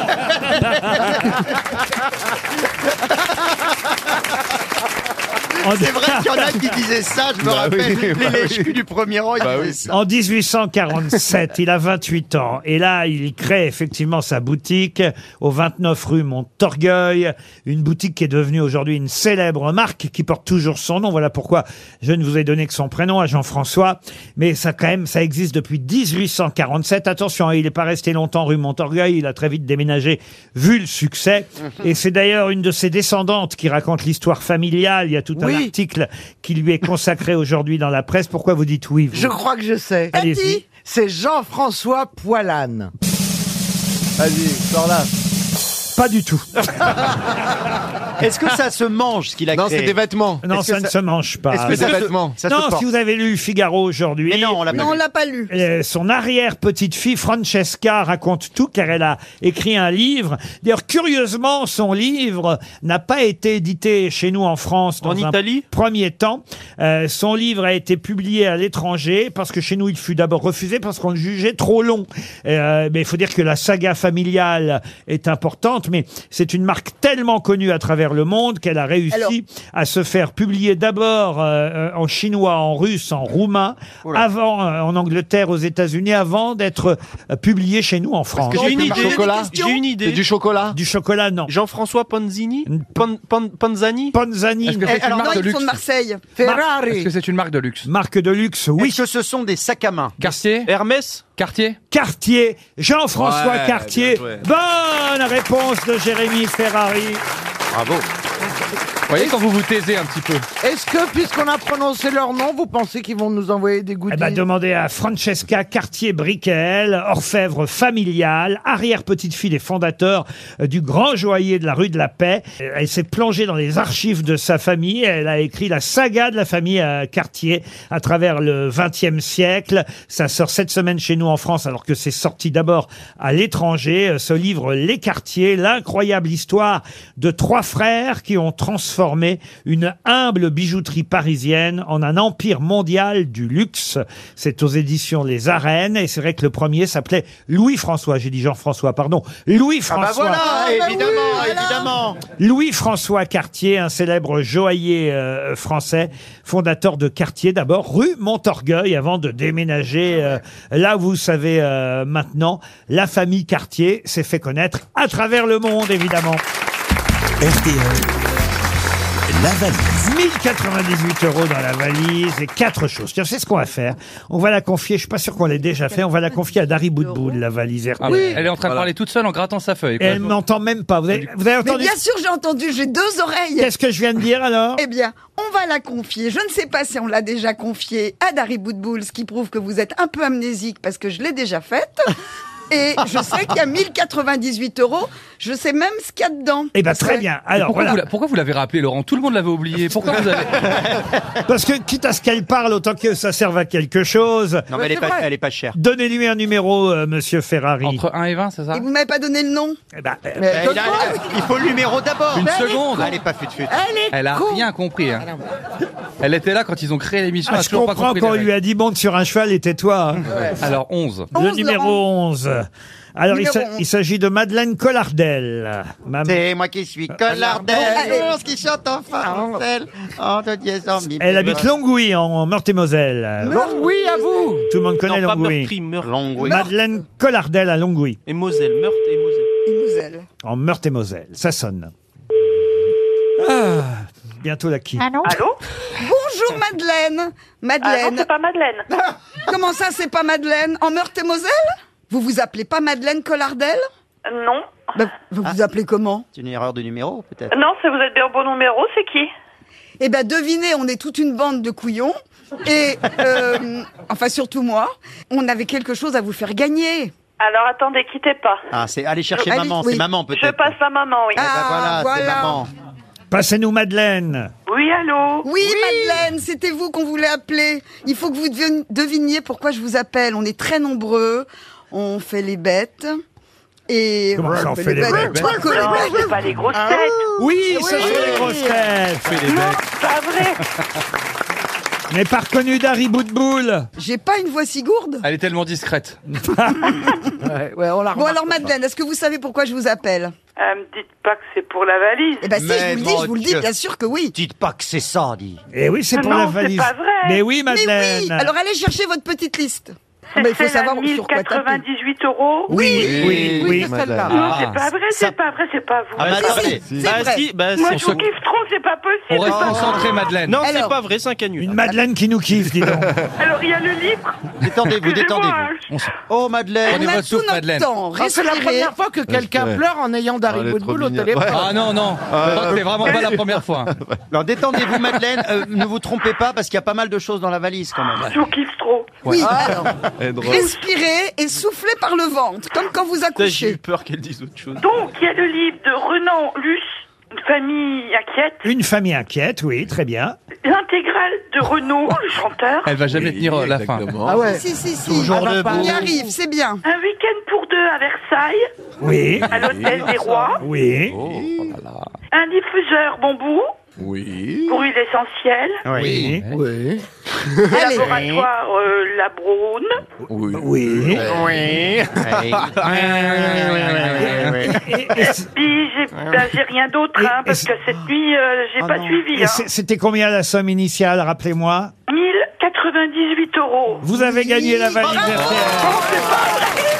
C'est vrai qu'il y en a qui disaient ça, je me Bah rappelle. oui, les bah lèches-culs oui. du premier rang, ils Bah disaient oui. ça. En dix-huit cent quarante-sept, il a vingt-huit ans. Et là, il crée effectivement sa boutique au vingt-neuf rue Montorgueil. Une boutique qui est devenue aujourd'hui une célèbre marque qui porte toujours son nom. Voilà pourquoi je ne vous ai donné que son prénom à Jean-François. Mais ça, quand même, ça existe depuis dix-huit cent quarante-sept. Attention, hein, il n'est pas resté longtemps rue Montorgueil. Il a très vite déménagé vu le succès. Et c'est d'ailleurs une de ses descendantes qui raconte l'histoire familiale. Il y a tout un Oui. article qui lui est consacré aujourd'hui dans la presse. Pourquoi vous dites oui, vous? Je crois que je sais. Allez-y. C'est Jean-François Poilane. Vas-y, sors là. Pas du tout. Est-ce que ça se mange, ce qu'il a Non, créé? c'est des vêtements. Non, Est-ce que ça, ne ça- se mange pas. Est-ce que C'est des ça se- vêtements. ça se non, porte? si vous avez lu le Figaro aujourd'hui. Mais non, on l'a pas Non, on vu. l'a pas lu. euh, son arrière-petite-fille, Francesca, raconte tout car elle a écrit un livre. D'ailleurs, curieusement, son livre n'a pas été édité chez nous en France dans En un Italie premier temps. Euh, son livre a été publié à l'étranger parce que chez nous, il fut d'abord refusé parce qu'on le jugeait trop long. Euh, mais il faut dire que la saga familiale est importante, mais c'est une marque tellement connue à travers le monde qu'elle a réussi Alors- à se faire publier d'abord euh, en chinois, en russe, en roumain, Oula. avant euh, en Angleterre, aux États-Unis, avant d'être euh, publié chez nous en France. J'ai une du idée. chocolat J'ai une C'est idée. du chocolat Du chocolat, non. Jean-François Panzini Pan- Pan- Panzani Panzani, Est-ce que non. c'est une Alors non, marque de ils sont luxe? de Marseille. Est-ce Ferrari. que c'est une marque de luxe? Marque de luxe, oui. Est-ce que ce sont des sacs à main? Cartier? Hermès Cartier? Cartier, Jean-François Ouais, Cartier. bien joué. Bonne réponse de Jérémy Ferrari. Bravo. Vous voyez quand vous vous taisez un petit peu. Est-ce que, puisqu'on a prononcé leur nom, vous pensez qu'ils vont nous envoyer des goodies? Eh ben, demandez à Francesca Cartier-Briquel, orfèvre familiale, arrière-petite-fille des fondateurs euh, du Grand Joaillier de la rue de la Paix. Euh, Elle s'est plongée dans les archives de sa famille. Elle a écrit la saga de la famille euh, Cartier à travers le vingtième siècle. Ça sort cette semaine chez nous en France, alors que c'est sorti d'abord à l'étranger. Euh, Ce livre, Les Cartier, l'incroyable histoire de trois frères qui ont transformé une humble bijouterie parisienne en un empire mondial du luxe. C'est aux éditions Les Arènes et c'est vrai que le premier s'appelait Louis-François. J'ai dit Jean-François, pardon. Ah bah Louis-François. voilà, Ah bah évidemment, oui, voilà. évidemment. Louis-François Cartier, un célèbre joaillier euh, français, fondateur de Cartier, d'abord rue Montorgueil, avant de déménager euh, là où vous savez euh, maintenant. La famille Cartier s'est fait connaître à travers le monde, évidemment. R T L, la valise. mille quatre-vingt-dix-huit euros dans la valise et quatre choses. Tiens, c'est ce qu'on va faire. On va la confier, je suis pas sûr qu'on l'ait déjà fait, on va la confier à Dari Boudboul, la valise R T L. Ah oui. Elle est en train de parler toute seule en grattant sa feuille. Et quoi. elle m'entend même pas. Vous avez, vous avez Mais entendu bien sûr, j'ai entendu, j'ai deux oreilles. Qu'est-ce que je viens de dire alors? Eh bien, on va la confier. Je ne sais pas si on l'a déjà confiée à Dari Boudboul, ce qui prouve que vous êtes un peu amnésique parce que je l'ai déjà faite. Et je sais qu'il y a mille quatre-vingt-dix-huit euros. Je sais même ce qu'il y a dedans. Eh ben Parce très que- bien. Mais Alors pourquoi, voilà. vous la- pourquoi vous l'avez rappelé, Laurent? Tout le monde l'avait oublié. Pourquoi vous avez... Parce que quitte à ce qu'elle parle, autant que ça serve à quelque chose. Non, mais elle est, c'est pas, vrai. elle est pas chère. Donnez-lui un numéro, euh, Monsieur Ferrari. Entre un et vingt, c'est ça? Et vous m'avez pas donné le nom. Eh ben, euh, Mais Eh, il, a- il faut le numéro d'abord. Une Mais elle est seconde. Elle est pas fut fut. Elle est Elle a con. rien compris. hein. Elle était là quand ils ont créé l'émission. ah, elle a je toujours pas comprends compris qu'on les lui règles. a dit monte sur un cheval et tais-toi. hein. Alors onze. Le onze, numéro Laurent. onze. Alors, il Numéro s'a- onze. il s'agit de Madeleine Collardel. Mam- C'est moi qui suis Collardel, l'ours qui chante en farcelle, en de dièse en mi. Elle habite Longwy, en Meurthe-et-Moselle. Oui, à vous. Tout le monde connaît Non, pas Longwy. meurtri, meurtri. Longwy. Madeleine Collardel à Longwy, Et Moselle, Meurthe et Moselle. Moselle. en Meurthe-et-Moselle. Ça sonne. Ah, bientôt la qui Allô Bonjour Madeleine. Ah non, Madeleine. c'est pas Madeleine. Comment ça, c'est pas Madeleine? En Meurthe-et-Moselle? Vous vous appelez pas Madeleine Collardel? Non. Ben, vous vous appelez comment? C'est une erreur de numéro, peut-être. Non, c'est vous êtes bien au bon numéro, c'est qui? Eh ben, devinez, on est toute une bande de couillons. Et, euh, enfin, surtout moi. On avait quelque chose à vous faire gagner. Alors attendez, quittez pas. Ah, c'est aller chercher Allez, maman, oui. c'est maman, Je peut-être. passe à maman, oui. Eh ben Ah, voilà, c'est voilà. maman. Passez-nous Madeleine. Oui, allô Oui, Madeleine, c'était vous qu'on voulait appeler. Il faut que vous devin- deviniez pourquoi je vous appelle. On est très nombreux. On fait les bêtes. Et Comment ça, on fait les bêtes Toi, que les Non, bêtes. c'est pas les grosses têtes. Oui, ce sont les grosses têtes. Non, c'est pas vrai. Mais pas reconnu d'Harry Boudboul. J'ai pas une voix si gourde. Elle est tellement discrète. Ouais, ouais, on la Bon remarque alors pas. Madeleine, est-ce que vous savez pourquoi je vous appelle? Euh, me dites pas que c'est pour la valise. Eh ben si, je Mais vous le dis, je vous le dis, mon bien sûr que oui. Dites pas que c'est ça, dit. Eh oui, c'est pour Non, la c'est valise. pas vrai. Mais oui, Mais Madeleine. oui. Alors allez chercher votre petite liste. Ah ben, il faut C'est savoir la sur quoi taper. mille quatre-vingt-dix-huit euros. Oui, oui, oui. c'est celle-là. Non, Ah, c'est pas vrai, ça- c'est pas vrai, c'est pas vous. Ah, mais attendez. C'est Bah vrai. si, bah Moi, si. je vous kiffe trop, c'est pas On possible. reste concentré, Madeleine. Non, c'est Alors. pas vrai, c'est un canular. Une Madeleine qui nous kiffe, dis donc. Alors, il y a le livre. Détendez-vous, Excusez-moi, détendez-vous. hein. Oh, Madeleine. Prenez On a votre tout souffle, notre Madeleine. temps. Ah, c'est la Respirez. première fois que quelqu'un Ouais. pleure en ayant Dari Elle est trop Boudboul au mignonne. téléphone. Ouais. Ah non, non. Je crois que c'est vraiment pas la première fois. Alors, détendez-vous, Madeleine. Euh, ne vous trompez pas, parce qu'il y a pas mal de choses dans la valise, quand même. Je vous kiffe trop. Oui, alors, Elle est drôle. respirez et soufflez par le ventre, comme quand vous Putain, J'ai eu accouchez. peur qu'elle dise autre chose. Donc, il y a le livre de Renan Luce, Une famille inquiète. Une famille inquiète, oui, très bien. L'intégrale de Renaud, le chanteur. Elle va jamais tenir euh, la fin. Ah ouais. Si, si, si. Toujours Ah, debout. on y arrive, c'est bien. Un week-end pour deux à Versailles, Oui, à l'hôtel des Rois. oui. Un diffuseur bambou Oui. pour huile essentielle. Oui. Oui. Un Allez. laboratoire euh, La Braune. Oui. Oui. Oui. Et- et c'est- Puis j'ai ben, j'ai rien d'autre, Et- hein, et parce c'est- que cette nuit, euh, j'ai Oh pas non. suivi. et Hein. c'est- c'était combien la somme initiale, rappelez-moi? mille quatre-vingt-dix-huit euros. Vous avez gagné la valise R T L.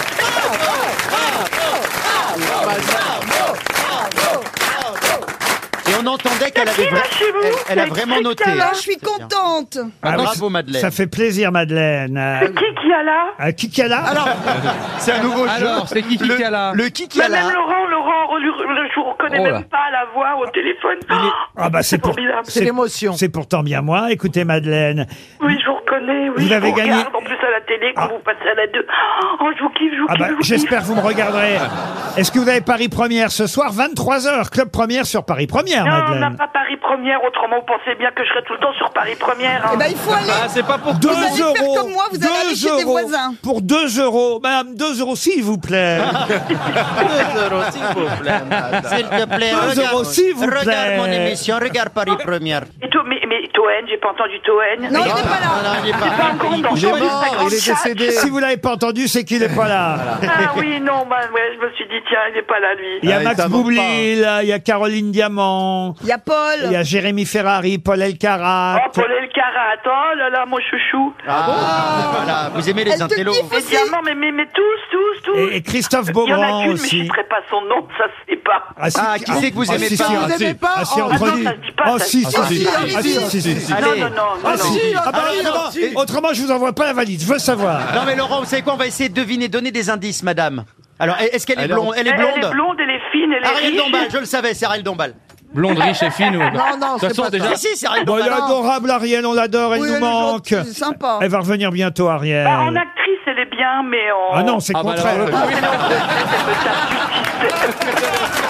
Et on entendait qu'elle avait, Qui va vra- chez vous elle, elle a C'est vraiment écrit noté. qu'elle a- Ah, je suis contente. Ah, bah, Bravo, Madeleine. Ça fait plaisir, Madeleine. Euh, C'est qui qui a là euh, qui qui a là? Alors, C'est un nouveau jeu. Alors, c'est qui qui le, a là Le qui qui Bah, a là. même Laurent, Laurent, le- le- je vous reconnais Oh là. même pas la voix au téléphone. Ah bah c'est pour, formidable. C'est l'émotion. c'est pourtant bien moi. Écoutez, Madeleine, Oui, je vous reconnais. Oui, Vous je avez vous gagné- regarde en plus à la télé quand Ah. vous passez à la deux. Oh, je vous kiffe, je vous ah kiffe, bah, je vous kiffe. j'espère que vous me regarderez. Est-ce que vous avez Paris Première ce soir, vingt-trois heures, Club Première sur Paris Première, Non, on n'a Madeleine? pas Paris Première, autrement vous pensez bien que je serai tout le temps sur Paris Première. hein. eh ben, il faut aller. Ah, c'est pas pour Deux Vous allez faire euros. comme moi, vous allez aller deux chez tes euros. voisins. Pour deux euros. Madame, deux euros, s'il vous plaît. Deux euros, s'il vous plaît. S'il te plaît, Deux regarde, euros, s'il vous regarde plaît. mon émission, regarde Paris Première. Et toi, mais, mais Toen, j'ai pas entendu Toen. Non, il n'est pas là. Non, non, il est C'est pas pas. encore dans Il est Toen, mort, sa grande il est chatte. décédé. Si vous l'avez pas entendu, c'est qu'il est pas là. Ah oui, non, bah ouais, je me suis dit, tiens, il est pas là, lui. Il y a Ah, Max ça manque Boublil, il y a Caroline Diamant, Il y a Paul. il y a Jérémy Ferrari, Paul Elkarat. Oh, Paul Elkarat, oh là là, mon chouchou. Ah, voilà. Vous aimez les Elle te intellos. kiffe Mais aussi. diamant, mais, mais, mais tous, tous, tous. Et, et Christophe Il y en a Beaugrand qu'une, mais je aussi. ne ferai pas son nom, ça c'est pas. si, Ah, qui c'est que vous ah, aimez si, pas si, Vous ah, aimez si. pas Ah, si, Oh, entre ah non, nous. ça se dit pas, Ah, ça se si, dit si, pas. si. Ah, Ah, si, si, si, si, si. Allez. Non, non, non, Ah, non, si. non. Ah, bah, Ah, non, autrement, si. autrement, je vous envoie pas la valise. Je veux savoir. Non mais Laurent, vous savez quoi? On va essayer de deviner, donner des indices, madame. Alors, est-ce qu'elle est Elle est blonde? Elle est Elle, blonde. elle est blonde, elle est fine, elle est Ariel riche. Dombal, je le savais, c'est Ariel Dombal. Blonde, riche et fine. ou- non, De toute c'est façon, pas déjà. Si, si, c'est Ariel Bon, elle est Dombal. adorable, Ariel, on l'adore, elle Oui, nous elle est manque. gentille, sympa. Elle va revenir bientôt, Ariel. Bah, en actrice, elle est bien, mais en... Ah non, c'est le Ah, bah, contraire. alors, Ah, mais non, elle me tape du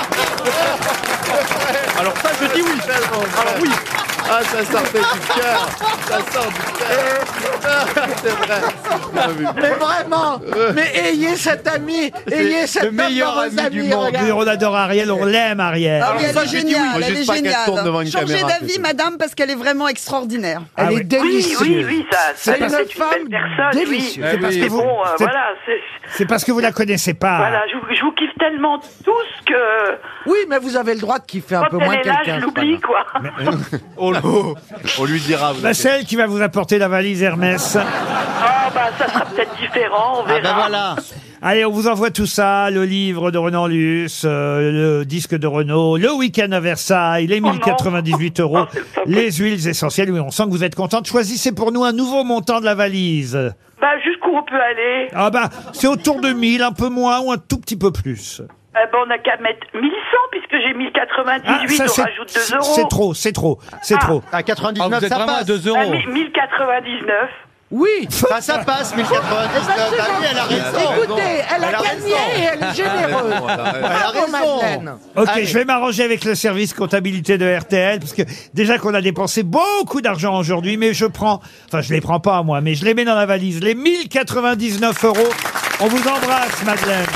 Alors ça, je dis oui. Alors oui. Ah, ça sortait du cœur. Ça sort du cœur. C'est vrai. Mais vraiment, mais ayez cet ami, ayez cet le homme meilleur dans ami vos amis, du monde. regardez. Oui, on adore Ariel, on l'aime Ariel. Ariel ça, est j'ai dit oui. géniale, Faut elle juste est pas qu'elle géniale. tourne devant une Changez caméra, d'avis, c'est tout. madame, parce qu'elle est vraiment extraordinaire. Ah Elle oui. est délicieuse. Oui, oui, ça, ça C'est une c'est une femme belle personne, oui. délicieuse. C'est parce Mais que vous- bon, euh, c'est- voilà, c'est... C'est parce que vous la connaissez pas. Voilà, je, vous- je vous kiffe tellement tous que Oui, mais vous avez le droit de kiffer un quand peu elle moins est là, quelqu'un. je c'est pas l'oublie, grave. quoi. Oh, oh, on lui dira. vous Bah, inquiétez. c'est elle qui va vous apporter la valise Hermès. Ah, bah, ça sera peut-être différent, on Ah verra. ben voilà. Allez, on vous envoie tout ça, le livre de Renan Luce, euh, le disque de Renaud, le week-end à Versailles, les mille quatre-vingt-dix-huit euros, les huiles essentielles. Oui, on sent que vous êtes contente. Choisissez pour nous un nouveau montant de la valise. Bah, jusqu'où on peut aller? Ah bah, c'est autour de mille, un peu moins ou un tout petit peu plus. Eh ben, on n'a qu'à mettre mille cent, puisque j'ai mille quatre-vingt-dix-huit, on c'est- rajoute deux euros. c'est trop, c'est trop, c'est Ah. trop. À quatre-vingt-dix-neuf, Ah, vous êtes ça vraiment à passe. deux euros. Ah, mi- mille quatre-vingt-dix-neuf. Oui. Bah, ça passe, mille quatre-vingt-dix-neuf. Eh ben, Bah oui, elle a raison. Écoutez, elle a Elle a gagné raison. et elle est généreuse. Elle a Bravo, raison. Madeleine. Ok, Allez. je vais m'arranger avec le service comptabilité de R T L, parce que déjà qu'on a dépensé beaucoup d'argent aujourd'hui, mais je prends, enfin je les prends pas moi, mais je les mets dans la valise, les mille quatre-vingt-dix-neuf euros. On vous embrasse, Madeleine.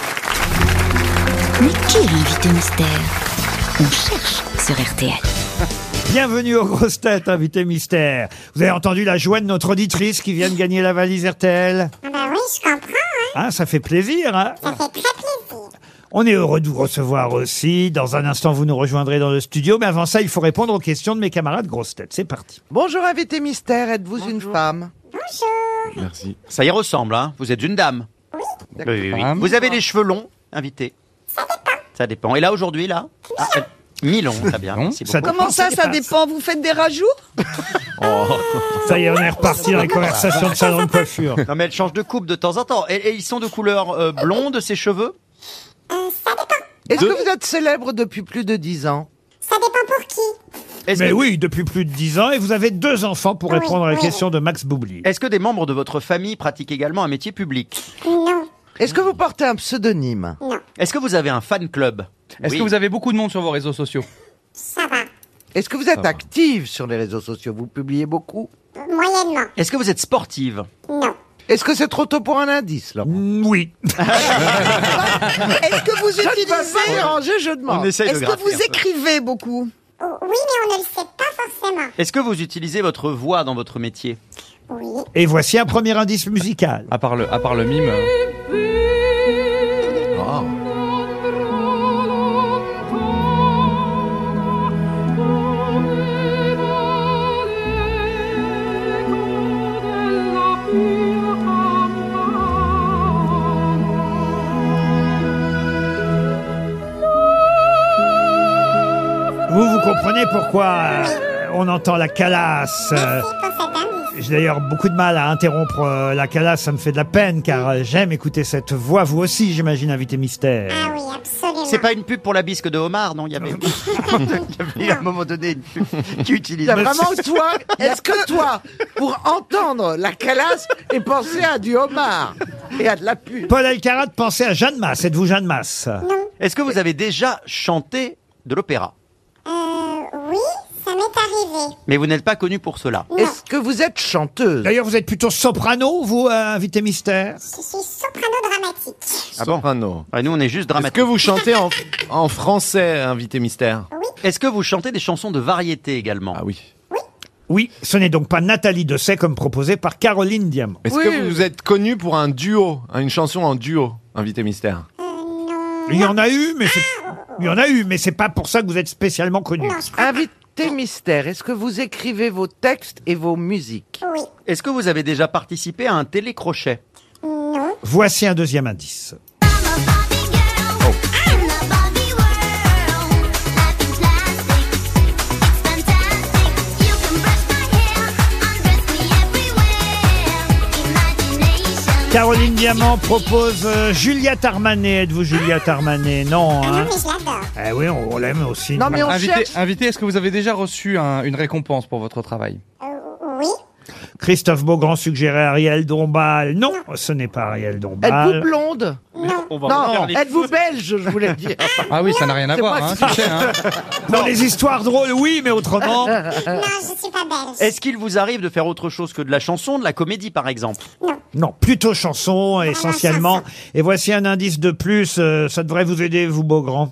Mais qui est l'invité mystère? On cherche sur R T L. Bienvenue aux grosses têtes, invité mystère. Vous avez entendu la joie de notre auditrice qui vient de gagner la valise R T L? Ah bah oui, je comprends, hein. Hein, ça fait plaisir, hein? Ça fait très plaisir. On est heureux de vous recevoir aussi. Dans un instant, vous nous rejoindrez dans le studio. Mais avant ça, il faut répondre aux questions de mes camarades grosses têtes. C'est parti. Bonjour, invité mystère, êtes-vous une femme? Bonjour. Merci. Ça y ressemble, hein. Vous êtes une dame. Oui. Oui, oui, oui. Femme. Vous avez les cheveux longs, invité? Ça dépend. Ça dépend. Et là, aujourd'hui, là? Ah, elle- Mi-long, très bien. Merci Ça beaucoup. Comment ça, ça dépend? Vous faites des rajouts? Ça y est, on est reparti dans les conversations de salon de coiffure. Non, mais elle change de coupe de temps en temps. Et, et ils sont de couleur euh, blonde, ces cheveux? Euh, ça dépend. Est-ce que vous êtes célèbre depuis plus de dix ans? Ça dépend pour qui. Est-ce Mais que, oui, depuis plus de dix ans. Et vous avez deux enfants pour Oui, répondre à la oui. question de Max Boublil. est-ce que des membres de votre famille pratiquent également un métier public? Non. Est-ce que vous portez un pseudonyme? Non. Est-ce que vous avez un fan club? Est-ce Oui. que vous avez beaucoup de monde sur vos réseaux sociaux? Ça va. Est-ce que vous êtes active sur les réseaux sociaux? Vous publiez beaucoup? Moyennement. Est-ce que vous êtes sportive? Non. Est-ce que c'est trop tôt pour un indice, là? Mm, Oui. Est-ce que vous Je ne veux pas utilisez... déranger, je demande. On essaye de Est-ce que gratter vous un peu. écrivez beaucoup? Oh, oui, mais on ne le sait pas forcément. Est-ce que vous utilisez votre voix dans votre métier? Oui. Et voici un premier indice musical. À part le, à part le mime. euh, Oh. Vous, vous comprenez pourquoi euh, on entend la calasse. euh, Merci pour cet indice. J'ai d'ailleurs beaucoup de mal à interrompre euh, la calasse, ça me fait de la peine, car euh, j'aime écouter cette voix. Vous aussi, j'imagine, invité mystère. Ah oui, absolument. C'est pas une pub pour la bisque de homard, non? Il y avait, il y avait à un moment donné une pub qui Il utilise. y a vraiment toi, est-ce que toi, pour entendre la calasse et penser à du homard et à de la pub? Paul Alcarat, pensez à Jeanne Masse. Êtes-vous Jeanne Masse? Non. Est-ce que vous avez déjà chanté de l'opéra? Euh, oui, ça m'est arrivé. Mais vous n'êtes pas connu pour cela. Est-ce que vous êtes chanteuse? D'ailleurs, vous êtes plutôt soprano, vous, euh, invité mystère? Je suis soprano dramatique. Ah bon? Soprano. Ouais, nous, on est juste Est-ce dramatique. que vous chantez en, en français, invité mystère? Est-ce que vous chantez des chansons de variété également? Ah oui. Oui, ce n'est donc pas Nathalie Dessay comme proposé par Caroline Diamant. Est-ce Oui. que vous êtes connu pour un duo, hein, une chanson en duo, invité mystère? Il y en a eu, mais c'est... Il y en a eu, mais c'est pas pour ça que vous êtes spécialement connu. Invité mystère, est-ce que vous écrivez vos textes et vos musiques? Oui. Est-ce que vous avez déjà participé à un télécrochet? Non. Voici un deuxième indice. Caroline Diamant propose euh, Juliette Armanet. Êtes-vous Juliette Armanet? Non, Ah non, hein? mais je l'adore. Eh oui, on, on l'aime aussi. Non, mais on invité, cherche. invité, est-ce que vous avez déjà reçu un- une récompense pour votre travail? Euh, oui. Christophe Beaugrand suggérait Ariel Dombal. Non, ce n'est pas Ariel Dombal. Êtes-vous blonde? On va Non, refaire les- êtes-vous belge, je voulais dire. Ah oui, ça n'a rien à C'est voir, moi hein, qui- tu sais, hein. Dans les histoires drôles, oui, mais autrement... Non, je suis pas belge. Est-ce qu'il vous arrive de faire autre chose que de la chanson, de la comédie par exemple? Non, plutôt chanson, essentiellement. Et voici un indice de plus, euh, ça devrait vous aider, vous, Beaugrand.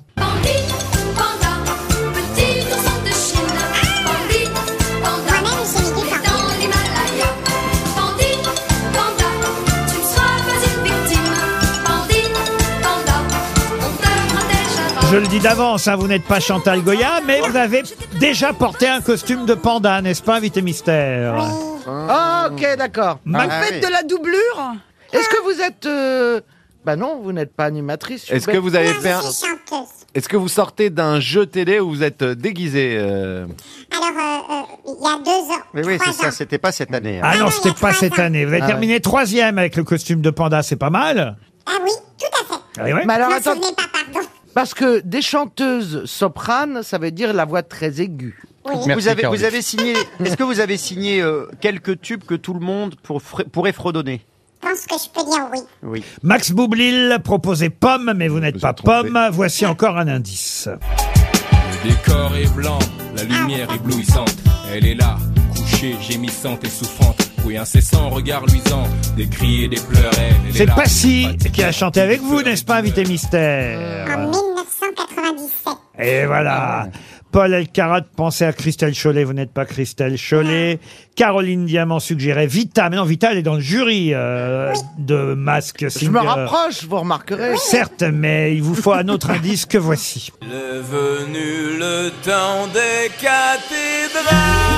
Je le dis d'avance, hein, vous n'êtes pas Chantal Goya, mais vous avez déjà porté un costume de panda, n'est-ce pas, invité mystère? Ah, ok, d'accord. Vous faites de la doublure? Est-ce que vous êtes... euh, Bah non, vous n'êtes pas animatrice. je suis Est-ce que bête. vous avez Non, fait un... je suis chanteuse. Est-ce que vous sortez d'un jeu télé où vous êtes euh, déguisé euh, Alors, euh, euh, il y a deux ans. Oui, oui, c'est trois ça, ans. c'était pas cette année. hein. Ah non, c'était pas cette année. Vous avez Ah terminé troisième avec le costume de panda, c'est pas mal. Ah oui, tout à fait. Ah oui, ouais. Mais alors, Je me attends, souvenais pas, pardon. parce que des chanteuses sopranes, ça veut dire la voix très aiguë. Oui. Merci, Vous avez, Caroline. vous avez signé. Est-ce que vous avez signé euh, quelques tubes que tout le monde pour, pourrait fredonner? Je pense que je peux dire oui. Oui. Max Boublil proposait Pomme, mais vous n'êtes vous pas êtes trompé. Pomme. Voici encore un indice. Le décor est blanc, la lumière éblouissante. Elle est là, couchée, gémissante et souffrante. Oui, incessant, regard luisant, des cris et des pleurs. Elle est C'est là. Passy qui a chanté avec vous, n'est-ce pas, invité mystère? En mille neuf cent quatre-vingt-dix-sept. Et voilà. Paul Elkarat pensait à Christelle Chollet, vous n'êtes pas Christelle Chollet. Caroline Diamant suggérait Vita, mais non, Vita, elle est dans le jury euh, de Mask Singer. Je me rapproche, vous remarquerez. Certes, mais il vous faut un autre indice que voici. Il est venu le temps des cathédrales.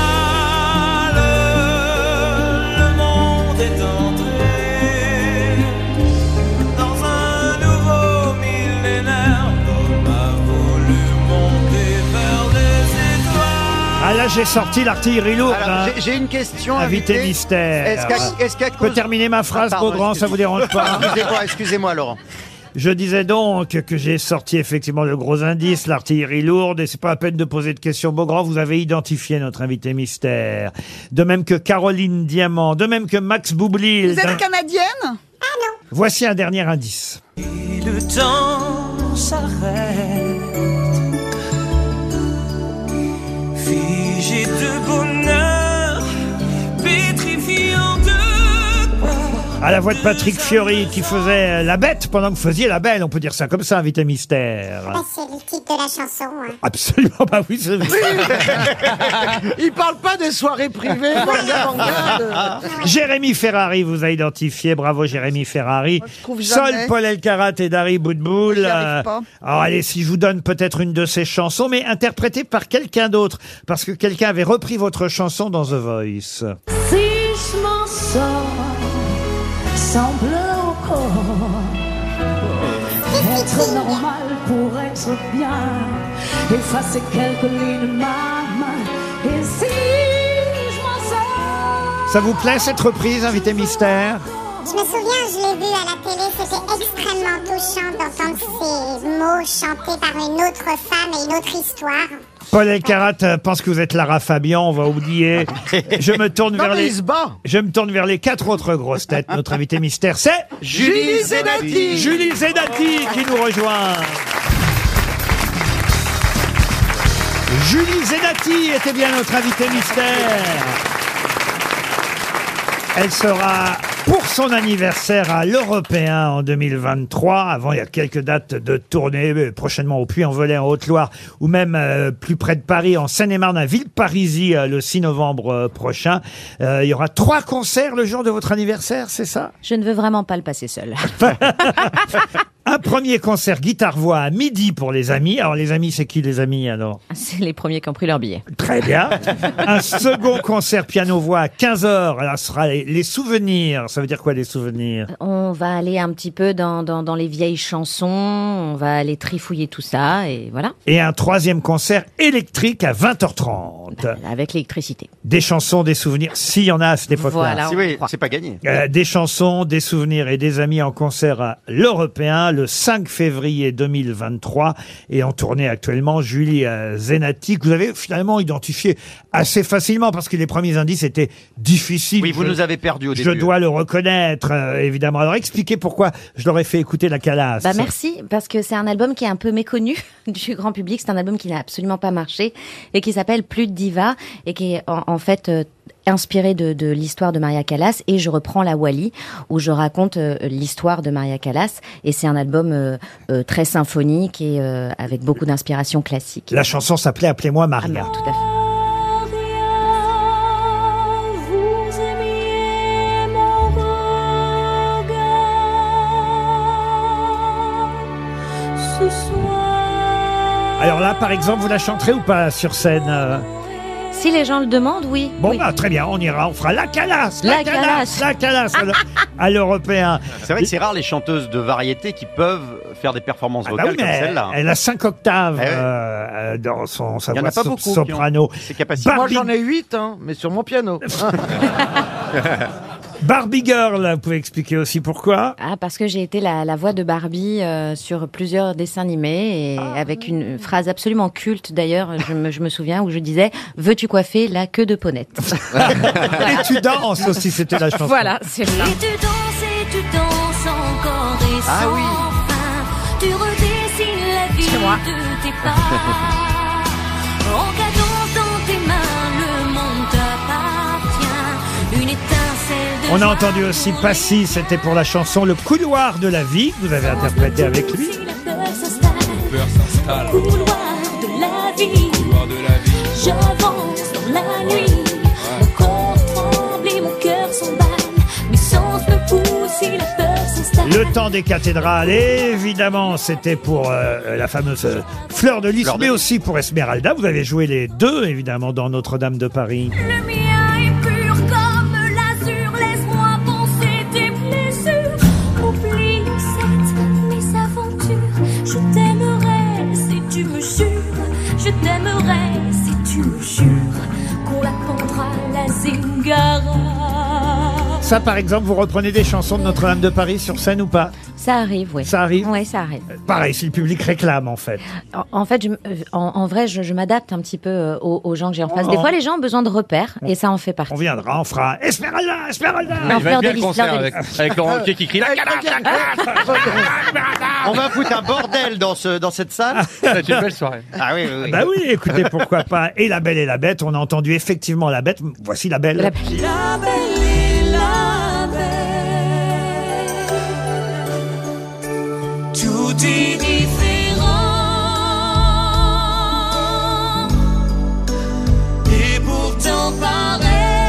Le monde est entré dans un nouveau millénaire. L'homme a voulu monter vers les étoiles. Ah là, j'ai sorti l'artillerie lourde. Alors, hein. j'ai- j'ai une question. Invité invité. mystère. Est-ce qu'à est-ce qu'à Je peux cause- terminer ma phrase, Ah, pardon, Beaugrand, ça vous dérange pas? Excusez-moi, excusez-moi, Laurent. Je disais donc que j'ai sorti effectivement le gros indice, l'artillerie lourde, et c'est pas la peine de poser de questions. Beaugrand, vous avez identifié notre invité mystère. De même que Caroline Diamant, de même que Max Boublil. Vous êtes D'un- canadienne? Voici un dernier indice. Et le temps s'arrête, figé de bonheur, pétrifiant de peur. À la voix de Patrick Fiori qui faisait la bête pendant que vous faisiez la belle, on peut dire ça comme ça, invité mystère. Bah, c'est le titre de la chanson. hein. Absolument, bah oui, c'est Il parle pas des soirées privées, Morgane Morgane. Jérémy Ferrari vous a identifié, bravo Jérémy Ferrari. trouve Seul jamais. Paul Elkarat et Dari Boudboul. J'y arrive pas. Alors allez, si je vous donne peut-être une de ces chansons, mais interprétée par quelqu'un d'autre, parce que quelqu'un avait repris votre chanson dans The Voice. Si je m'en sors sans pleurs au corps, être normal pour être bien, effacer quelques lignes de ma main. Et si je m'en sors, Ça vous plaît cette reprise, invité mystère? Je me souviens, je l'ai vu à la télé, c'était extrêmement touchant d'entendre ces mots chantés par une autre femme et une autre histoire. Paul Elkarat euh, pense que vous êtes Lara Fabian, on va oublier. Je me tourne Non, vers mais les... il se bat. Je me tourne vers les quatre autres grosses têtes. Notre invité mystère, c'est Julie Zenati. Julie Zenati qui nous rejoint. Julie Zenati était bien notre invitée mystère. Elle sera pour son anniversaire à l'Européen en deux mille vingt-trois. Avant, il y a quelques dates de tournée, mais prochainement au Puy-en-Velay en Haute-Loire, ou même euh, plus près de Paris, en Seine-et-Marne, à Villeparisis, euh, le six novembre euh, prochain. Euh, il y aura trois concerts le jour de votre anniversaire, c'est ça? Je ne veux vraiment pas le passer seul. Un premier concert guitare-voix à midi pour les amis. Alors les amis, c'est qui les amis alors? C'est les premiers qui ont pris leur billet. Très bien. Un second concert piano-voix à quinze heures. Alors ce sera les, les souvenirs. Ça veut dire quoi les souvenirs? On va aller un petit peu dans, dans, dans les vieilles chansons, on va aller trifouiller tout ça, et voilà. Et un troisième concert électrique à vingt heures trente. Avec l'électricité. Des chansons, des souvenirs, s'il y en a à cette époque-là. Voilà, Si on oui, croit. c'est pas gagné. Euh, des chansons, des souvenirs et des amis en concert à l'Européen. Européen le cinq février deux mille vingt-trois et en tournée actuellement Julie euh, Zenati, que vous avez finalement identifié assez facilement parce que les premiers indices étaient difficiles. Oui, vous Je- nous avez perdus au Je début. dois le reconnaître, euh, évidemment. Alors expliquez pourquoi je leur ai fait écouter la Calas. Bah merci, parce que c'est un album qui est un peu méconnu du grand public. C'est un album qui n'a absolument pas marché et qui s'appelle Plus de diva et qui est en, en fait euh, inspiré de, de l'histoire de Maria Callas. Et je reprends la Wally où je raconte euh, l'histoire de Maria Callas. Et c'est un album euh, euh, très symphonique et euh, avec beaucoup d'inspiration classique. La chanson s'appelait Appelez-moi Maria. Tout à fait. Vous aimiez mon regard ce soir. Alors là, par exemple, vous la chanterez ou pas sur scène euh Si les gens le demandent, oui. Bon, oui. bah, très bien, on ira, on fera la Calas, la, La Calas, Calas. la Calas à l'e- à l'européen. C'est vrai que c'est rare les chanteuses de variété qui peuvent faire des performances Ah bah vocales oui, comme mais elle, celle-là. elle a cinq octaves Eh ouais. euh, euh, dans son sa Il y en voix a pas so- beaucoup qui ont soprano. ces capacités. Moi, Barbie, j'en ai huit, hein, mais sur mon piano. Barbie Girl, vous pouvez expliquer aussi pourquoi. Ah, parce que j'ai été la, la voix de Barbie euh, sur plusieurs dessins animés et avec une phrase absolument culte d'ailleurs, je me, je me souviens, où je disais « Veux-tu coiffer la queue de ponette ?» Et tu danses aussi, c'était la chanson. Voilà, c'est ça. Et tu danses et tu danses encore et Ah sans oui. fin. Tu redessines la vie C'est moi. de tes pas. En cadence dans tes mains, le monde t'appartient. Une étincelle de On a joie entendu aussi pour Passy, c'était pour la chanson Le couloir de la vie, que vous avez interprété avec lui. Si la peur s'installe, Peur s'installe. couloir de la vie. Couloir de la vie. J'avance dans la nuit. Mon corps tremble et mon cœur s'emballe. Mes sens me poussent et la peur s'installe. Le temps des cathédrales, et évidemment, c'était pour euh, la fameuse euh, Fleur de Lys, Fleur de mais Lys. aussi pour Esmeralda. Vous avez joué les deux, évidemment, dans Notre-Dame de Paris. Le mien est pur comme l'azur. Laisse-moi penser tes blessures. Oublie cette mésaventure. Je t'aimerai si tu me jures. Je t'aimerai si tu me jures qu'on la pendra la zingara. Ça, par exemple, vous reprenez des chansons de Notre-Dame de Paris sur scène ou pas? Ça arrive, oui. Ça arrive? Oui, ça arrive. Pareil, si le public réclame, en fait. En, en fait, je, m- euh, en, en vrai, je, je m'adapte un petit peu euh, aux, aux gens que j'ai en face. Des Oh. fois, les gens ont besoin de repères, et ça en fait partie. On viendra, on fera Esmeralda, Esmeralda. Non, Il va Fleur être bien de le Lys, concert Fleur de avec, Lys. avec Laurent Ruquier qui crie la On va foutre un bordel dans, ce, dans cette salle. C'est une belle soirée. Ah oui, oui, oui. Bah oui, écoutez, pourquoi pas. Et La Belle et la Bête, on a entendu effectivement La Bête. Voici La Belle. La- La belle et la belle. Tout est différent. Et pourtant pareil.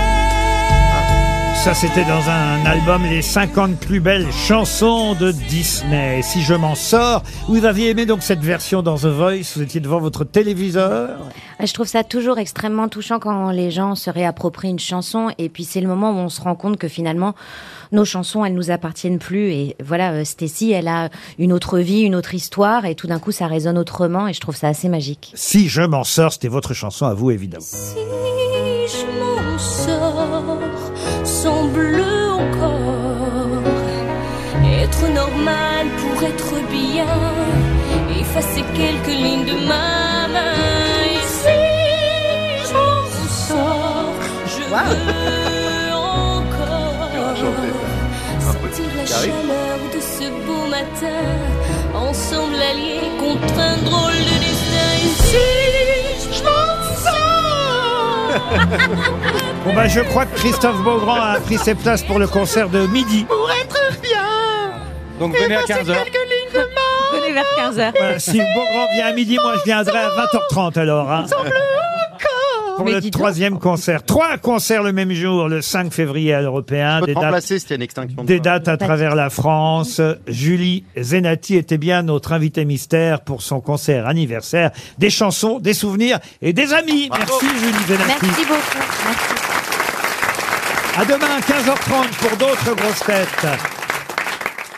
Ça, c'était dans un album Les cinquante plus belles chansons de Disney. Si je m'en sors, vous aviez aimé donc cette version dans The Voice, vous étiez devant votre téléviseur. Je trouve ça toujours extrêmement touchant quand les gens se réapproprient une chanson, et puis c'est le moment où on se rend compte que finalement nos chansons, elles nous appartiennent plus, et voilà, euh, Stécie, elle a une autre vie, une autre histoire, et tout d'un coup ça résonne autrement, et je trouve ça assez magique. Si je m'en sors, c'était votre chanson à vous, évidemment. Si je m'en sors sans bleu encore, être normal pour être bien, effacer quelques lignes de ma main. Et si je m'en sors, je veux encore sentir la chaleur de ce beau matin, ensemble alliés contre un drôle de destin. Et si je m'en sors. Bon bah je crois que Christophe Beaugrand a pris ses places pour le concert de midi. Pour être bien. Donc venez à quinze heures. Venez vers quinze heures. Voilà, si Beaugrand vient à midi, moi je viendrai à vingt heures trente alors. Hein. Pour Mais le dis donc. troisième concert. Trois concerts le même jour, le cinq février à l'Européen. Je peux Des te dates, remplacer s'il y a une extinction de des voix. dates à travers la France. Julie Zenati était bien notre invitée mystère pour son concert anniversaire. Des chansons, des souvenirs et des amis. Merci Julie Zenati. Merci beaucoup. Merci. À demain, quinze heures trente pour d'autres grosses têtes.